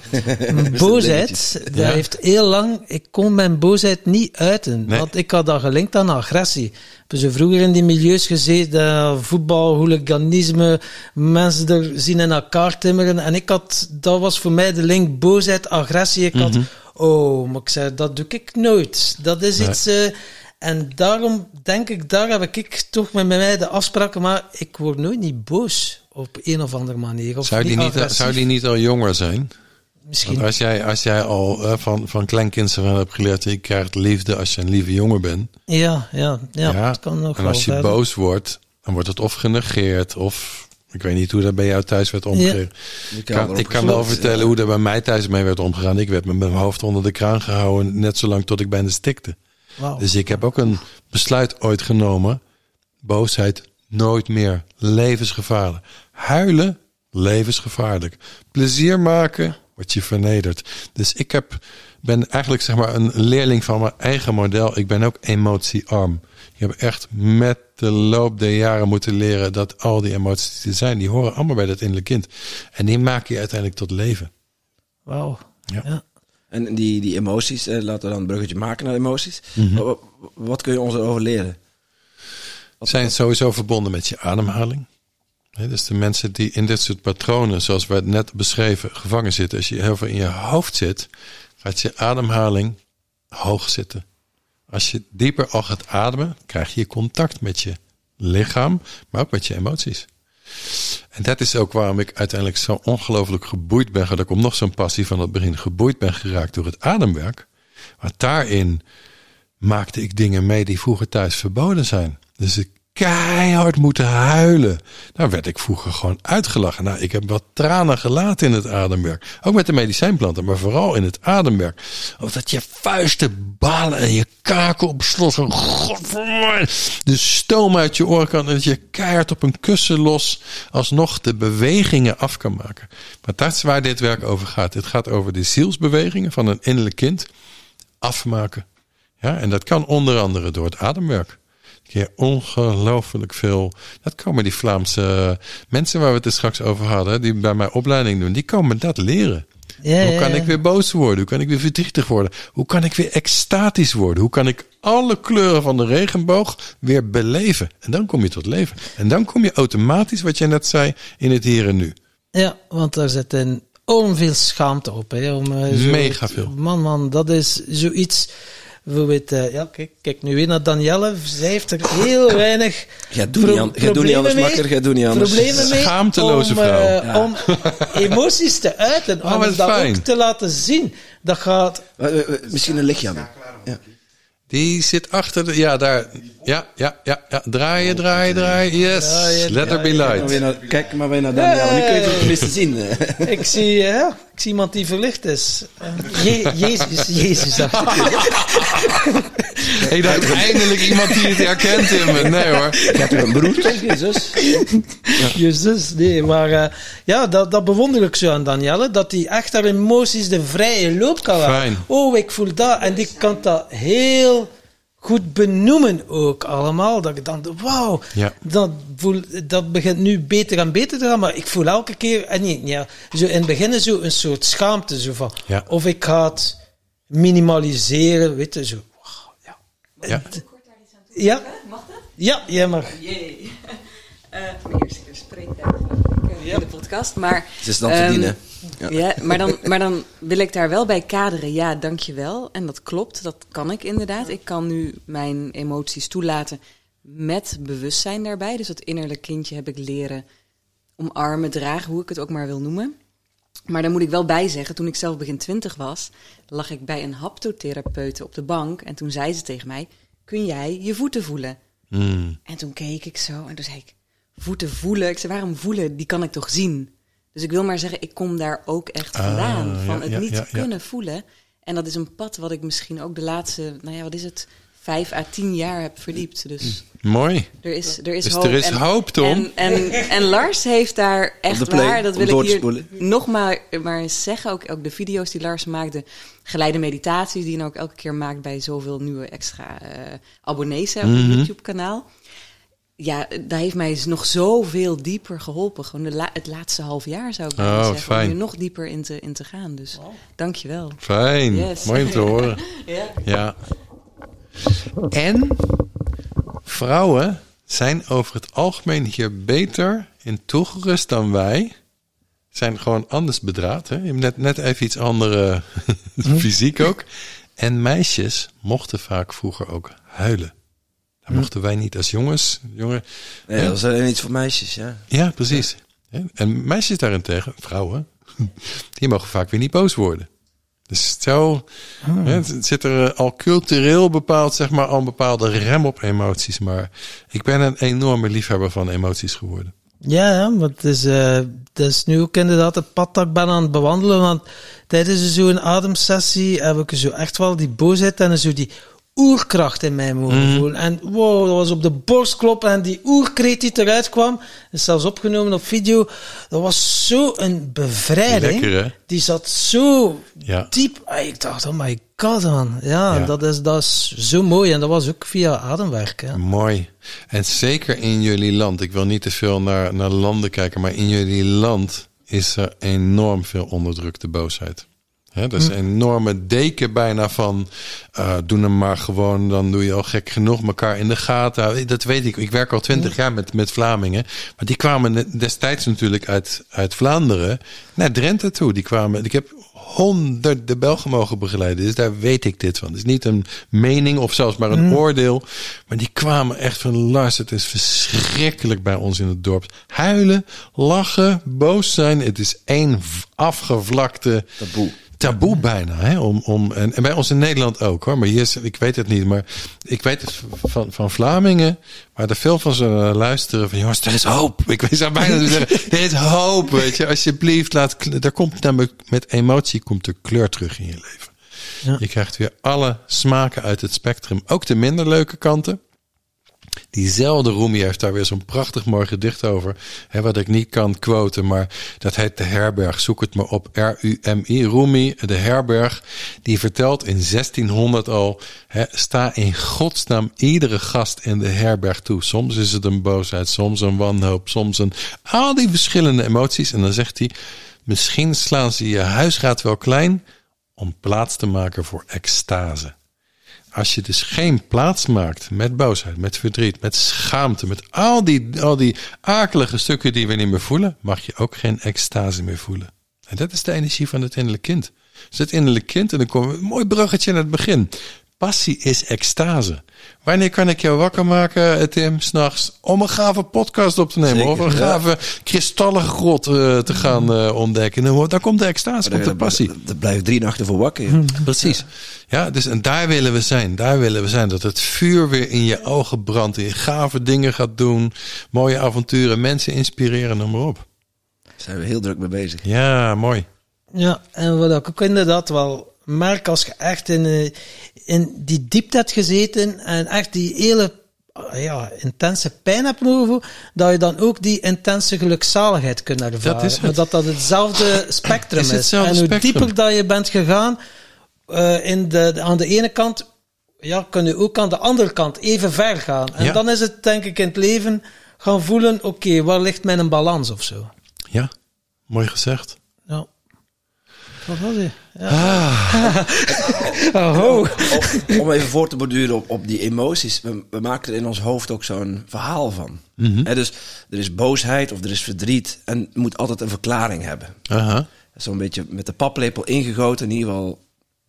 boosheid. Dat ja. heeft heel lang... Ik kon mijn boosheid niet uiten. Nee. Want ik had dat gelinkt aan agressie. We zijn vroeger in die milieus gezeten, voetbal, hooliganisme, mensen er zien in elkaar timmeren. En ik had, dat was voor mij de link, boosheid, agressie. Ik had, mm-hmm. oh, maar ik zei, dat doe ik nooit. Dat is nee. iets... Uh, en daarom denk ik, daar heb ik toch met mij de afspraken, maar ik word nooit niet boos op een of andere manier. Of zou, die niet, niet zou die niet al jonger zijn? Misschien. Want als jij, als jij al uh, van, van kleinkinds af aan hebt geleerd, je krijgt liefde als je een lieve jongen bent. Ja, ja, ja, ja. Dat kan nog en als je verder. boos wordt, dan wordt het of genegeerd, of ik weet niet hoe dat bij jou thuis werd omgegaan. Ja. Ik kan, ik kan wel vertellen ja. hoe dat bij mij thuis mee werd omgegaan. Ik werd met mijn hoofd onder de kraan gehouden, net zolang tot ik bijna stikte. Wow. Dus ik heb ook een besluit ooit genomen. Boosheid nooit meer. Levensgevaarlijk. Huilen, levensgevaarlijk. Plezier maken, word je vernederd. Dus ik heb, ben eigenlijk zeg maar een leerling van mijn eigen model. Ik ben ook emotiearm. Ik heb echt met de loop der jaren moeten leren dat al die emoties die er zijn, die horen allemaal bij dat innerlijke kind. En die maken je uiteindelijk tot leven. Wauw. Ja. ja. En die, die emoties, eh, laten we dan een bruggetje maken naar emoties. Mm-hmm. Wat, wat kun je ons erover leren? Wat zijn sowieso verbonden met je ademhaling. He, dus de mensen die in dit soort patronen, zoals we het net beschreven, gevangen zitten. Als je heel veel in je hoofd zit, gaat je ademhaling hoog zitten. Als je dieper al gaat ademen, krijg je contact met je lichaam, maar ook met je emoties. En dat is ook waarom ik uiteindelijk zo ongelooflijk geboeid ben. Dat ik om nog zo'n passie van het begin geboeid ben geraakt door het ademwerk. Want daarin maakte ik dingen mee die vroeger thuis verboden zijn. Dus ik keihard moeten huilen. Daar werd ik vroeger gewoon uitgelachen. Nou, ik heb wat tranen gelaten in het ademwerk. Ook met de medicijnplanten, maar vooral in het ademwerk. Of dat je vuisten balen en je kaken op slot. Godverdomme. De stoom uit je oren kan en dat je keihard op een kussen los alsnog de bewegingen af kan maken. Maar dat is waar dit werk over gaat. Het gaat over de zielsbewegingen van een innerlijk kind afmaken. Ja, en dat kan onder andere door het ademwerk. Ja, ongelooflijk veel. Dat komen die Vlaamse mensen waar we het er straks over hadden, die bij mij opleiding doen, die komen dat leren. Ja, Hoe ja, kan ja. ik weer boos worden? Hoe kan ik weer verdrietig worden? Hoe kan ik weer extatisch worden? Hoe kan ik alle kleuren van de regenboog weer beleven? En dan kom je tot leven. En dan kom je automatisch, wat jij net zei, in het hier en nu. Ja, want daar zit een onveel schaamte op. Hè, om, uh, zo Mega het- veel. Man, man, dat is zoiets... Bijvoorbeeld, uh, ja, kijk, kijk nu weer naar Danielle. Zij heeft er heel weinig Jij doet niet, an- jij doet niet anders, mee, makker. Jij doet niet anders. problemen mee Schaamteloze om, vrouw. uh, Ja. om emoties te uiten. Oh, om wat dat fijn. ook te laten zien. Dat gaat... Uh, uh, uh, Misschien een lichtje aan. Ja. Die zit achter de... Ja, daar. Ja, ja, ja. ja. Draaien, draaien, draaien. Yes. Draaien, Let there be Maar light. weer naar, kijk maar weer naar Daniel. Nu kun je het tenminste zien. Ik zie, uh, ja, ik zie iemand die verlicht is. Uh, Je, Jezus, Jezus. dacht ik. Ik dacht eindelijk iemand die het herkent in me. Nee hoor. Je hebt toch een broer, toch? Je zus? Jezus, nee, maar uh, ja, dat, dat bewonder ik zo aan Danielle, dat die echt haar emoties de vrije loop kan laten. Fijn. Oh, ik voel dat. En die kan dat heel goed benoemen ook allemaal. Dat ik dan, wauw, Ja. dat, voel, dat begint nu beter en beter te gaan, maar ik voel elke keer, en niet, ja, zo in het begin zo een soort schaamte, zo van, Ja. of ik ga het minimaliseren, weet je, zo. Wauw, ja. Ja. Ja? Mag dat? Ja, jij mag. Jee. Uh, mijn eerste keer spreekdag uh, in de podcast. Maar, Ze is dan ehm, verdienen. Ja, Ja. maar, dan, maar dan wil ik daar wel bij kaderen. Ja, dankjewel. En dat klopt, dat kan ik inderdaad. Ik kan nu mijn emoties toelaten met bewustzijn daarbij. Dus dat innerlijk kindje heb ik leren omarmen, dragen, hoe ik het ook maar wil noemen. Maar daar moet ik wel bij zeggen, toen ik zelf begin twintig was, lag ik bij een haptotherapeute op de bank. En toen zei ze tegen mij, kun jij je voeten voelen? Mm. En toen keek ik zo en toen zei ik, voeten voelen? Ik zei, waarom voelen? Die kan ik toch zien? Dus ik wil maar zeggen, ik kom daar ook echt Ah, vandaan. Van ja, het ja, niet ja, ja. kunnen voelen. En dat is een pad wat ik misschien ook de laatste, nou ja, wat is het, vijf à tien jaar heb verdiept. Dus Mooi. er is, er is Dus hoop. er is en, hoop, Tom. En, en, en Lars heeft daar echt de play, waar, dat om wil door ik te hier spoelen. nog maar, maar eens zeggen. Ook, ook de video's die Lars maakte, geleide meditaties die hij ook elke keer maakt bij zoveel nieuwe extra uh, abonnees hè, op het Mhm. YouTube-kanaal. Ja, dat heeft mij nog zoveel dieper geholpen. Gewoon de la- het laatste half jaar zou ik bijna Oh, zeggen. fijn. Om er nog dieper in te, in te gaan. Dus dank je wel. Fijn. Yes. Mooi om te horen. Ja. Ja. En vrouwen zijn over het algemeen hier beter in toegerust dan wij. Zijn gewoon anders bedraad. Hè? Je hebt net, net even iets andere fysiek ook. En meisjes mochten vaak vroeger ook huilen. Dat mochten wij niet als jongens. Jongen, Nee, dat is alleen iets voor meisjes, ja. ja, precies. Ja, en meisjes daarentegen, vrouwen, die mogen vaak weer niet boos worden. Dus zo hè, het zit er al cultureel bepaald, zeg maar, al een bepaalde rem op emoties. Maar ik ben een enorme liefhebber van emoties geworden. Ja, ja, maar het is, uh, het is nu ook inderdaad het pad dat ik ben aan het bewandelen. Want tijdens zo'n ademsessie heb ik zo echt wel die boosheid en zo die oerkracht in mij mogen Mm. voelen. En wow, dat was op de borst kloppen en die oerkreet die eruit kwam, is zelfs opgenomen op video. Dat was zo een bevrijding. Lekker, hè? Die zat zo Ja. diep. Ah, ik dacht, oh my god, man. Ja, Ja. Dat, is, dat is zo mooi. En dat was ook via ademwerk. Hè. Mooi. En zeker in jullie land. Ik wil niet te veel naar, naar landen kijken, maar in jullie land is er enorm veel onderdrukte boosheid. Hè, dat is een enorme deken bijna van, uh, doe hem maar gewoon, dan doe je al gek genoeg, elkaar in de gaten houden. Dat weet ik. Ik werk al twintig jaar met, met Vlamingen. Maar die kwamen destijds natuurlijk uit, uit Vlaanderen naar Drenthe toe. Die kwamen, ik heb honderden Belgen mogen begeleiden. Dus daar weet ik dit van. Het is niet een mening of zelfs maar een oordeel. Maar die kwamen echt van, Lars, het is verschrikkelijk bij ons in het dorp. Huilen, lachen, boos zijn. Het is één afgevlakte Taboe. taboe bijna. Hè? Om, om, en, en bij ons in Nederland ook hoor. Maar hier is, ik weet het niet. Maar ik weet het van, van Vlamingen. Waar er veel van zullen luisteren. Van jongens, er is hoop. Ik weet zou bijna te zeggen. Er is hoop. Weet je. Alsjeblieft. Laat, er komt namelijk met emotie komt er kleur terug in je leven. Ja. Je krijgt weer alle smaken uit het spectrum. Ook de minder leuke kanten. Diezelfde Rumi heeft daar weer zo'n prachtig mooi gedicht over. Hè, wat ik niet kan quoten, maar dat heet De Herberg. Zoek het maar op. R U M I. Rumi, De Herberg. Die vertelt in zestienhonderd al. Hè, sta in godsnaam iedere gast in de herberg toe. Soms is het een boosheid, soms een wanhoop, soms een... Al die verschillende emoties. En dan zegt hij... Misschien slaan ze je huisraad wel klein om plaats te maken voor extase. Als je dus geen plaats maakt met boosheid, met verdriet, met schaamte, met al die, al die akelige stukken die we niet meer voelen, mag je ook geen extase meer voelen. En dat is de energie van het innerlijk kind. Dus het innerlijk kind, en dan komen we een mooi bruggetje in het begin. Passie is extase. Wanneer kan ik jou wakker maken, Tim, 's nachts, om een gave podcast op te nemen? Zeker, of een gave ja. kristallengrot uh, te gaan uh, ontdekken? Dan, dan komt de extase, komt de passie. Dat blijft drie nachten voor wakker. Ja. Precies. Ja. ja, dus en daar willen we zijn. Daar willen we zijn. Dat het vuur weer in je ogen brandt. En je gave dingen gaat doen. Mooie avonturen. Mensen inspireren, noem maar op. Daar zijn we heel druk mee bezig. Ja, mooi. Ja, en wat ik ook inderdaad wel merk, als je echt in, in die diepte hebt gezeten en echt die hele ja, intense pijn hebt over, dat je dan ook die intense gelukzaligheid kunt ervaren. Dat is het. Maar dat dat hetzelfde spectrum is. is. En hoe spectrum. dieper dat je bent gegaan, uh, in de, aan de ene kant, ja, kun je ook aan de andere kant even ver gaan. En ja. dan is het, denk ik, in het leven gaan voelen, oké, okay, waar ligt mijn balans of zo? Ja, mooi gezegd. Ja. Wat was hij? Ja. Ah. oh, om, om, om even voor te borduren op, op die emoties. We, we maken er in ons hoofd ook zo'n verhaal van. Mm-hmm. He, dus er is boosheid of er is verdriet. En het moet altijd een verklaring hebben. Uh-huh. Zo'n beetje met de paplepel ingegoten. In ieder geval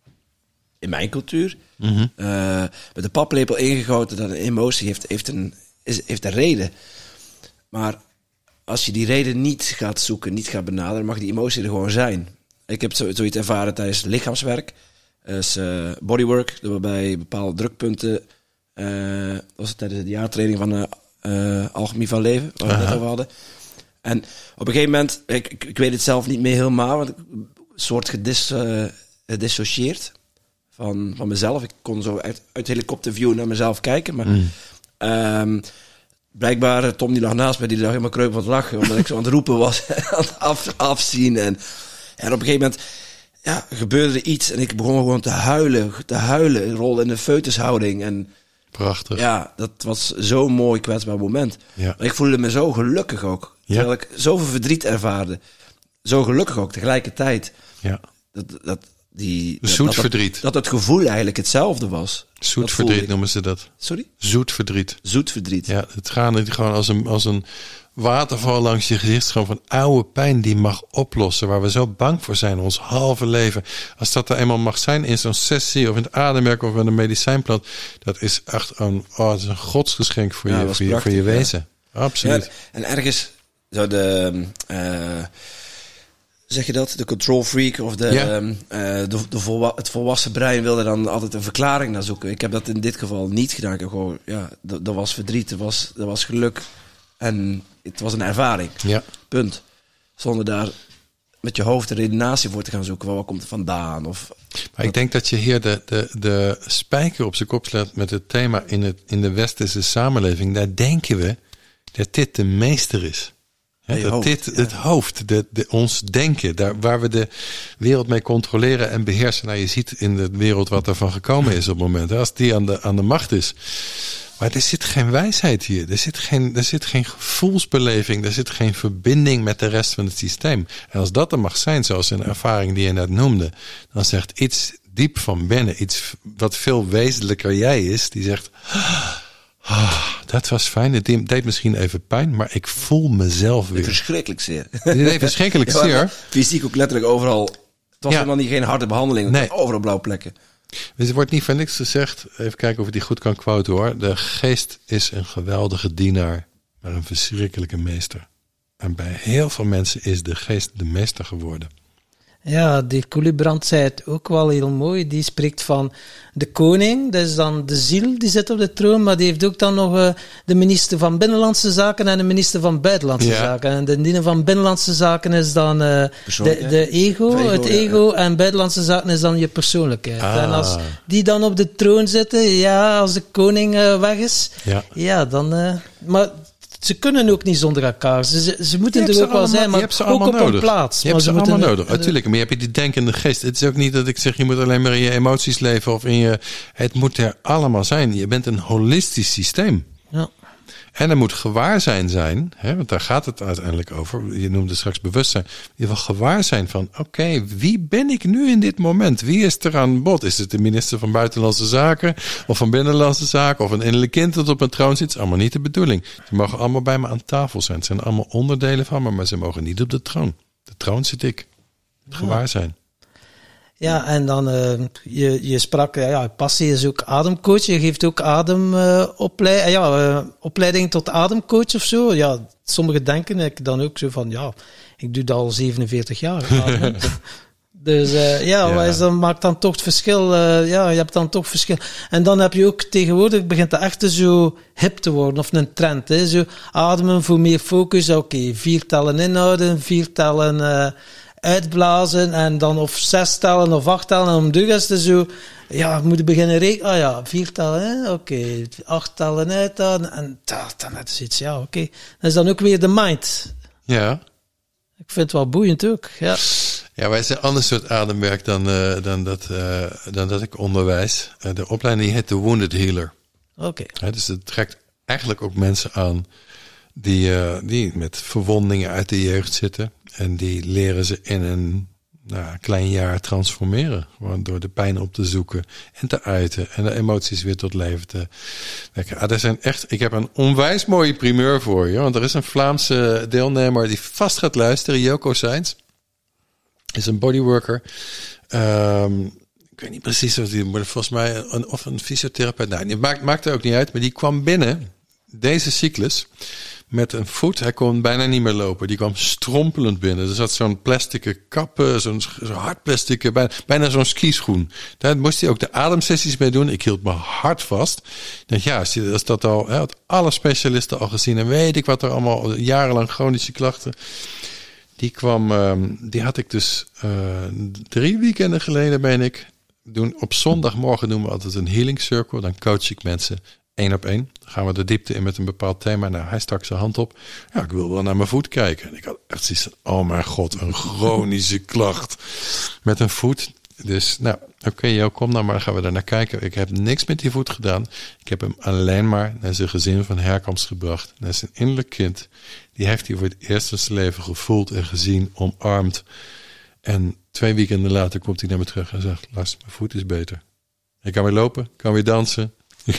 in mijn cultuur. Mm-hmm. Uh, met de paplepel ingegoten dat een emotie heeft, heeft, een, is, heeft een reden. Maar als je die reden niet gaat zoeken, niet gaat benaderen, mag die emotie er gewoon zijn. Ik heb zoiets ervaren tijdens lichaamswerk. Dus uh, bodywork, waarbij bepaalde drukpunten... Uh, dat was het tijdens de jaartraining van uh, uh, Alchemie van Leven, waar we het net over hadden. En op een gegeven moment, ik, ik, ik weet het zelf niet meer helemaal, want ik een soort gedis, uh, gedissocieerd van, van mezelf. Ik kon zo uit, uit helikopterview naar mezelf kijken, maar... Mm. Um, blijkbaar, Tom die lag naast mij, die lag helemaal kreupel van het lachen, omdat ik zo aan het roepen was, aan het af, afzien en... En op een gegeven moment ja, gebeurde er iets en ik begon gewoon te huilen, te huilen, rol in de foetushouding. En prachtig. Ja, dat was zo'n mooi kwetsbaar moment. Ja. Maar ik voelde me zo gelukkig ook. Terwijl ja. ik zoveel verdriet ervaarde. Zo gelukkig ook tegelijkertijd. Ja. Dat, dat, die, Zoet dat, verdriet. Dat, dat het gevoel eigenlijk hetzelfde was. Zoet verdriet noemen ze dat. Sorry? Zoet verdriet. Zoet verdriet. Ja, het gaat niet gewoon als een, als een waterval langs je gezicht. Gewoon van oude pijn die mag oplossen. Waar we zo bang voor zijn ons halve leven. Als dat er eenmaal mag zijn in zo'n sessie of in het ademwerk of in een medicijnplant. Dat is echt een, oh, dat is een godsgeschenk voor, ja, je, voor, je, voor je wezen. Ja. Absoluut. Ja, en ergens zo de... Uh, zeg je dat? De control freak of de, ja. uh, de, de volwa- het volwassen brein wilde dan altijd een verklaring naar zoeken. Ik heb dat in dit geval niet gedaan. Ik heb gewoon, ja, er was verdriet, er was, er was geluk en het was een ervaring. Ja. Punt. Zonder daar met je hoofd een redenatie voor te gaan zoeken. Waar komt het vandaan? Of, maar wat... ik denk dat je hier de, de, de spijker op zijn kop slaat met het thema in, het, in de westerse samenleving. Daar denken we dat dit de meester is. Ja, dat hoofd, dit, ja. Het hoofd, de, de, ons denken, daar waar we de wereld mee controleren en beheersen. Nou, je ziet in de wereld wat er van gekomen is op het moment. Als die aan de, aan de macht is. Maar er zit geen wijsheid hier. Er zit geen, er zit geen gevoelsbeleving. Er zit geen verbinding met de rest van het systeem. En als dat er mag zijn, zoals een ervaring die je net noemde. Dan zegt iets diep van binnen, iets wat veel wezenlijker jij is. Die zegt... Oh, dat was fijn. Het deed misschien even pijn, maar ik voel mezelf weer. Verschrikkelijk zeer. Het deed verschrikkelijk ja, zeer. Fysiek ook letterlijk overal. Het was ja. helemaal niet geen harde behandeling. Nee. Overal blauwe plekken. Dus er wordt niet van niks gezegd. Even kijken of ik die goed kan quoten hoor. De geest is een geweldige dienaar, maar een verschrikkelijke meester. En bij heel veel mensen is de geest de meester geworden. Ja, die Koelenbrand zei het ook wel heel mooi. Die spreekt van de koning, dat is dan de ziel, die zit op de troon, maar die heeft ook dan nog uh, de minister van Binnenlandse Zaken en de minister van Buitenlandse ja. Zaken. En de minister van Binnenlandse Zaken is dan uh, de, de ego, ego, het ego, ja. En Buitenlandse Zaken is dan je persoonlijkheid. Ah. En als die dan op de troon zitten, ja, als de koning uh, weg is, ja, ja dan... Uh, maar ze kunnen ook niet zonder elkaar. Ze, ze, ze moeten er ook wel zijn, maar ook op nodig. een plaats. Je hebt maar ze, ze allemaal moeten, nodig, natuurlijk. Maar je hebt die denkende geest. Het is ook niet dat ik zeg, je moet alleen maar in je emoties leven of in je... Het moet er allemaal zijn. Je bent een holistisch systeem. Ja. En er moet gewaarzijn zijn, hè, want daar gaat het uiteindelijk over. Je noemde straks bewustzijn. In ieder geval gewaarzijn van, oké, okay, wie ben ik nu in dit moment? Wie is er aan bod? Is het de minister van Buitenlandse Zaken of van Binnenlandse Zaken of een innerlijk kind dat op een troon zit? Dat is allemaal niet de bedoeling. Ze mogen allemaal bij me aan tafel zijn. Het zijn allemaal onderdelen van me, maar ze mogen niet op de troon. De troon zit ik. Het gewaarzijn. Ja, en dan, uh, je, je sprak, ja, passie is ook ademcoach. Je geeft ook ademopleiding, uh, ja, uh, opleiding tot ademcoach of zo. Ja, sommigen denken ik dan ook zo van, ja, ik doe dat al zevenenveertig jaar. Ademen. Dus uh, ja, ja. Wat is dan, maakt dan toch het verschil. Uh, ja, je hebt dan toch verschil. En dan heb je ook tegenwoordig, begint dat echt zo hip te worden, of een trend. Hè? Zo ademen voor meer focus. Oké, okay, vier tellen inhouden, vier tellen uh, uitblazen, en dan of zes tellen of acht tellen. En om de rest zo, ja, we moeten beginnen rekenen. Ah ja, vier tellen, oké, okay, acht tellen uit dan. En da, dan net zoiets, ja, oké. Okay. Dat is dan ook weer de mind. Ja. Ik vind het wel boeiend ook, ja. Ja, wij zijn een ander soort ademwerk dan, uh, dan, dat, uh, dan dat ik onderwijs. Uh, de opleiding heet de Wounded Healer. Oké. Okay. Ja, dus het trekt eigenlijk ook mensen aan die, uh, die met verwondingen uit de jeugd zitten. En die leren ze in een nou, klein jaar transformeren. Gewoon door de pijn op te zoeken en te uiten. En de emoties weer tot leven te wekken. Ah, er zijn echt, ik heb een onwijs mooie primeur voor je. Want er is een Vlaamse deelnemer die vast gaat luisteren. Joko Sainz. Is een bodyworker. Um, ik weet niet precies of die, maar volgens mij een, of een fysiotherapeut. Nou, het maakt, maakt er ook niet uit. Maar die kwam binnen deze cyclus met een voet. Hij kon bijna niet meer lopen. Die kwam strompelend binnen. Er zat zo'n plastic kap, zo'n zo hard plastic, bijna, bijna zo'n skischoen. Daar moest hij ook de ademsessies mee doen. Ik hield me hard vast. Ik dacht, ja, als, je, als dat al, hè, alle specialisten al gezien en weet ik wat er allemaal jarenlang chronische klachten. Die kwam, um, die had ik dus uh, drie weekenden geleden, ben ik. Doen, op zondagmorgen doen we altijd een healing circle. Dan coach ik mensen één op één. Dan gaan we de diepte in met een bepaald thema. Nou, hij stak zijn hand op. Ja, ik wil wel naar mijn voet kijken. En ik had echt zoiets van, oh mijn god, een chronische klacht met een voet. Dus, nou, oké, okay, joh, kom nou maar, dan gaan we daar naar kijken. Ik heb niks met die voet gedaan. Ik heb hem alleen maar naar zijn gezin van herkomst gebracht. Naar zijn innerlijk kind. Die heeft hij voor het eerst in zijn leven gevoeld en gezien, omarmd. En twee weekenden later komt hij naar me terug en zegt, luister, mijn voet is beter. Ik kan weer lopen, kan weer dansen.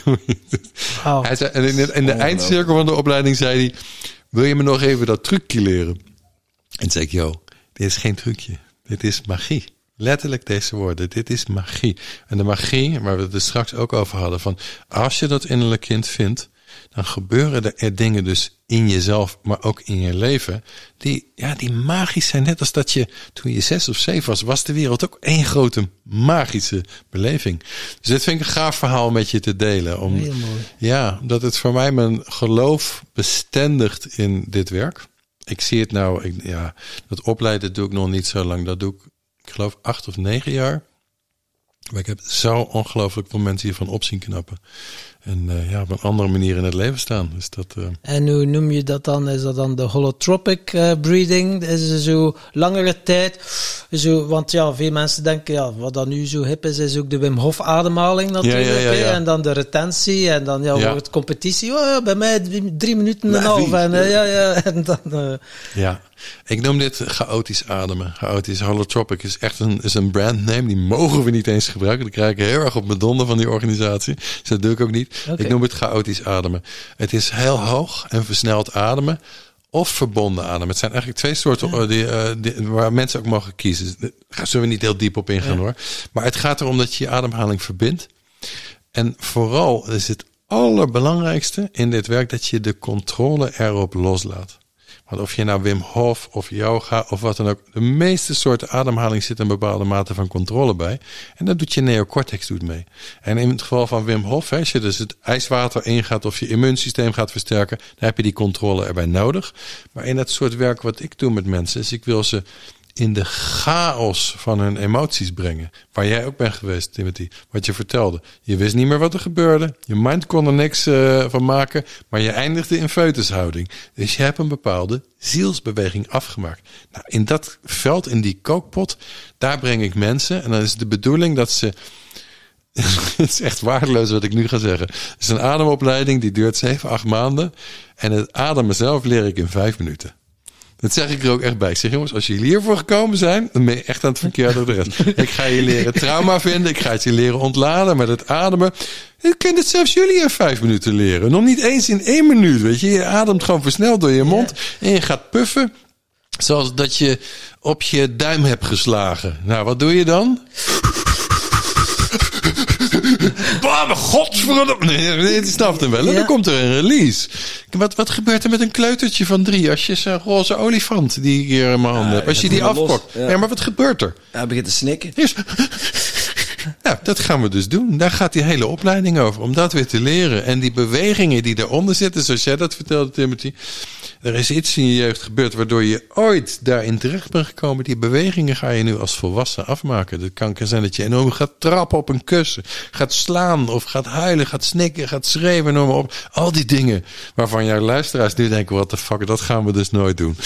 Oh. Hij zei, en in de, in de eindcirkel van de opleiding zei hij, wil je me nog even dat trucje leren? En toen zei ik, joh, dit is geen trucje. Dit is magie. Letterlijk deze woorden. Dit is magie. En de magie, waar we het er straks ook over hadden, van als je dat innerlijk kind vindt, dan gebeuren er dingen dus in jezelf, maar ook in je leven, die, ja, die magisch zijn. Net als dat je, toen je zes of zeven was, was de wereld ook één grote magische beleving. Dus dit vind ik een gaaf verhaal met je te delen. Om, heel mooi. Ja, omdat het voor mij mijn geloof bestendigt in dit werk. Ik zie het nou, ik, ja, dat opleiden doe ik nog niet zo lang. Dat doe ik, ik geloof, acht of negen jaar. Maar ik heb zo ongelooflijk veel mensen hiervan op zien knappen. En uh, ja, op een andere manier in het leven staan. Dus dat, uh... En hoe noem je dat dan? Is dat dan de holotropic uh, breathing? Is het zo langere tijd? Zo, want ja, veel mensen denken, ja, wat dan nu zo hip is, is ook de Wim Hof ademhaling natuurlijk. Ja, ja, ja, ja. En dan de retentie. En dan ja, ja. wordt competitie. Oh, bij mij drie, drie minuten en een half. En, uh, ja, ja, en dan... Uh... Ja, ik noem dit chaotisch ademen. Chaotisch holotropic is echt een, is een brandname. Die mogen we niet eens gebruiken. Dat krijg ik heel erg op mijn donder van die organisatie. Dus dat doe ik ook niet. Okay. Ik noem het chaotisch ademen. Het is heel hoog en versneld ademen of verbonden ademen. Het zijn eigenlijk twee soorten ja. die, uh, die, waar mensen ook mogen kiezen. Daar zullen we niet heel diep op ingaan ja. hoor. Maar het gaat erom dat je je ademhaling verbindt. En vooral is het allerbelangrijkste in dit werk dat je de controle erop loslaat. Want of je nou Wim Hof of yoga of wat dan ook, de meeste soorten ademhaling zit een bepaalde mate van controle bij. En dat doet je neocortex doet mee. En in het geval van Wim Hof, als je dus het ijswater ingaat of je immuunsysteem gaat versterken, dan heb je die controle erbij nodig. Maar in dat soort werk wat ik doe met mensen, is ik wil ze in de chaos van hun emoties brengen. Waar jij ook bent geweest, Timothy. Wat je vertelde. Je wist niet meer wat er gebeurde. Je mind kon er niks uh, van maken. Maar je eindigde in foetushouding. Dus je hebt een bepaalde zielsbeweging afgemaakt. Nou, in dat veld, in die kookpot, daar breng ik mensen. En dan is de bedoeling dat ze Het is echt waardeloos wat ik nu ga zeggen. Het is een ademopleiding die duurt zeven, acht maanden. En het ademen zelf leer ik in vijf minuten. Dat zeg ik er ook echt bij. Ik zeg, jongens, als jullie hiervoor gekomen zijn, dan ben je echt aan het verkeerde adres. Ik ga je leren trauma vinden. Ik ga het je leren ontladen met het ademen. Ik kan het zelfs jullie in vijf minuten leren. Nog niet eens in één minuut. Weet je, je ademt gewoon versneld door je mond. En je gaat puffen. Zoals dat je op je duim hebt geslagen. Nou, wat doe je dan? Bam, godverdomme. Nee, nee, het snapt hem wel. En Ja. dan komt er een release. Wat, wat gebeurt er met een kleutertje van drie als je zo'n roze olifant die ik hier in mijn handen heb? Als je die gaat los. afpakt. Ja. Ja, maar wat gebeurt er? Hij begint te snikken. Eerst. Nou, dat gaan we dus doen. Daar gaat die hele opleiding over. Om dat weer te leren. En die bewegingen die daaronder zitten, zoals jij dat vertelde, Timothy. Er is iets in je jeugd gebeurd waardoor je ooit daarin terecht bent gekomen. Die bewegingen ga je nu als volwassen afmaken. Dat kan zijn dat je enorm gaat trappen op een kussen. Gaat slaan of gaat huilen, gaat snikken, gaat schreeuwen, noem maar op. Al die dingen waarvan jouw luisteraars nu denken, what the fuck, dat gaan we dus nooit doen.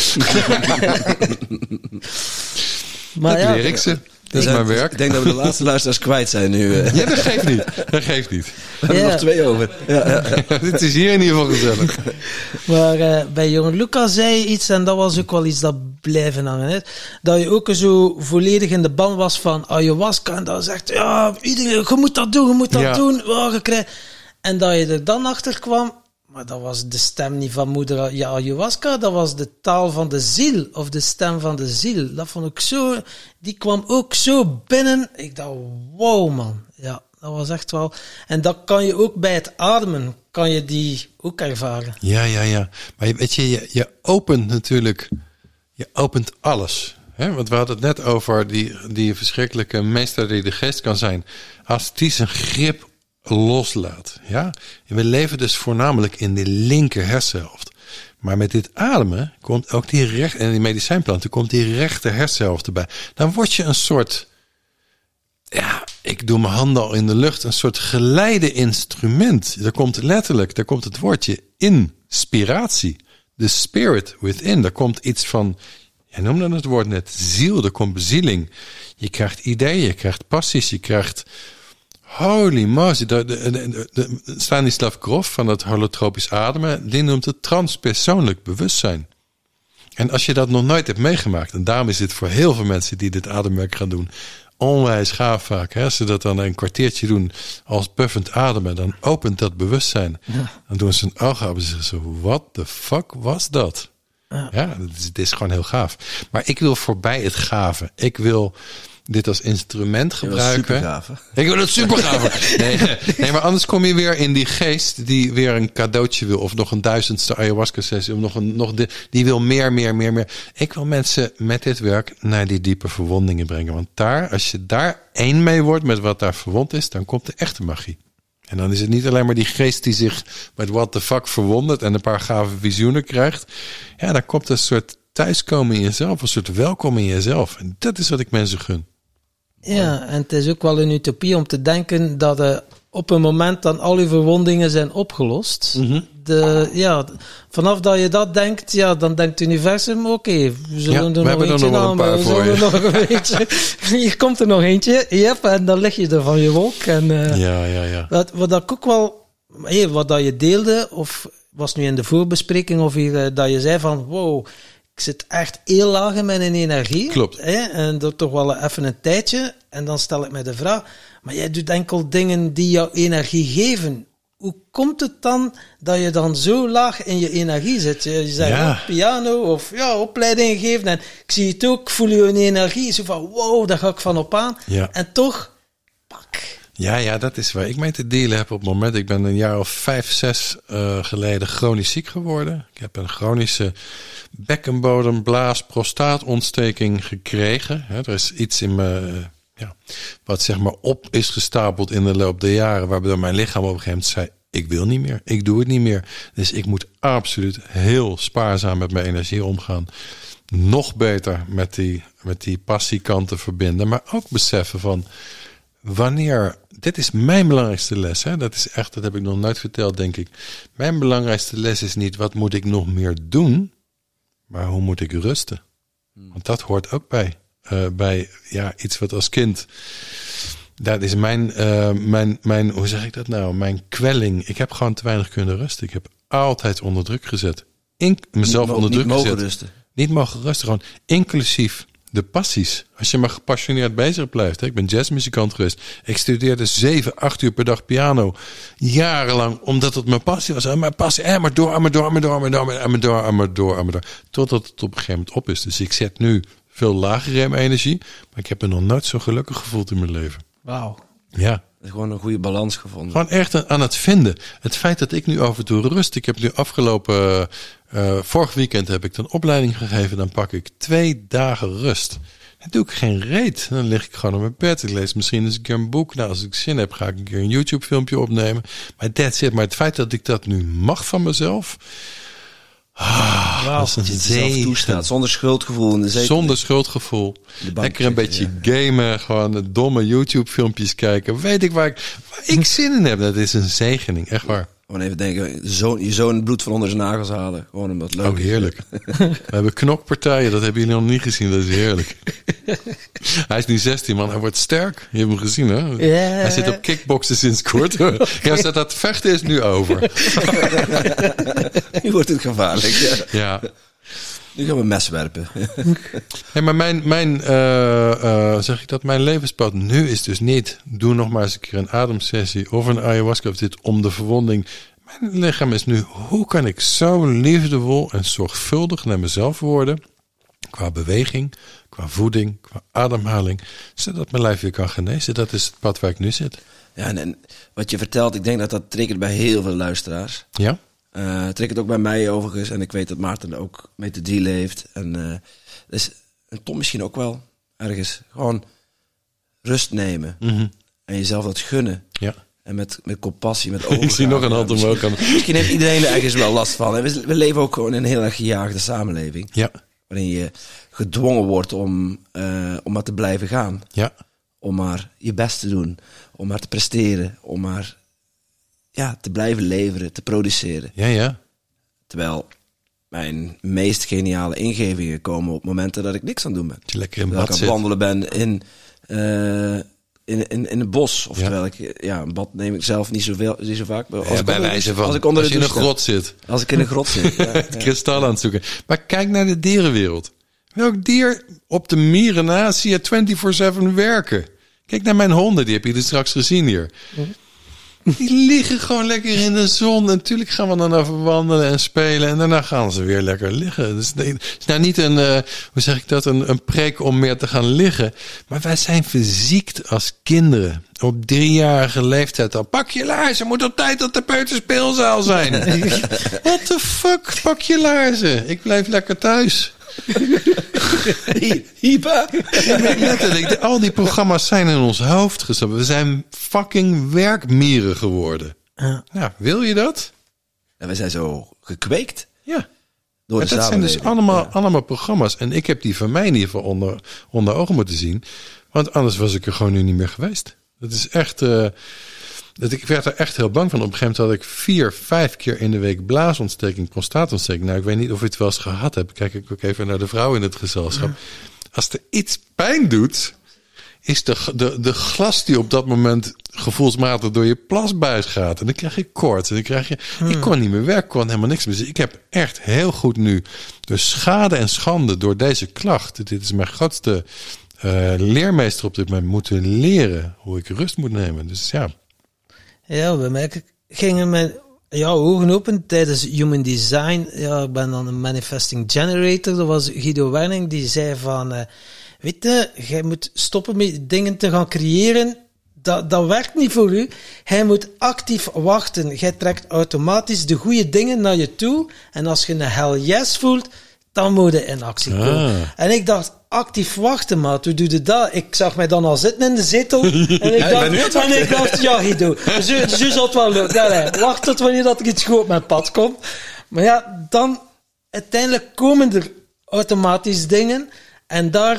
Maar dat ja, leer ik ze. Dat is Ja, mijn werk. Ik denk dat we de laatste luisteraars kwijt zijn nu. eh. Ja, dat geeft niet. Dat geeft niet. We hebben Ja. er nog twee over. Ja, ja, ja. Dit is hier in ieder geval gezellig. Maar uh, bij jonge Lucas zei je iets, en dat was ook wel iets dat blijven hangen. Hè? Dat je ook zo volledig in de ban was van ayahuasca. En dat zegt, ja, iedereen, je moet dat doen, je moet dat Ja. doen. Oh, je krijgt... En dat je er dan achter kwam, maar dat was de stem niet van moeder ja, ayahuasca, dat was de taal van de ziel, of de stem van de ziel. Dat vond ik zo, die kwam ook zo binnen. Ik dacht, wow man, ja, dat was echt wel. En dat kan je ook bij het ademen, kan je die ook ervaren. Ja, ja, ja. Maar je- weet je, je, je opent natuurlijk, je opent alles. Hè? Want we hadden het net over die, die verschrikkelijke meester die de geest kan zijn. Als die zijn grip loslaat. Ja? En we leven dus voornamelijk in de linker hersenhelft. Maar met dit ademen komt ook die recht, en die medicijnplanten komt die rechter hersenhelft erbij. Dan word je een soort, ja, ik doe mijn handen al in de lucht, een soort geleide instrument. Daar komt letterlijk, daar komt het woordje inspiratie. The spirit within. Daar komt iets van, jij noemde het woord net, ziel. Er komt bezieling. Je krijgt ideeën, je krijgt passies, je krijgt, holy moly. De, de, de, de, de, Stanislav Grof van het holotropisch ademen, die noemt het transpersoonlijk bewustzijn. En als je dat nog nooit hebt meegemaakt, en daarom is dit voor heel veel mensen die dit ademwerk gaan doen, onwijs gaaf vaak. Hè? Als ze dat dan een kwartiertje doen als puffend ademen, dan opent dat bewustzijn. Ja. Dan doen ze een ogen open en zeggen ze, what the fuck was dat? Ja, ja het, is, het is gewoon heel gaaf. Maar ik wil voorbij het gave. Ik wil dit als instrument gebruiken. Super gaaf, hè? Ik wil het super gaaf. Nee, nee, maar anders kom je weer in die geest die weer een cadeautje wil. Of nog een duizendste ayahuasca sessie. Of nog een, nog de, die wil meer, meer, meer, meer. Ik wil mensen met dit werk naar die diepe verwondingen brengen. Want daar, als je daar één mee wordt met wat daar verwond is, dan komt de echte magie. En dan is het niet alleen maar die geest die zich met what the fuck verwondert en een paar gave visioenen krijgt. Ja, dan komt een soort thuiskomen in jezelf. Een soort welkom in jezelf. En dat is wat ik mensen gun. Ja, en het is ook wel een utopie om te denken dat uh, op een moment dan al je verwondingen zijn opgelost. Mm-hmm. De, ja, vanaf dat je dat denkt, ja, dan denkt het universum, oké, okay, we zullen ja, er nog eentje namen. We zullen er nog een eentje. Hier komt er nog eentje, yep, en dan lig je er van je wolk. En, uh, ja, ja, ja. Wat, wat ik ook wel, hey, wat dat je deelde, of was nu in de voorbespreking, of hier, uh, dat je zei van, wow, ik zit echt heel laag in mijn energie. Klopt. Hè? En dat toch wel even een tijdje. En dan stel ik mij de vraag, maar jij doet enkel dingen die jou energie geven. Hoe komt het dan dat je dan zo laag in je energie zit? Je zegt ja. oh, piano of ja, opleidingen geven. En ik zie het ook, ik voel je een energie. Zo van, wow, daar ga ik van op aan. Ja. En toch, pak. Ja, ja, dat is waar ik mee te dealen heb op het moment. Ik ben een jaar of vijf, zes uh, geleden chronisch ziek geworden. Ik heb een chronische bekkenbodem, blaas, prostaatontsteking gekregen. He, er is iets in me, uh, ja, wat zeg maar op is gestapeld in de loop der jaren, waardoor mijn lichaam op een gegeven moment zei, ik wil niet meer, ik doe het niet meer. Dus ik moet absoluut heel spaarzaam met mijn energie omgaan. Nog beter met die, met die passiekanten verbinden, maar ook beseffen van, wanneer, dit is mijn belangrijkste les, hè? Dat is echt, dat heb ik nog nooit verteld, denk ik. Mijn belangrijkste les is niet, wat moet ik nog meer doen, maar hoe moet ik rusten? Want dat hoort ook bij, uh, bij ja, iets wat als kind Dat is mijn, uh, mijn, mijn, hoe zeg ik dat nou? Mijn kwelling. Ik heb gewoon te weinig kunnen rusten. Ik heb altijd onder druk gezet. In, mezelf niet, onder druk niet gezet. mogen rusten. Niet mogen rusten. Gewoon inclusief de passies. Als je maar gepassioneerd bezig blijft. Hè? Ik ben jazzmuzikant geweest. Ik studeerde zeven, acht uur per dag piano. Jarenlang. Omdat het mijn passie was. En mijn passie. En maar door, en maar door, en maar door, en maar door, en maar door, en maar door, en maar door. Totdat het op een gegeven moment op is. Dus ik zet nu veel lager in mijn energie. Maar ik heb me nog nooit zo gelukkig gevoeld in mijn leven. Wauw. Ja. Dat is gewoon een goede balans gevonden. Gewoon echt aan het vinden. Het feit dat ik nu af en toe rust. Ik heb nu afgelopen... Uh, vorig weekend heb ik een opleiding gegeven. Dan pak ik twee dagen rust. Dan doe ik geen reet. Dan lig ik gewoon op mijn bed. Ik lees misschien eens een keer een boek. Nou, als ik zin heb, ga ik een keer een YouTube filmpje opnemen. Maar that's it. Maar het feit dat ik dat nu mag van mezelf... Ah, Wow. dat is een Dat je het jezelf zegen. toestaat, zonder schuldgevoel. In de zetel. Zonder schuldgevoel. De bank Lekker een beetje zitten, gamen. Gewoon domme YouTube filmpjes kijken. Weet ik waar ik, waar ik zin in heb. Dat is een zegening. Echt waar. Gewoon even denken, zoon, je zoon het bloed van onder zijn nagels halen. Gewoon omdat het leuk Oh, is. heerlijk. We hebben knokpartijen. Dat hebben jullie nog niet gezien. Dat is heerlijk. Hij is nu zestien, man. Hij wordt sterk. Je hebt hem gezien, hè? Ja. Hij zit op kickboksen sinds kort. Ja, dat, dat vechten is nu over. Nu wordt het gevaarlijk. Ja. Ja. Nu gaan we mes werpen. Hey, maar mijn, mijn uh, uh, zeg ik dat, mijn levenspad nu is dus niet, doe nog maar eens een keer een ademsessie of een ayahuasca of dit om de verwonding. Mijn lichaam is nu, hoe kan ik zo liefdevol en zorgvuldig naar mezelf worden, qua beweging, qua voeding, qua ademhaling, zodat mijn lijf weer kan genezen. Dat is het pad waar ik nu zit. Ja, en, en wat je vertelt, ik denk dat dat triggert bij heel veel luisteraars. Ja? Uh, het triggert ook bij mij overigens. En ik weet dat Maarten ook met de deal heeft. En, uh, dus, en Tom misschien ook wel. Ergens. Gewoon rust nemen. Mm-hmm. En jezelf dat gunnen. Ja. En met, met compassie, met overgave. Ik zie nog een hand ja, omhoog. Misschien, misschien heeft iedereen er ergens wel last van. En we, we leven ook gewoon in een heel erg gejaagde samenleving. Ja. Waarin je gedwongen wordt om, uh, om maar te blijven gaan. Ja. Om maar je best te doen. Om maar te presteren. Om maar ja, te blijven leveren, te produceren. Ja, ja. Terwijl mijn meest geniale ingevingen komen op momenten dat ik niks aan het doen ben. Dat je lekker in Dat ik bad aan het zit. wandelen ben in, uh, in, in, in het bos. Of Ja. terwijl ik, ja, een bad neem ik zelf niet, zoveel, niet zo vaak. Als Ja, ik bij onder- wijze van, als ik onder als de je in een douche grot zit. sta. Als ik in een grot zit. Ja, Het ja. kristal aan het zoeken. Maar kijk naar de dierenwereld. Welk dier op de mieren na zie je vierentwintig zeven werken? Kijk naar mijn honden, die heb je dus straks gezien hier. Die liggen gewoon lekker in de zon. En natuurlijk gaan we dan even wandelen en spelen. En daarna gaan ze weer lekker liggen. Dus nee, het is nou niet een, uh, hoe zeg ik dat, een, een preek om meer te gaan liggen. Maar wij zijn verziekt als kinderen. Op driejarige leeftijd al. Pak je laarzen, moet op tijd op de peuterspeelzaal zijn. What the fuck, pak je laarzen. Ik blijf lekker thuis. Hiba! Letterlijk, al die programma's zijn in ons hoofd gestapt. We zijn fucking werkmieren geworden. Ja. Nou, wil je dat? En we zijn zo gekweekt Ja. door Maar de dat zijn dus samenleving. allemaal, Ja. allemaal programma's. En ik heb die van mij in ieder geval onder, onder ogen moeten zien. Want anders was ik er gewoon nu niet meer geweest. Dat is echt... Uh, dat ik werd er echt heel bang van. Op een gegeven moment had ik vier, vijf keer in de week blaasontsteking, prostaatontsteking. Nou, ik weet niet of je het wel eens gehad hebt. Kijk ik ook even naar de vrouw in het gezelschap. Ja. Als er iets pijn doet, is de, de, de glas die op dat moment gevoelsmatig door je plasbuis gaat. En dan krijg je koorts. En dan krijg je... Hmm. Ik kon niet meer werken, kon helemaal niks meer. Dus ik heb echt heel goed nu de schade en schande door deze klacht. Dit is mijn grootste uh, leermeester op dit moment. Moeten leren hoe ik rust moet nemen. Dus ja... Ja, bij mij gingen mijn ja, ogen open tijdens Human Design. Ja, ik ben dan een manifesting generator. Dat was Guido Werning, die zei van... Uh, weet je, jij moet stoppen met dingen te gaan creëren. Dat, dat werkt niet voor u. Hij moet actief wachten. Jij trekt automatisch de goede dingen naar je toe. En als je een hell yes voelt, dan moet je in actie komen. Ah. En ik dacht... actief wachten, maat. Hoe doe je dat? Ik zag mij dan al zitten in de zetel. En ik ja, dacht, en ik dacht ja, Guido, zo, zo zal het wel lukken. Ja, nee, wacht tot wanneer dat er iets goed op mijn pad komt. Maar ja, dan uiteindelijk komen er automatisch dingen. En daar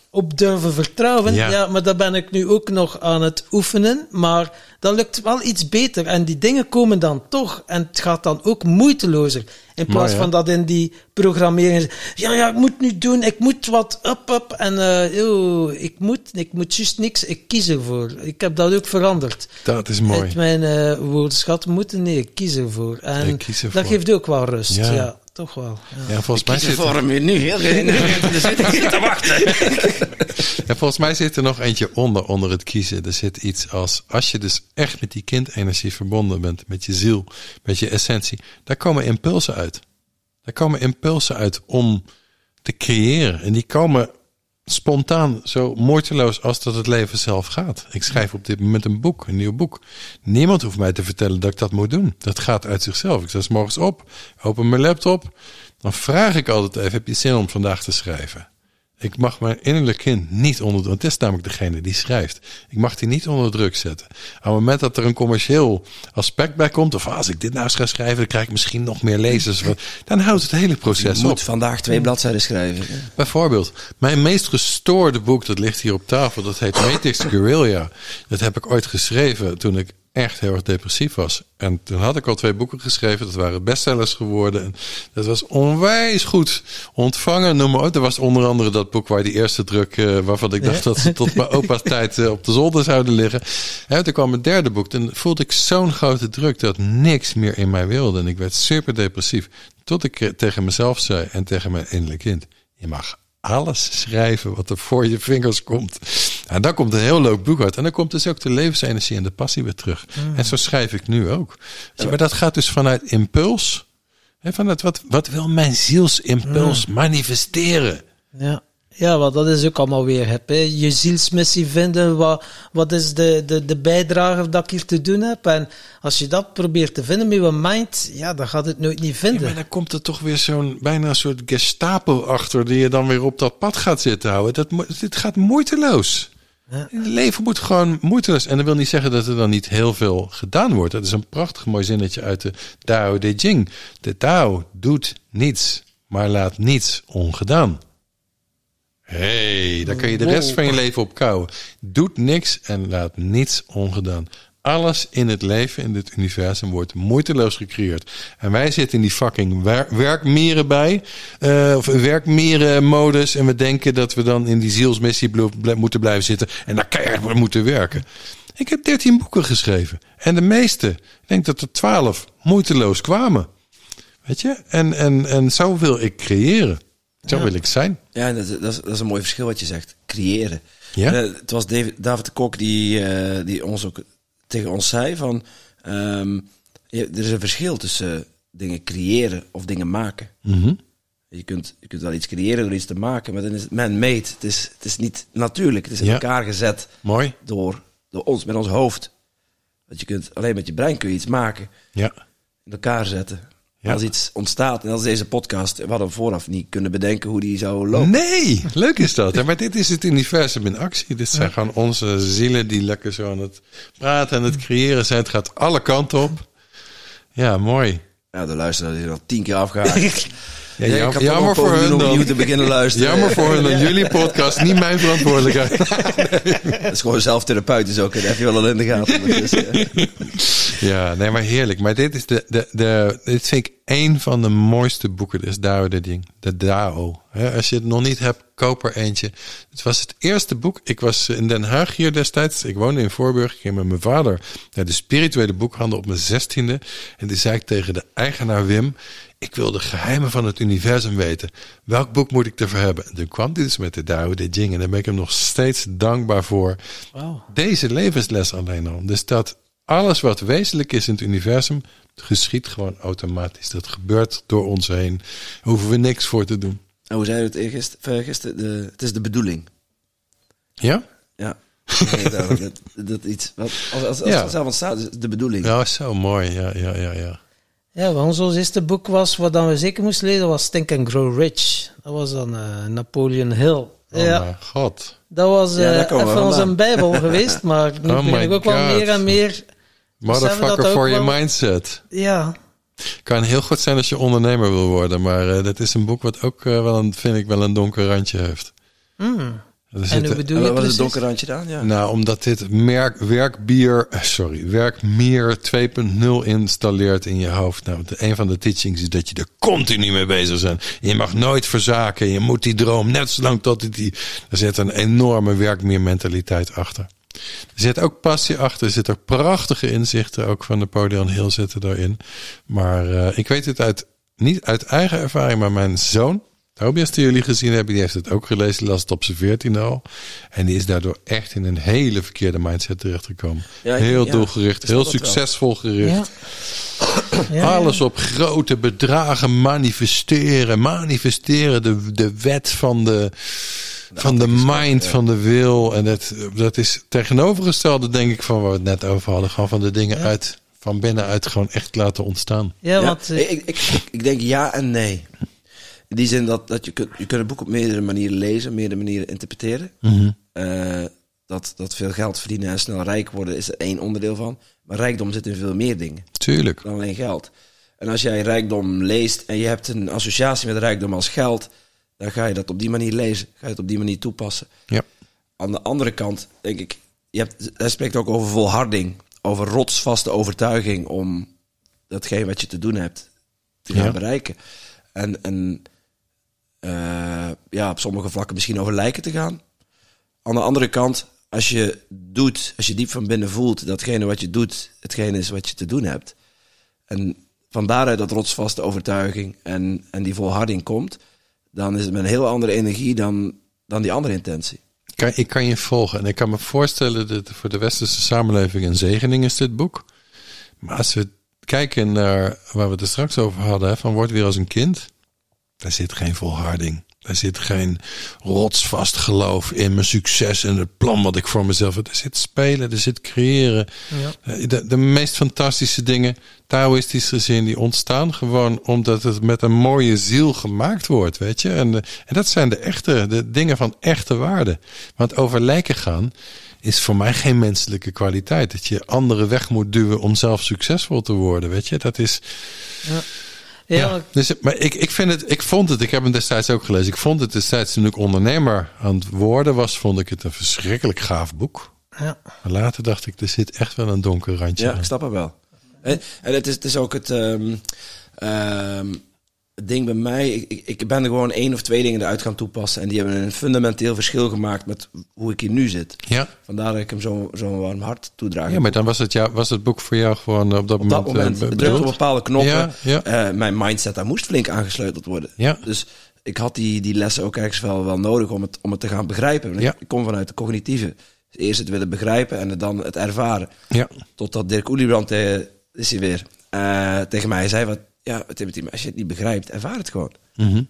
op durven vertrouwen. Ja. Ja. Maar dat ben ik nu ook nog aan het oefenen. Maar dat lukt wel iets beter. En die dingen komen dan toch. En het gaat dan ook moeitelozer. In plaats Mooi, hè? van dat in die programmering is, ja, ja, ik moet nu doen, ik moet wat up, up. En uh, oh, ik moet, ik moet juist niks, ik kies ervoor. Ik heb dat ook veranderd. Dat is mooi. Uit mijn uh, woordenschat moeten, nee, ik kies ervoor. En Ik kies ervoor. dat geeft ook wel rust. Ja. Ja, toch wel. Ja. Ja, volgens mij Kies zit voor er, hem weer nu. Heel dus ik zit te wachten. ja, volgens mij zit er nog eentje onder, onder het kiezen. Er zit iets als, als je dus echt met die kindenergie verbonden bent, met je ziel, met je essentie, daar komen impulsen uit. Daar komen impulsen uit om te creëren. En die komen spontaan zo moeiteloos als dat het leven zelf gaat. Ik schrijf op dit moment een boek, een nieuw boek. Niemand hoeft mij te vertellen dat ik dat moet doen. Dat gaat uit zichzelf. Ik sta 's morgens op, open mijn laptop. Dan vraag ik altijd even, heb je zin om vandaag te schrijven? Ik mag mijn innerlijk kind niet onder druk. Het is namelijk degene die schrijft. Ik mag die niet onder druk zetten. Op het moment dat er een commercieel aspect bij komt, of als ik dit nou eens ga schrijven, dan krijg ik misschien nog meer lezers. Dan houdt het hele proces Je op. moet vandaag twee bladzijden schrijven. Bijvoorbeeld, mijn meest gestoorde boek, dat ligt hier op tafel, dat heet Matrix Guerrilla. Dat heb ik ooit geschreven toen ik echt heel erg depressief was. En toen had ik al twee boeken geschreven, dat waren bestsellers geworden. En dat was onwijs goed ontvangen. Noem maar op. Er was onder andere dat boek waar die eerste druk, uh, waarvan ik dacht dat ze tot mijn opa's tijd uh, op de zolder zouden liggen. En toen kwam het derde boek. Toen voelde ik zo'n grote druk dat niks meer in mij wilde. En ik werd super depressief. Tot ik uh, tegen mezelf zei en tegen mijn innerlijk kind, je mag alles schrijven wat er voor je vingers komt. En dan komt een heel leuk boek uit. En dan komt dus ook de levensenergie en de passie weer terug. Mm. En zo schrijf ik nu ook. Ja, maar dat gaat dus vanuit impuls. Hè, vanuit wat, wat wil mijn zielsimpuls mm. manifesteren? Ja. Ja, want dat is ook allemaal weer heb. Hè. Je zielsmissie vinden, wat, wat is de, de, de bijdrage dat ik hier te doen heb. En als je dat probeert te vinden met je mind, ja, dan gaat het nooit niet vinden. Ja, maar dan komt er toch weer zo'n bijna een soort Gestapo achter die je dan weer op dat pad gaat zitten houden. Dat, dit gaat moeiteloos. Ja. Het leven moet gewoon moeiteloos. En dat wil niet zeggen dat er dan niet heel veel gedaan wordt. Dat is een prachtig mooi zinnetje uit de Tao Te Ching. De Tao doet niets, maar laat niets ongedaan. Hé, hey, daar kun je de rest van je leven op kouwen. Doet niks en laat niets ongedaan. Alles in het leven, in dit universum, wordt moeiteloos gecreëerd. En wij zitten in die fucking wer- werkmieren bij. Uh, of werkmierenmodus. En we denken dat we dan in die zielsmissie bl- moeten blijven zitten. En daar keihard moeten werken. Ik heb dertien boeken geschreven. En de meeste, ik denk dat er twaalf moeiteloos kwamen. Weet je? En, en, en zo wil ik creëren. Zo ja. wil ik zijn. Ja, dat is, dat, is, dat is een mooi verschil wat je zegt. Creëren. Ja? Uh, het was David, David de Kok die, uh, die ons ook tegen ons zei van... Um, ja, er is een verschil tussen dingen creëren of dingen maken. Mm-hmm. Je kunt, je kunt wel iets creëren door iets te maken, maar dan is het man-made. Het is, het is niet natuurlijk. Het is in ja. elkaar gezet Mooi. Door, door ons, met ons hoofd. Want je kunt, alleen met je brein kun je iets maken. Ja. In elkaar zetten. Ja. Als iets ontstaat, en als deze podcast, we hadden vooraf niet kunnen bedenken hoe die zou lopen. Nee, leuk is dat. Hè? Maar dit is het universum in actie. Dit zijn ja. gewoon onze zielen die lekker zo aan het praten en het creëren zijn. Het gaat alle kanten op. Ja, mooi. Ja, de luisteraar is al tien keer afgehaakt. Ja, ja, jam, jammer voor hun om dan. opnieuw te beginnen luisteren. Jammer voor hun dan. Jullie podcast, niet mijn verantwoordelijkheid. Nee. Dat is gewoon zelftherapeutisch ook. Dat heb je wel al in de gaten. Dus, ja. ja, nee, maar heerlijk. Maar dit is de, de, de, dit vind ik één van de mooiste boeken. Dat is Tao Te Ching. De Dao. He, als je het nog niet hebt, koop er eentje. Het was het eerste boek. Ik was in Den Haag hier destijds. Ik woonde in Voorburg. Ik ging met mijn vader naar de spirituele boekhandel op mijn zestiende. En die zei ik tegen de eigenaar Wim... Ik wil de geheimen van het universum weten. Welk boek moet ik ervoor hebben? En toen kwam hij dus met de Tao Te Ching. En daar ben ik hem nog steeds dankbaar voor. Wow. Deze levensles alleen al. Dus dat alles wat wezenlijk is in het universum... geschiet gewoon automatisch. Dat gebeurt door ons heen. Daar hoeven we niks voor te doen. En hoe zei je het gisteren? gisteren de, het is de bedoeling. Ja? Ja. Nee, dat, dat, dat iets, wat, als als, als ja. het zelf ontstaat, is het de bedoeling. Ja, zo mooi. Ja, ja, ja, ja. Ja, want ons eerste boek was, wat dan we zeker moesten lezen, was Think and Grow Rich. Dat was dan uh, Napoleon Hill. Oh ja. mijn god. Dat was uh, ja, even onze bijbel geweest, maar nu oh ben ik ook God. wel meer en meer... Motherfucker for your mindset. Ja. Kan heel goed zijn als je ondernemer wil worden, maar uh, dat is een boek wat ook uh, wel een, vind ik wel een donker randje heeft. Mm. Er En zitten- hoe bedoel En je wat was het precies? donker randje dan? Ja. Nou, omdat dit merk, werkbier, eh, sorry, werkmier twee punt nul installeert in je hoofd. Nou, de, een van de teachings is dat je er continu mee bezig bent. Je mag nooit verzaken. Je moet die droom net zo lang tot die... Er zit een enorme werkmiermentaliteit achter. Er zit ook passie achter. Er zitten ook prachtige inzichten ook van Napoleon Hill zitten daarin. Maar uh, ik weet het uit, niet uit eigen ervaring, maar mijn zoon... Tobias, die jullie gezien hebben, die heeft het ook gelezen. Die las het op zijn veertiende al. En die is daardoor echt in een hele verkeerde mindset terechtgekomen. Ja, heel ja, doelgericht, ik heel snap het wel. succesvol gericht. Ja. Ja, Alles op grote bedragen manifesteren. Manifesteren, de, de wet van de, van de mind, ja. van de wil. En dat, dat is tegenovergestelde, denk ik, van waar we het net over hadden. Gewoon van de dingen Ja. uit, van binnenuit gewoon echt laten ontstaan. Ja, Ja, want... eh, ik, ik, ik, ik denk ja en nee. In die zin dat, dat je, kunt, je kunt een boek op meerdere manieren lezen, meerdere manieren interpreteren. Mm-hmm. Uh, dat, dat veel geld verdienen en snel rijk worden is er één onderdeel van. Maar rijkdom zit in veel meer dingen Tuurlijk. dan alleen geld. En als jij rijkdom leest en je hebt een associatie met rijkdom als geld, dan ga je dat op die manier lezen. Ga je het op die manier toepassen. Ja. Aan de andere kant, denk ik, je hebt, hij spreekt ook over volharding. Over rotsvaste overtuiging om datgene wat je te doen hebt te gaan Ja. bereiken. En, en uh, ja, op sommige vlakken misschien over lijken te gaan. Aan de andere kant, als je doet, als je diep van binnen voelt datgene wat je doet, hetgene is wat je te doen hebt. En van daaruit dat rotsvaste overtuiging en, en die volharding komt, dan is het met een heel andere energie dan, dan die andere intentie. Kan, ik kan je volgen. En ik kan me voorstellen dat het voor de westerse samenleving een zegening is, dit boek. Maar als we kijken naar waar we het er straks over hadden, hè, van word weer als een kind. Daar zit geen volharding. Daar zit geen rotsvast geloof in mijn succes en het plan wat ik voor mezelf heb. Er zit spelen, er zit creëren. ja. De, de meest fantastische dingen, Taoïstisch gezien, die ontstaan gewoon omdat het met een mooie ziel gemaakt wordt, weet je. En, en dat zijn de echte, de dingen van echte waarde. Want over lijken gaan is voor mij geen menselijke kwaliteit. Dat je anderen weg moet duwen om zelf succesvol te worden, weet je. Dat is... Ja. Ja, Ja, dus, maar ik, ik vind het, ik vond het, ik heb hem destijds ook gelezen. Ik vond het destijds toen ik ondernemer aan het worden was, vond ik het een verschrikkelijk gaaf boek. ja. Maar later dacht ik, er zit echt wel een donker randje Ja, aan. ik snap het wel. En, en het, is, het is ook het, um, um, het ding bij mij. Ik, ik ben er gewoon één of twee dingen eruit gaan toepassen. En die hebben een fundamenteel verschil gemaakt met hoe ik hier nu zit. Ja. Vandaar dat ik hem zo'n zo warm hart toedraag. Ja, maar dan was het, jou, was het boek voor jou gewoon op dat op moment, dat moment uh, drukte bedoeld? op bepaalde knoppen. Ja, ja. Uh, mijn mindset, daar moest flink aangesleuteld worden. Ja. Dus ik had die, die lessen ook ergens wel, wel nodig om het, om het te gaan begrijpen. Want Ja. Ik, ik kom vanuit de cognitieve. Dus eerst het willen begrijpen en het dan het ervaren. Ja. Totdat Dirk Oeliebrand, uh, is hij weer, uh, tegen mij zei, wat, ja, Timothy, als je het niet begrijpt, ervaar het gewoon. Mm-hmm.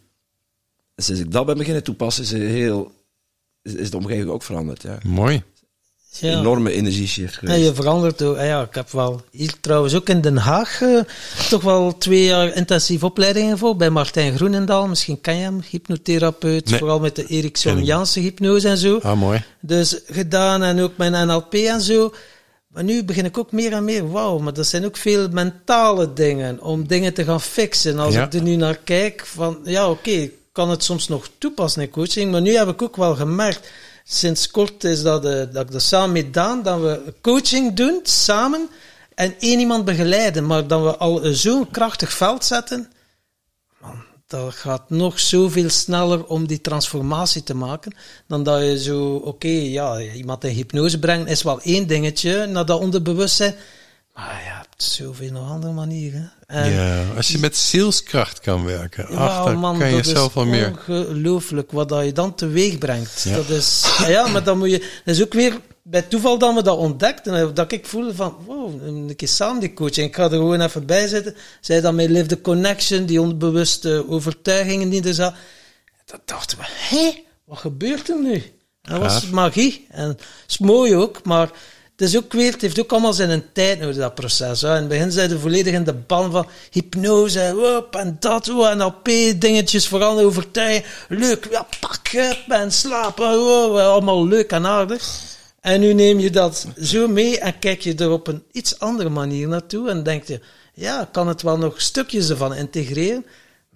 Dus als ik dat ben beginnen toepassen, is, heel, is, is de omgeving ook veranderd. Ja. Mooi. Ja. Enorme energieshift Ja, geweest. je verandert ook. Ja, ik heb wel hier trouwens ook in Den Haag uh, toch wel twee jaar intensief opleidingen voor bij Martijn Groenendaal. Misschien ken je hem, hypnotherapeut, Nee. vooral met de Ken Erickson ik. Jansen hypnose en zo. Ah, mooi. Dus gedaan en ook mijn N L P en zo. Maar nu begin ik ook meer en meer, wauw, maar dat zijn ook veel mentale dingen om dingen te gaan fixen. Als Ja. ik er nu naar kijk, van ja, oké, ik kan het soms nog toepassen in coaching, maar nu heb ik ook wel gemerkt, sinds kort is dat, uh, dat ik er samen met Daan, dat we coaching doen, samen, en één iemand begeleiden, maar dat we al uh, zo'n krachtig veld zetten, man, dat gaat nog zoveel sneller om die transformatie te maken, dan dat je zo, oké, okay, ja, iemand in hypnose brengen is wel één dingetje, naar dat onderbewustzijn, maar je hebt zoveel nog andere manieren. En ja, als je met zielskracht kan werken, ja, ach, dan man, kan je dat is zoveel meer. ongelooflijk wat dat je dan teweeg brengt. Ja. Dat is, ja, maar dan moet je, dat is ook weer bij toeval dat we dat ontdekten, en dat ik voelde van, wow, een keer samen die coaching, ik ga er gewoon even bij zitten. Zij dan met Live the Connection, die onbewuste overtuigingen die er zaten. Dat dachten we, hé, wat gebeurt er nu? Dat was Gaaf. magie. En het is mooi ook, maar het is ook weer, het heeft ook allemaal zijn tijd nodig, dat proces. Hè. In het begin zijn ze volledig in de ban van hypnose, wop, en dat, oh, N L P, dingetjes, vooral overtuigen. Leuk, ja, pak up en slapen, oh, allemaal leuk en aardig. En nu neem je dat zo mee en kijk je er op een iets andere manier naartoe en denk je, ja, kan het wel nog stukjes ervan integreren.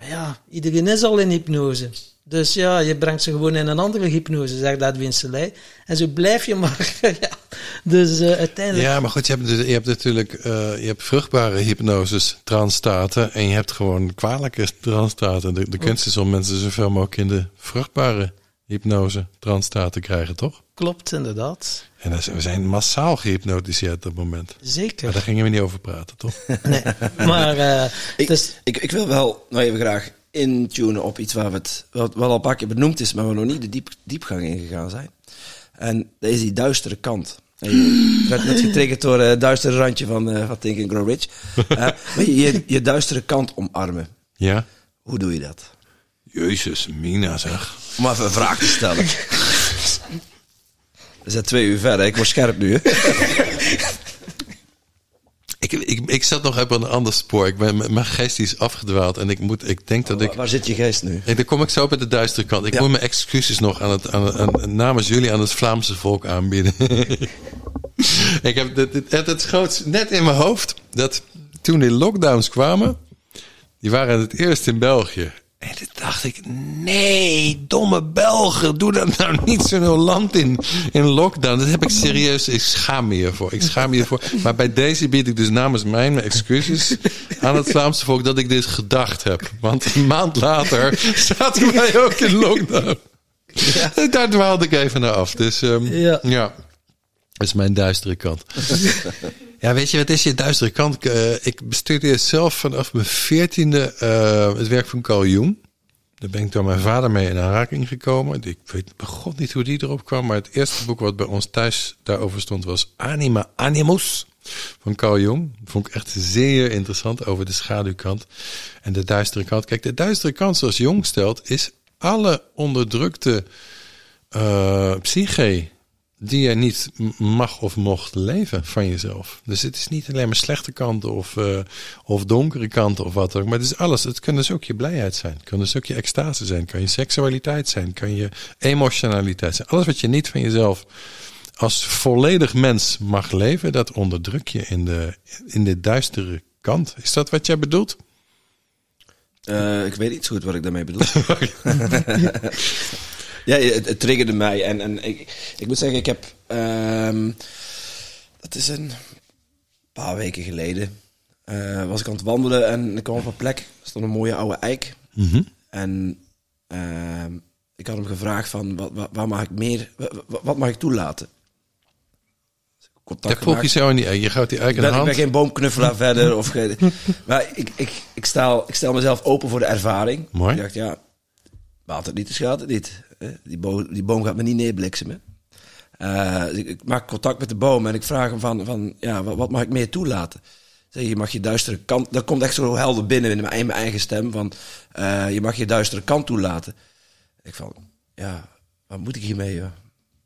Maar ja, iedereen is al in hypnose. Dus ja, je brengt ze gewoon in een andere hypnose, zegt Edwin Selei. En zo blijf je maar. ja. Dus uh, uiteindelijk... Ja, maar goed, je hebt, je hebt natuurlijk uh, je hebt vruchtbare hypnoses, transstaten. En je hebt gewoon kwalijke transstaten. De, de kunst is om mensen zoveel mogelijk in de vruchtbare hypnose, transstaten te krijgen, toch? Klopt, inderdaad. En dat is, we zijn massaal gehypnotiseerd op dat moment. Zeker. Maar daar gingen we niet over praten, toch? Nee, maar... Uh, ik, dus... ik, ik wil wel nou even graag intunen op iets waar we het, wat wel al een paar keer benoemd is, maar we nog niet de diep, diepgang ingegaan zijn. En dat is die duistere kant. En je werd net getriggerd door het uh, duistere randje van, uh, van Think and Grow Rich. Uh, maar je, je, je duistere kant omarmen. Ja. Hoe doe je dat? Jezus, Mina zeg. Om even een vraag te stellen. We zijn twee uur verder. Ik word scherp nu, hè? Ik, ik, ik zat nog even op een ander spoor. Ik ben, mijn geest is afgedwaald. En ik, moet, ik denk dat oh, ik... Waar zit je geest nu? En dan kom ik zo op de duistere kant. Ik ja. moet mijn excuses nog aan het, aan, aan, namens jullie aan het Vlaamse volk aanbieden. ik heb het, het, het, het schoot net in mijn hoofd dat toen die lockdowns kwamen, die waren het eerst in België. En toen dacht ik, nee, domme Belgen, doe dat nou niet zo'n heel land in, in lockdown. Dat heb ik serieus, ik schaam me hiervoor. Ik schaam me hiervoor. Maar bij deze bied ik dus namens mij mijn excuses aan het Vlaamse volk dat ik dit gedacht heb. Want een maand later zaten wij ook in lockdown. Ja. Daar dwaalde ik even naar af. Dus um, ja. ja, dat is mijn duistere kant. Ja, weet je, wat is je duistere kant? Uh, ik bestudeer zelf vanaf mijn veertiende uh, het werk van Carl Jung. Daar ben ik door mijn vader mee in aanraking gekomen. Ik weet begon niet hoe die erop kwam, maar het eerste boek wat bij ons thuis daarover stond was Anima Animus van Carl Jung. Dat vond ik echt zeer interessant over de schaduwkant en de duistere kant. Kijk, de duistere kant, zoals Jung stelt, is alle onderdrukte uh, psyche die je niet mag of mocht leven van jezelf. Dus het is niet alleen maar slechte kanten of, uh, of donkere kanten of wat ook. Maar het is alles. Het kan dus ook je blijheid zijn. Het kan dus ook je extase zijn. Het kan je seksualiteit zijn. Het kan je emotionaliteit zijn. Alles wat je niet van jezelf als volledig mens mag leven, dat onderdruk je in de, in de duistere kant. Is dat wat jij bedoelt? Uh, ik weet niet zo goed wat ik daarmee bedoel. Ja, het, het triggerde mij. En, en ik, ik moet zeggen, ik heb... Um, dat is een paar weken geleden. Uh, was ik aan het wandelen en ik kwam op een plek. Er stond een mooie oude eik. Mm-hmm. En uh, ik had hem gevraagd van, wat, wat, waar mag ik meer... Wat, wat mag ik toelaten? Dat vroeg je zo in die eik. Je gaat die eik in de hand. Ik ben geen boomknuffelaar verder. Of, maar ik, ik, ik, stel, ik stel mezelf open voor de ervaring. Mooi. Ik dacht, ja... Water het niet, dus gaat het niet. Die boom, die boom gaat me niet neerbliksemen. Uh, ik, ik maak contact met de boom en ik vraag hem van, van ja, wat, wat mag ik meer toelaten? Zeg, je mag je duistere kant... Dat komt echt zo helder binnen in mijn eigen stem. Van, uh, je mag je duistere kant toelaten. Ik van, ja, wat moet ik hiermee? Joh?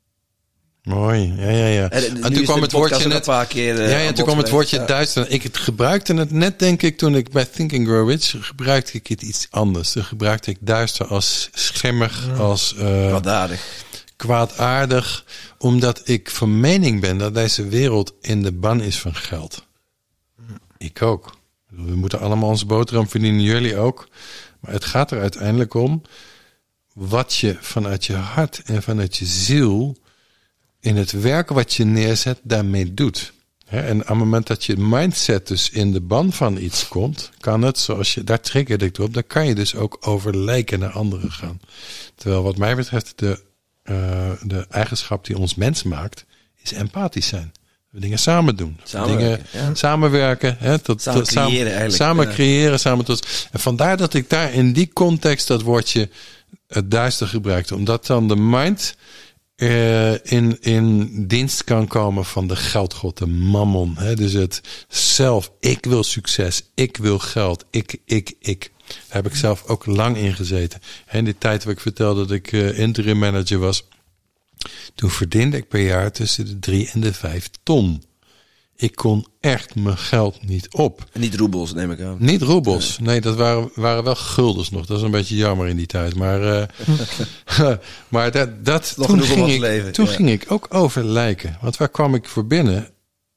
Mooi, ja, ja, ja. En, en toen kwam het woordje net... Een paar keer, uh, ja, ja, toen kwam het woordje ja. duister. Ik gebruikte het net, denk ik, toen ik bij Think and Grow Rich gebruikte ik het iets anders. Toen gebruikte ik duister als schimmig, ja. als uh, kwaadaardig. kwaadaardig, omdat ik van mening ben dat deze wereld in de ban is van geld. Ik ook. We moeten allemaal onze boterham verdienen, jullie ook. Maar het gaat er uiteindelijk om wat je vanuit je hart en vanuit je ziel in het werk wat je neerzet daarmee doet. En op het moment dat je mindset dus in de ban van iets komt, kan het, zoals je, daar triggerde ik op, dan kan je dus ook over lijken naar anderen gaan. Terwijl wat mij betreft de, uh, de eigenschap die ons mens maakt, is empathisch zijn. We dingen samen doen. Samenwerken, dingen ja. samenwerken. Hè, tot, samen tot, creëren samen, eigenlijk. Samen ja. creëren, samen tot... En vandaar dat ik daar in die context dat woordje het duister gebruikte. Omdat dan de mind uh, in, in dienst kan komen van de geldgod, de mammon. Hè? Dus het zelf, ik wil succes, ik wil geld, ik, ik, ik. Daar heb ik zelf ook lang in gezeten. En die tijd waar ik vertelde dat ik uh, interim manager was, toen verdiende ik per jaar tussen de drie en de vijf ton. Ik kon echt mijn geld niet op. En niet roebels, neem ik aan. Niet roebels. Nee, dat waren, waren wel guldens nog. Dat is een beetje jammer in die tijd. Maar, uh, maar dat, dat, Nog toen, genoeg om ging te ik, leven, toen ja. ging ik ook over lijken. Want waar kwam ik voor binnen?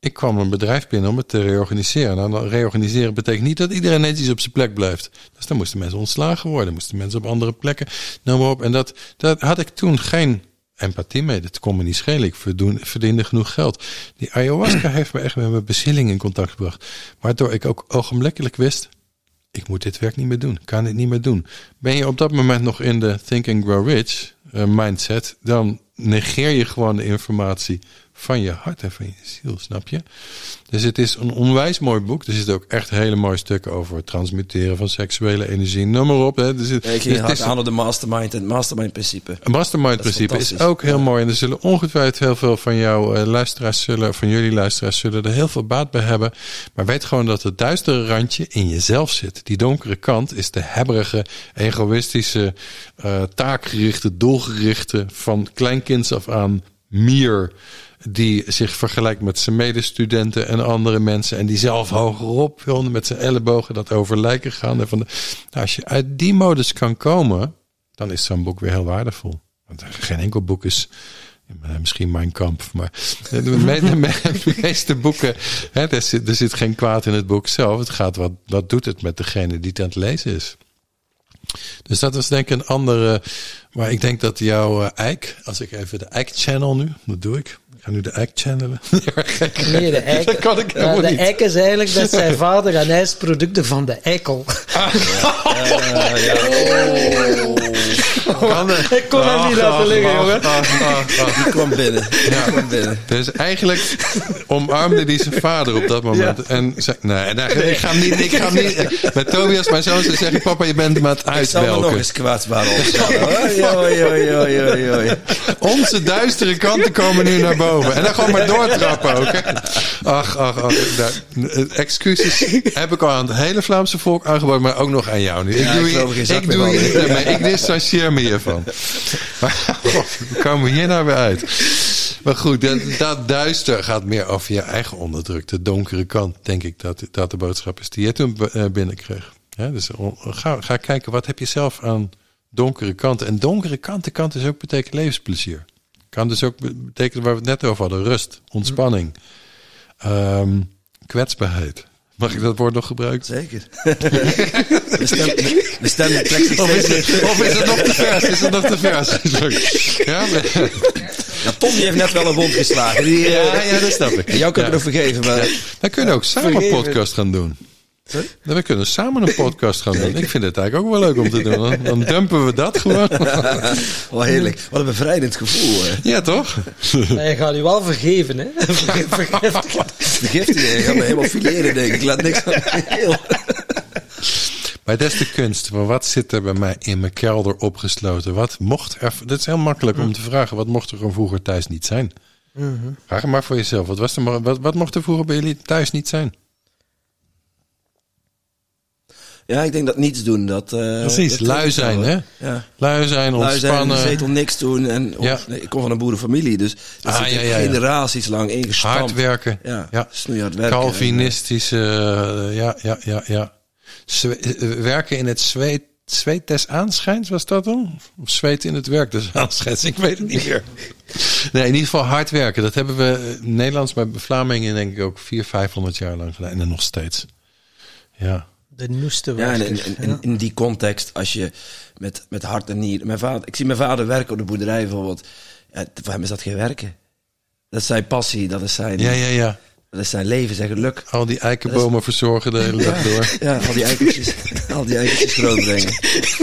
Ik kwam een bedrijf binnen om het te reorganiseren. Nou, dan reorganiseren betekent niet dat iedereen netjes op zijn plek blijft. Dus dan moesten mensen ontslagen worden. Moesten mensen op andere plekken. Noem maar op. En dat, dat had ik toen geen empathie mee. Dat kon me niet schelen. Ik verdoen, verdiende genoeg geld. Die ayahuasca heeft me echt met mijn bezieling in contact gebracht. Waardoor ik ook ogenblikkelijk wist, ik moet dit werk niet meer doen. Ik kan dit niet meer doen. Ben je op dat moment nog in de Think and Grow Rich uh, mindset, dan negeer je gewoon de informatie van je hart en van je ziel, snap je? Dus het is een onwijs mooi boek. Er zitten ook echt hele mooie stukken over het transmuteren van seksuele energie. Noem maar op. Hè. Dus het, Ja, ik ging het hard is aan op de mastermind en het mastermind principe. een mastermind Dat is principe is, fantastisch. ook heel Ja. mooi. En er zullen ongetwijfeld heel veel van jouw uh, luisteraars zullen, van jullie luisteraars zullen er heel veel baat bij hebben. Maar weet gewoon dat het duistere randje in jezelf zit. Die donkere kant is de hebberige, egoïstische, uh, taakgerichte, doelgerichte, van kleinkinds af aan mier, die zich vergelijkt met zijn medestudenten en andere mensen en die zelf hogerop wil met zijn ellebogen dat over lijken gaan. En van de, nou, als je uit die modus kan komen, dan is zo'n boek weer heel waardevol. Want geen enkel boek is, misschien Mein Kampf, maar de, me, de, me, de meeste boeken, hè, er, zit, er zit geen kwaad in het boek zelf. Het gaat wat, wat doet het met degene die het aan het lezen is. Dus dat was denk ik een andere. Maar ik denk dat jouw uh, Eik, als ik even de Eik channel nu, dat doe ik. Ik ga nu de Eik channelen. Nee, de eik, Dat kan ik helemaal ja, de niet. eik is eigenlijk dat zijn vader en hij is producten van de eikel. Kan er- Ik kon hem niet Ach, laten ach, liggen, ach, jongen. ach, ach, ach. Die kwam binnen. Die kwam binnen. Dus eigenlijk omarmde die zijn vader op dat moment. Ja. En zei, nee, nee, ik ga hem niet, ik ga hem niet. Met Tobias, mijn zoon, ze zeggen, papa, je bent me aan het Ik zal er nog uitwelken. eens kwetsbaar opstellen. Oei, oei, oei, oei, oei, oei. Onze duistere kanten komen nu naar boven. En dan gewoon maar doortrappen ook. Hè. Ach, ach, ach. Nou, excuses heb ik al aan het hele Vlaamse volk aangeboden, maar ook nog aan jou nu. Ik Ja, doe, ik je- geloof er geen zak ik meer doe van. je niet aan mee. Ik distancieer me hiervan. Maar god, hoe komen we hier nou weer uit? Maar goed, dat, dat duister gaat meer over je eigen onderdrukte, donkere kant, denk ik, dat, dat de boodschap is die je toen uh, binnenkreeg. Ja, dus on- ga, ga kijken, wat heb je zelf aan donkere kanten? En donkere kanten kan dus ook betekenen levensplezier. Kan dus ook betekenen waar we het net over hadden, rust, ontspanning, um, kwetsbaarheid. Mag ik dat woord nog gebruiken? Zeker. We stemmen, we stemmen plexig Of is, steeds. het, of is het nog te vers? Is het nog te vers? Ja, maar- Ja, Tom die heeft net wel een wond geslagen. Die, eh, ja, ja, dat snap ik. Jou kan ik Ja. nog vergeven, maar... We kunnen ook samen een Vergeven. podcast gaan doen. Sorry? Ja, we kunnen samen een podcast gaan doen. Ik vind het eigenlijk ook wel leuk om te doen. Dan, dan dumpen we dat gewoon. Wel heerlijk. Wat een bevrijdend gevoel. Hè. Ja, toch? Hij gaat u wel vergeven, hè? Vergeef, vergeef. Vergift je, je gaat me helemaal fileren, denk ik. Ik laat niks aan heel. Maar dat is de kunst. Maar wat zit er bij mij in mijn kelder opgesloten? Wat mocht er... Dat is heel makkelijk om te vragen. Wat mocht er gewoon vroeger thuis niet zijn? Vraag het maar voor jezelf. Wat, was er, maar- wat, wat mocht er vroeger bij jullie thuis niet zijn? Ja, ik denk dat niets doen. Dat, uh, Precies, dat lui zijn, hè? Ja. Lui zijn, Lui zijn, in de ontspannen. zetel niks doen. En, of, Ja. nee, ik kom van een boerenfamilie, dus dat Ah, zit ja, er ja, ja. generaties lang ingestampt. Hard werken. Ja, Ja. snoeihard werken. Calvinistische, uh, ja, ja, ja, ja. Zwe- uh, werken in het zweet, zweet des aanschijns, was dat dan? Of zweet in het werk des aanschijns, ik weet het niet meer. Nee, in ieder geval hard werken. Dat hebben we uh, Nederlands bij Vlamingen denk ik ook vier, vijfhonderd jaar lang gedaan. En dan nog steeds. Ja. De noeste Ja, en werker. in, in, in, in die context, als je met, met hart en nier... Mijn vader, ik zie mijn vader werken op de boerderij bijvoorbeeld. Ja, voor hem is dat geen werken. Dat is zijn passie, dat is zijn, Ja, ja, ja. dat is zijn leven, zijn geluk. Al die eikenbomen verzorgen de hele dag door. Ja, al die eikeltjes, al die eikeltjes grootbrengen.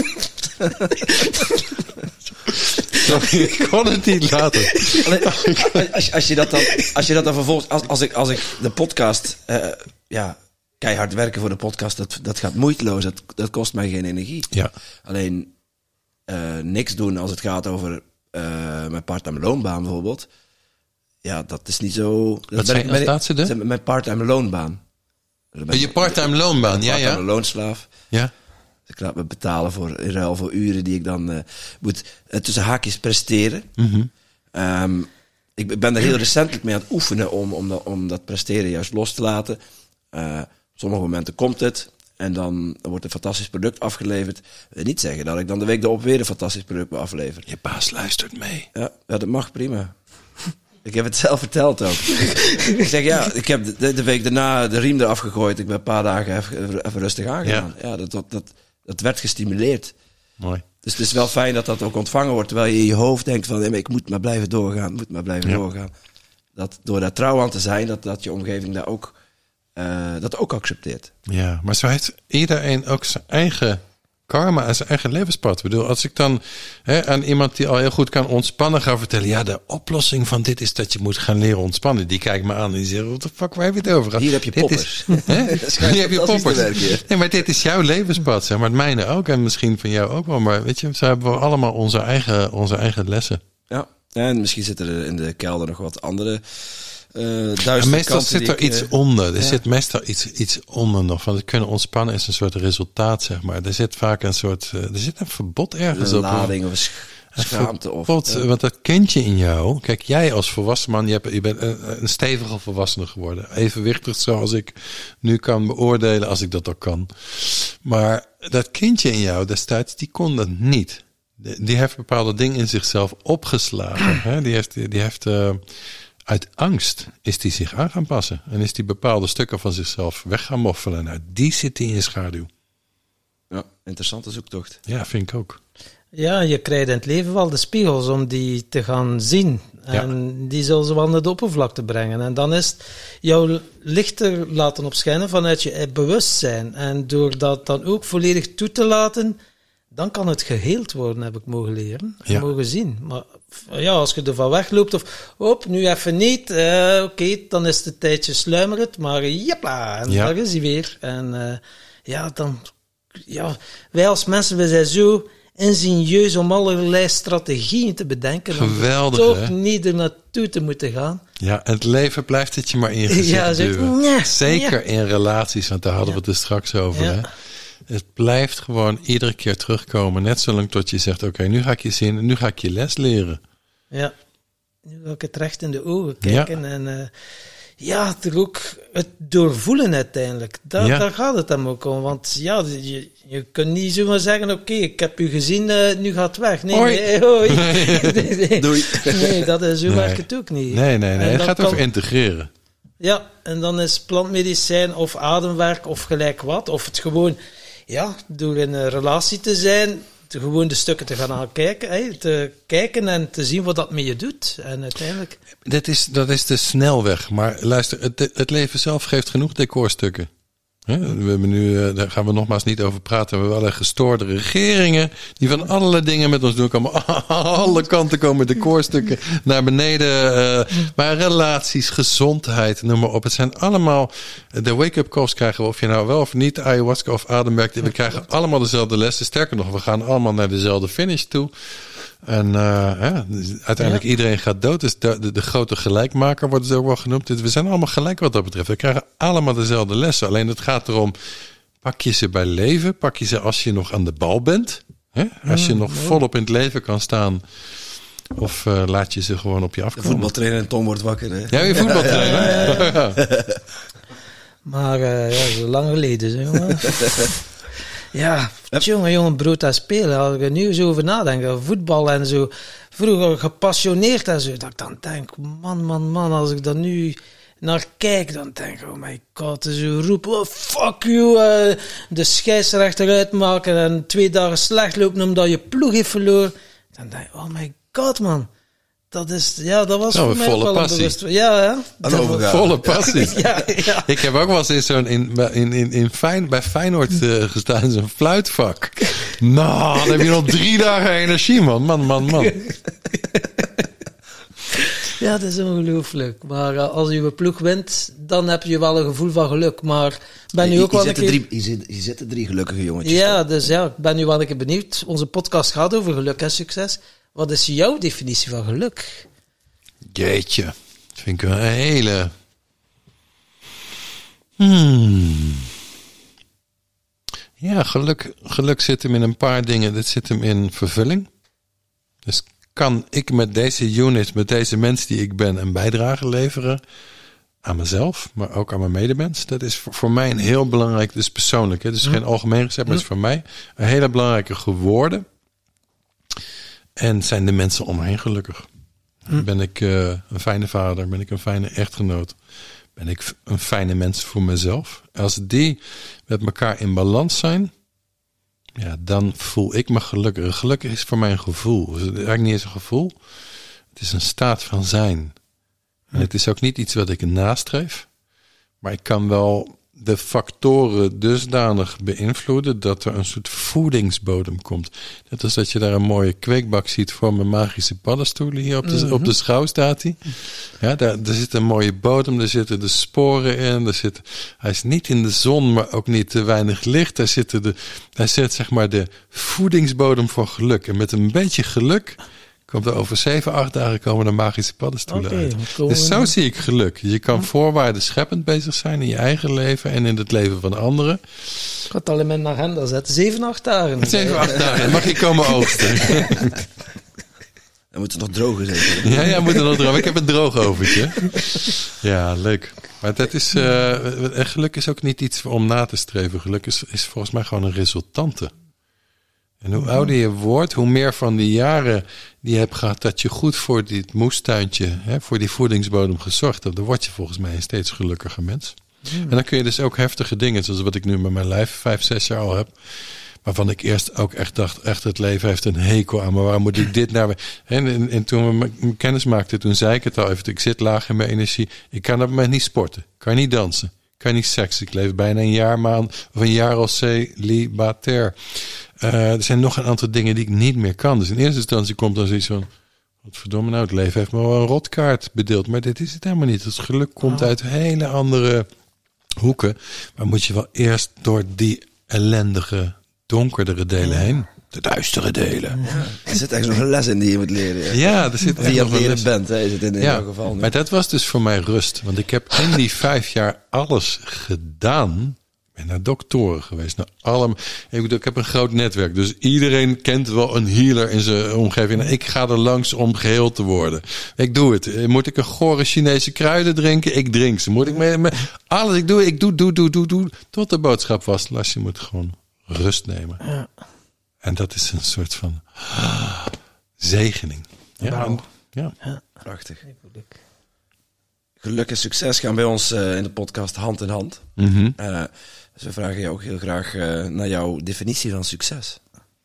Sorry, ik kon het niet laten. Alleen, als, als, je dat dan, als je dat dan vervolgens... Als, als, ik, als ik de podcast... Uh, ja, keihard werken voor de podcast, dat, dat gaat moeiteloos. Dat, dat kost mij geen energie. Ja. Alleen uh, niks doen als het gaat over uh, mijn part-time loonbaan bijvoorbeeld. Ja, dat is niet zo... Dat Wat zijn als laatste de? Mijn part-time loonbaan. Dus ben Je ik- part-time loonbaan, ja, part-time ja. loonslaaf. Ja. Dus ik laat me betalen voor, in ruil voor uren die ik dan uh, moet uh, tussen haakjes presteren. Mm-hmm. Um, ik ben er heel recentelijk mee aan het oefenen om, om, dat, om dat presteren juist los te laten. Uh, op sommige momenten komt het en dan wordt een fantastisch product afgeleverd. Dat wil niet zeggen dat ik dan de week erop weer een fantastisch product wil afleveren. Je baas luistert mee. Ja, ja dat mag prima. Ik heb het zelf verteld ook. Ik zeg, ja, ik heb de, de week daarna de riem eraf gegooid. Ik ben een paar dagen even, even rustig aangedaan. Ja, ja dat, dat, dat, dat werd gestimuleerd. Mooi. Dus het is wel fijn dat dat ook ontvangen wordt. Terwijl je in je hoofd denkt van, nee, maar ik moet maar blijven doorgaan. moet maar blijven ja. doorgaan. Dat door daar trouw aan te zijn, dat, dat je omgeving daar ook, uh, dat ook accepteert. Ja, maar zo heeft iedereen ook zijn eigen karma en zijn eigen levenspad. Ik bedoel, als ik dan hè, aan iemand die al heel goed kan ontspannen ga vertellen, ja, de oplossing van dit is dat je moet gaan leren ontspannen. Die kijkt me aan en die zegt, wat de fuck, waar heb je het over? Hier heb je dit poppers. Is, hè? Hier heb je poppers. Werk, nee, maar dit is jouw levenspad, zeg maar. Het mijne ook en misschien van jou ook wel. Maar weet je, zo hebben we allemaal onze eigen, onze eigen lessen. Ja, en misschien zitten er in de kelder nog wat andere Uh, en meestal zit er ik, iets uh, onder. Er ja. zit meestal iets, iets onder nog. Van het kunnen ontspannen is een soort resultaat, zeg maar. Er zit vaak een soort... Uh, er zit een verbod ergens een op. Een lading of een schaamte. Of, verbod, uh, want dat kindje in jou... Kijk, jij als volwassen man, je, hebt, je bent een, een stevige volwassene geworden. Evenwichtig zoals ik nu kan beoordelen, als ik dat ook kan. Maar dat kindje in jou destijds, die kon dat niet. Die heeft bepaalde dingen in zichzelf opgeslagen. Hè? Die heeft... Die heeft uh, uit angst is die zich aan gaan passen. En is die bepaalde stukken van zichzelf weg gaan moffelen. Nou, die zit in je schaduw. Ja, interessante zoektocht. Ja, vind ik ook. Ja, je krijgt in het leven wel de spiegels om die te gaan zien. En ja. die zullen ze wel naar de oppervlakte brengen. En dan is het jouw lichter laten opschijnen vanuit je bewustzijn. En door dat dan ook volledig toe te laten, dan kan het geheeld worden, heb ik mogen leren. En ja. mogen zien. Maar ja, als je ervan wegloopt of, op, nu even niet, uh, oké, okay, dan is het een tijdje sluimerend, maar jepla, en ja. daar is hij weer. En uh, ja, dan, ja, wij als mensen, wij zijn zo ingenieus om allerlei strategieën te bedenken. Geweldig, om toch hè? niet er naartoe te moeten gaan. Ja, het leven blijft het je maar in je gezicht ja, duwen. Ja, Zeker ja. in relaties, want daar hadden ja. we het er straks over, ja. hè? Het blijft gewoon iedere keer terugkomen. Net zolang tot je zegt, oké, okay, nu ga ik je zien en nu ga ik je les leren. Ja, nu ga ik het recht in de ogen kijken. Ja. En uh, ja, er ook het doorvoelen uiteindelijk. Daar, ja. daar gaat het hem ook om. Want ja, je, je kunt niet zomaar zeggen, oké, okay, ik heb u gezien, uh, nu gaat het weg. Nee, hoi. nee, hoi. nee, nee. Doei. Nee, dat is, zo nee. werkt het ook niet. Nee, nee, nee. Het gaat kan... over integreren. Ja, en dan is plantmedicijn of ademwerk of gelijk wat. Of het gewoon... Ja, door in een relatie te zijn, te gewoon de stukken te gaan aankijken, hè, te kijken en te zien wat dat met je doet. En uiteindelijk... Dat is, dat is de snelweg. Maar luister, het, het leven zelf geeft genoeg decorstukken. He, we hebben nu, daar gaan we nogmaals niet over praten. We hebben wel gestoorde regeringen die van allerlei dingen met ons doen. Komen alle kanten komen decorstukken naar beneden. Uh, maar relaties, gezondheid, noem maar op. Het zijn allemaal, de wake-up calls krijgen we of je nou wel of niet ayahuasca of ademwerk. We krijgen allemaal dezelfde lessen. Sterker nog, we gaan allemaal naar dezelfde finish toe. En uh, ja, uiteindelijk ja. iedereen gaat dood. Dus de, de, de grote gelijkmaker wordt het ook wel genoemd. Dus we zijn allemaal gelijk wat dat betreft. We krijgen allemaal dezelfde lessen. Alleen het gaat erom, pak je ze bij leven? Pak je ze als je nog aan de bal bent? Hè? Als je nog volop in het leven kan staan? Of uh, laat je ze gewoon op je afkomen? De voetbaltrainer en Tom wordt wakker. Hè? Ja, je voetbaltrainer. Ja, ja, ja. Ja. Maar uh, ja, zo lang geleden, zo, jongen. Ja, jongen, jongen, brood en spelen. Als ik er nu zo over nadenk, voetbal en zo, vroeger gepassioneerd en zo, dat ik dan denk, man, man, man, als ik daar nu naar kijk, dan denk ik, oh my god, zo roepen, oh, fuck you, uh, de scheidsrechter uitmaken en twee dagen slecht lopen omdat je ploeg heeft verloren. Dan denk ik, oh my god, man. Dat is, ja, dat was nou, voor mij volle wel passie. een bewust... Ja, ja. Volle passie. ja, ja. Ik heb ook wel eens in zo'n, in, in, in, in Fijn, bij Feyenoord uh, gestaan in zo'n fluitvak. Nou, dan heb je nog drie dagen energie, man. Man, man, man. Ja, dat is ongelooflijk. Maar uh, als je een ploeg wint, dan heb je wel een gevoel van geluk. Maar ben nu ook je, wel je een keer... Drie, je, zit, je zit er drie gelukkige jongetjes. Ja, dus ja, ik ben nu wel een keer benieuwd. Onze podcast gaat over geluk en succes. Wat is jouw definitie van geluk? Jeetje, dat vind ik wel een hele... Hmm. Ja, geluk, geluk zit hem in een paar dingen. Dat zit hem in vervulling. Dus kan ik met deze unit, met deze mens die ik ben, een bijdrage leveren aan mezelf, maar ook aan mijn medemens. Dat is voor, voor mij een heel belangrijk, dus persoonlijk. Het is hm. geen algemeen recept, maar het is voor mij een hele belangrijke geworden. En zijn de mensen om me heen gelukkig? Hm. Ben ik uh, een fijne vader? Ben ik een fijne echtgenoot? Ben ik een fijne mens voor mezelf? Als die met elkaar in balans zijn, ja, dan voel ik me gelukkig. Gelukkig is voor mij een gevoel. Het is eigenlijk niet eens een gevoel. Het is een staat van zijn. En het is ook niet iets wat ik nastreef. Maar ik kan wel de factoren dusdanig beïnvloeden dat er een soort voedingsbodem komt. Net als dat je daar een mooie kweekbak ziet voor mijn magische paddenstoelen. Hier op de, mm-hmm. op de schouw staat hij. Ja, daar, daar zit een mooie bodem, daar zitten de sporen in. Daar zit, hij is niet in de zon, maar ook niet te weinig licht. Daar, zitten de, daar zit zeg maar de voedingsbodem voor geluk. En met een beetje geluk komt er over zeven, acht dagen komen er magische paddenstoelen okay, uit. Dus zo zie ik geluk. Je kan voorwaarden scheppend bezig zijn in je eigen leven en in het leven van anderen. Ik ga het al in mijn agenda zetten. Zeven, acht dagen. Zeven, acht dagen. Mag ik komen oogsten? Dan moet het nog droger zijn. Ja, ja, moet er nog drogen. Ik heb een droog overtje. Ja, leuk. Maar dat is, uh, geluk is ook niet iets om na te streven. Geluk is, is volgens mij gewoon een resultante. En hoe ouder je wordt, hoe meer van die jaren die je hebt gehad dat je goed voor dit moestuintje, hè, voor die voedingsbodem gezorgd hebt, dan word je volgens mij een steeds gelukkiger mens. Mm. En dan kun je dus ook heftige dingen, zoals wat ik nu met mijn lijf vijf, zes jaar al heb, waarvan ik eerst ook echt dacht, echt het leven heeft een hekel aan me, waarom moet ik dit nou... En, en, en toen we me kennis maakten, toen zei ik het al even, ik zit laag in mijn energie, ik kan op het moment niet sporten, kan niet dansen, kan niet seksen, ik leef bijna een jaar maand, of een jaar als celibatair. Uh, er zijn nog een aantal dingen die ik niet meer kan. Dus in eerste instantie komt dan zoiets van, wat verdomme nou, het leven heeft me wel een rotkaart bedeeld. Maar dit is het helemaal niet. Het geluk komt uit hele andere hoeken. Maar moet je wel eerst door die ellendige, donkerdere delen heen. De duistere delen. Ja. Er zit echt nog een les in die je moet leren. Ja, ja er zit echt nog een les. Bent, hè, is het in ja, ieder geval. Maar dat was dus voor mij rust. Want ik heb in die vijf jaar alles gedaan. Ik ben naar doktoren geweest. Naar allemaal. Ik bedoel, ik heb een groot netwerk. Dus iedereen kent wel een healer in zijn omgeving. Ik ga er langs om geheeld te worden. Ik doe het. Moet ik een gore Chinese kruiden drinken? Ik drink ze. Moet ik mee, mee, alles ik doe, ik doe, doe, doe, doe, doe. Tot de boodschap was, Lars, je moet gewoon rust nemen. Ja. En dat is een soort van ah, zegening. Ja, en, ja. ja. Prachtig. Geluk en succes gaan bij ons uh, in de podcast hand in hand. Mm-hmm. Uh, dus we vragen jou ook heel graag uh, naar jouw definitie van succes.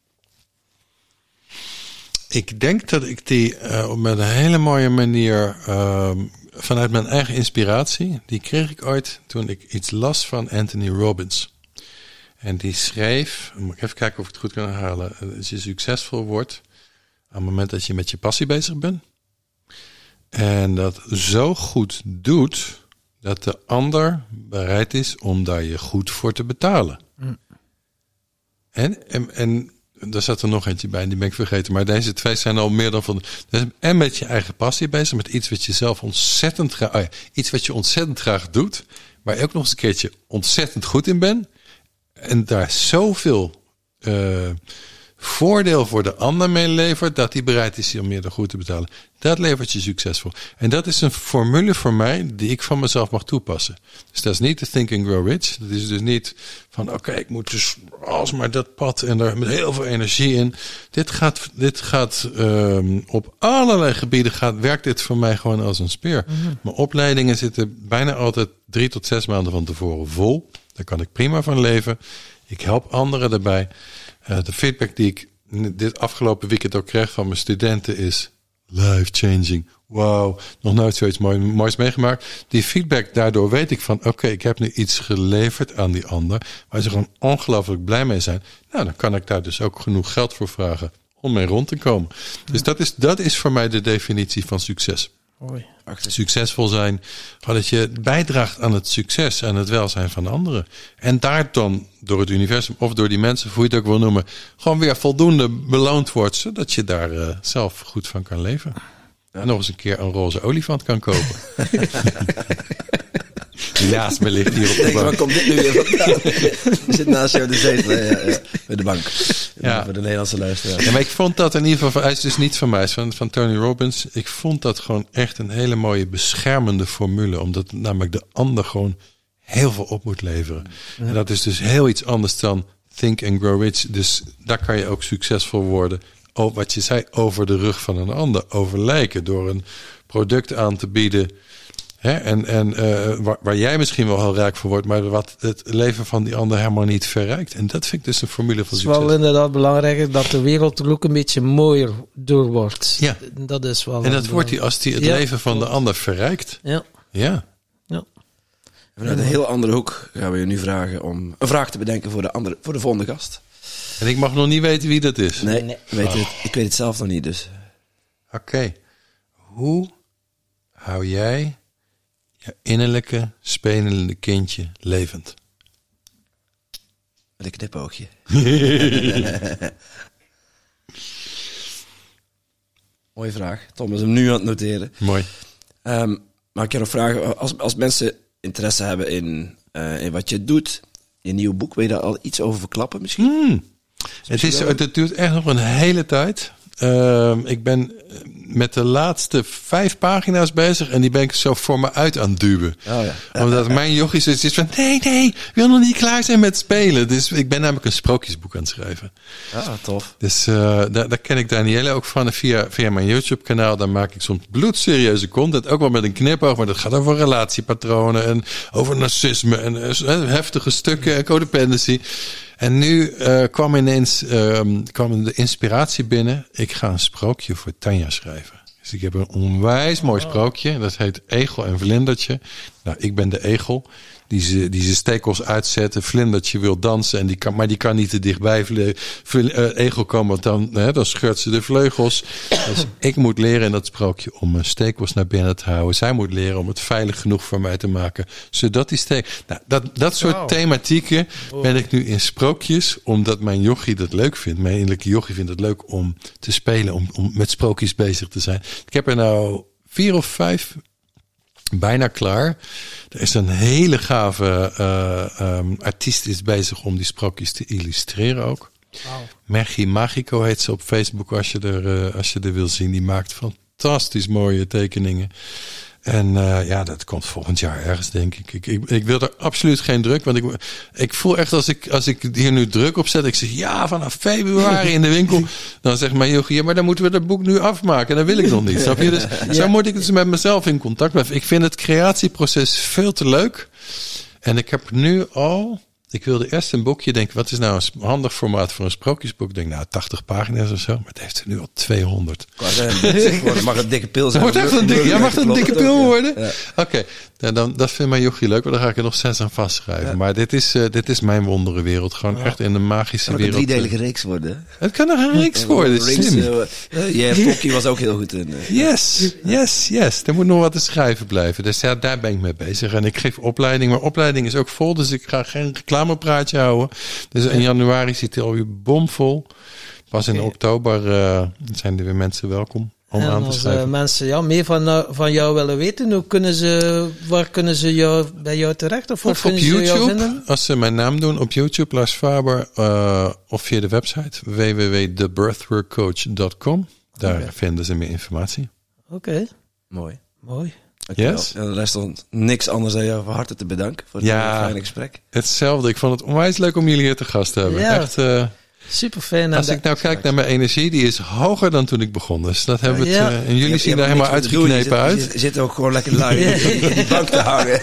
Ik denk dat ik die uh, op een hele mooie manier uh, vanuit mijn eigen inspiratie, die kreeg ik ooit toen ik iets las van Anthony Robbins. En die schreef, moet ik even kijken of ik het goed kan herhalen, als je succesvol wordt aan het moment dat je met je passie bezig bent. En dat zo goed doet dat de ander bereid is om daar je goed voor te betalen. Mm. En, en, en daar zat er nog eentje bij, die ben ik vergeten. Maar deze twee zijn al meer dan van... En met je eigen passie bezig, met iets wat je zelf ontzettend graag... Oh ja, iets wat je ontzettend graag doet, waar je ook nog eens een keertje ontzettend goed in bent. En daar zoveel uh, voordeel voor de ander mee levert, dat hij bereid is om je er goed te betalen. Dat levert je succesvol. En dat is een formule voor mij die ik van mezelf mag toepassen. Dus dat is niet de Think and Grow Rich. Dat is dus niet van oké, okay, ik moet dus alsmaar dat pad en daar met heel veel energie in. Dit gaat, dit gaat um, op allerlei gebieden gaat, werkt dit voor mij gewoon als een speer. Mm-hmm. Mijn opleidingen zitten bijna altijd drie tot zes maanden van tevoren vol. Daar kan ik prima van leven. Ik help anderen daarbij. Uh, de feedback die ik dit afgelopen weekend ook kreeg van mijn studenten is life-changing. Wauw, nog nooit zoiets mooi, moois meegemaakt. Die feedback, daardoor weet ik van oké, okay, ik heb nu iets geleverd aan die ander, waar ze gewoon ongelooflijk blij mee zijn. Nou, dan kan ik daar dus ook genoeg geld voor vragen om mee rond te komen. Ja. Dus dat is, dat is voor mij de definitie van succes. Hoi. Succesvol zijn, dat je bijdraagt aan het succes, aan het welzijn van anderen. En daar dan door het universum of door die mensen, hoe je het ook wil noemen, gewoon weer voldoende beloond wordt, zodat je daar uh, zelf goed van kan leven. Ja. En nog eens een keer een roze olifant kan kopen. Die naast me ligt hier op de bank. Waar komt dit nu weer vandaan? Je zit naast jou de zetel uh, uh, bij de bank. Ja. Voor de Nederlandse luisteraar. Ja, maar ik vond dat in ieder geval, hij is dus niet van mij, is van, van Tony Robbins. Ik vond dat gewoon echt een hele mooie beschermende formule. Omdat namelijk de ander gewoon heel veel op moet leveren. Ja. En dat is dus heel iets anders dan Think and Grow Rich. Dus daar kan je ook succesvol worden oh, wat je zei, over de rug van een ander, over lijken, door een product aan te bieden. Hè, en en uh, waar, waar jij misschien wel heel rijk voor wordt, maar wat het leven van die ander helemaal niet verrijkt. En dat vind ik dus een formule van Het is succes. wel inderdaad belangrijk dat de wereld er ook een beetje mooier door wordt. Ja. Dat is wel. En dat wordt hij als hij het Ja. leven van de ander verrijkt. Ja. Ja. Ja. Vanuit een heel andere hoek gaan we je nu vragen om een vraag te bedenken voor de, andere, voor de volgende gast. En ik mag nog niet weten wie dat is. Nee, Nee. Weet het, ik weet het zelf nog niet, dus. Oké. Okay. Hoe hou jij je innerlijke, spelende kindje levend? Met een knipoogje. Mooie vraag. Tom is hem nu aan het noteren. Mooi. Um, maar ik kan nog vragen, als, als mensen interesse hebben in, uh, in wat je doet, je nieuwe boek, wil je daar al iets over verklappen misschien? Hmm. Het, is, het duurt echt nog een hele tijd. Uh, ik ben met de laatste vijf pagina's bezig en die ben ik zo voor me uit aan het duwen. Oh ja. Omdat mijn jochie zoiets is van, nee, nee, ik wil nog niet klaar zijn met spelen. Dus ik ben namelijk een sprookjesboek aan het schrijven. Ah, tof. Dus uh, daar, daar ken ik Danielle ook van via, via mijn YouTube kanaal. Daar maak ik soms bloedserieuze content. Ook wel met een knipoog, maar dat gaat over relatiepatronen en over narcisme en uh, heftige stukken en codependency. En nu uh, kwam ineens uh, kwam de inspiratie binnen. Ik ga een sprookje voor Tanja schrijven. Dus ik heb een onwijs mooi sprookje. Dat heet Egel en Vlindertje. Nou, ik ben de egel. Die ze, die ze stekels uitzetten. Vlindertje wil dansen. En die kan, maar die kan niet te dichtbij. Vle, vle, uh, egel kan, want dan, hè, dan scheurt ze de vleugels. Dus ik moet leren in dat sprookje om mijn stekels naar binnen te houden. Zij moet leren om het veilig genoeg voor mij te maken. Zodat die steek... Nou, dat, dat soort wow. thematieken ben ik nu in sprookjes. Omdat mijn jochie dat leuk vindt. Mijn innerlijke jochie vindt het leuk om te spelen. Om, om met sprookjes bezig te zijn. Ik heb er nou vier of vijf... bijna klaar. Er is een hele gave uh, um, artiest is bezig om die sprookjes te illustreren ook. Wow. Mergie Magico heet ze op Facebook als je er, uh, als je er wil zien. Die maakt fantastisch mooie tekeningen. En uh, ja, dat komt volgend jaar ergens, denk ik. Ik, ik. ik wil er absoluut geen druk. Want ik, ik voel echt als ik, als ik hier nu druk op zet. Ik zeg ja, vanaf februari in de winkel. Dan zegt mijn jochie, ja, maar dan moeten we dat boek nu afmaken. Dat wil ik nog niet. Snap je? Dus ja. Zo moet ik dus met mezelf in contact blijven. Ik vind het creatieproces veel te leuk. En ik heb nu al... Ik wilde eerst een boekje, denk wat is nou een handig formaat voor een sprookjesboek? Ik denk nou tachtig pagina's of zo, maar het heeft er nu al tweehonderd. Mag een dikke pil zijn. Wordt echt een dikke, ja, mag het een dikke pil worden? Ja. Oké, okay. nou, dan dat vindt mijn jochie leuk, maar dan ga ik er nog zes aan vastschrijven. Ja. Maar dit is, uh, dit is mijn wonderenwereld, gewoon ja. echt in de magische kan wereld. Het kan een driedelige reeks worden. Het kan nog een reeks worden, Rings, uh, uh, yeah, Pocky was ook heel goed in. Uh. Yes, yes, yes. Er moet nog wat te schrijven blijven. Dus ja, daar ben ik mee bezig. En ik geef opleiding, maar opleiding is ook vol, dus ik ga geen reclamepraatje houden. Dus in januari zit hij alweer bomvol. Pas in okay. oktober uh, zijn er weer mensen welkom om en aan te als, schrijven. Uh, mensen ja, meer van, uh, van jou willen weten, hoe kunnen ze, waar kunnen ze jou, bij jou terecht? Of, of op YouTube, als ze mijn naam doen, op YouTube, Lars Faber, uh, of via de website w w w punt the breathwork coach dot com. Daar okay. vinden ze meer informatie. Oké. Okay. Mooi. Mooi. Yes. En de rest dan niks anders dan jou van harte te bedanken voor het ja, fijne gesprek. Hetzelfde. Ik vond het onwijs leuk om jullie hier te gast te hebben. Ja. Echt, uh, super fijn. Als ik nou kijk naar mijn energie, die is hoger dan toen ik begon. Dus dat hebben we ja. het, uh, en jullie je, zien je daar helemaal uitgeknepen je uit. Je zit, zit ook gewoon lekker lui in die bank te hangen.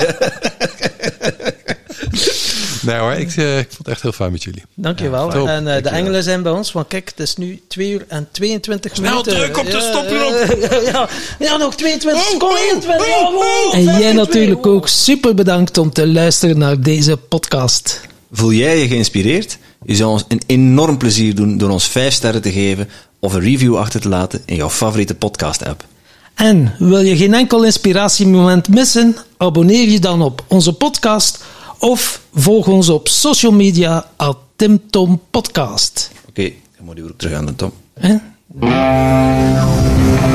Nee hoor, ik, uh, ik vond het echt heel fijn met jullie. Dankjewel. Ja, en uh, de engelen zijn bij ons, want kijk, het is nu twee uur en tweeëntwintig Snel minuten. Snel druk op de ja, stopknop! Ja, ja, ja, nog tweeëntwintig oh, seconden. eenentwintig, oh, oh, en jij natuurlijk ook super bedankt om te luisteren naar deze podcast. Voel jij je geïnspireerd? Je zou ons een enorm plezier doen door ons vijf sterren te geven of een review achter te laten in jouw favoriete podcast-app. En wil je geen enkel inspiratiemoment missen? Abonneer je dan op onze podcast of volg ons op social media at Tim Tom Podcast. Oké, okay, dan moet je ook terug aan de Tom. Eh?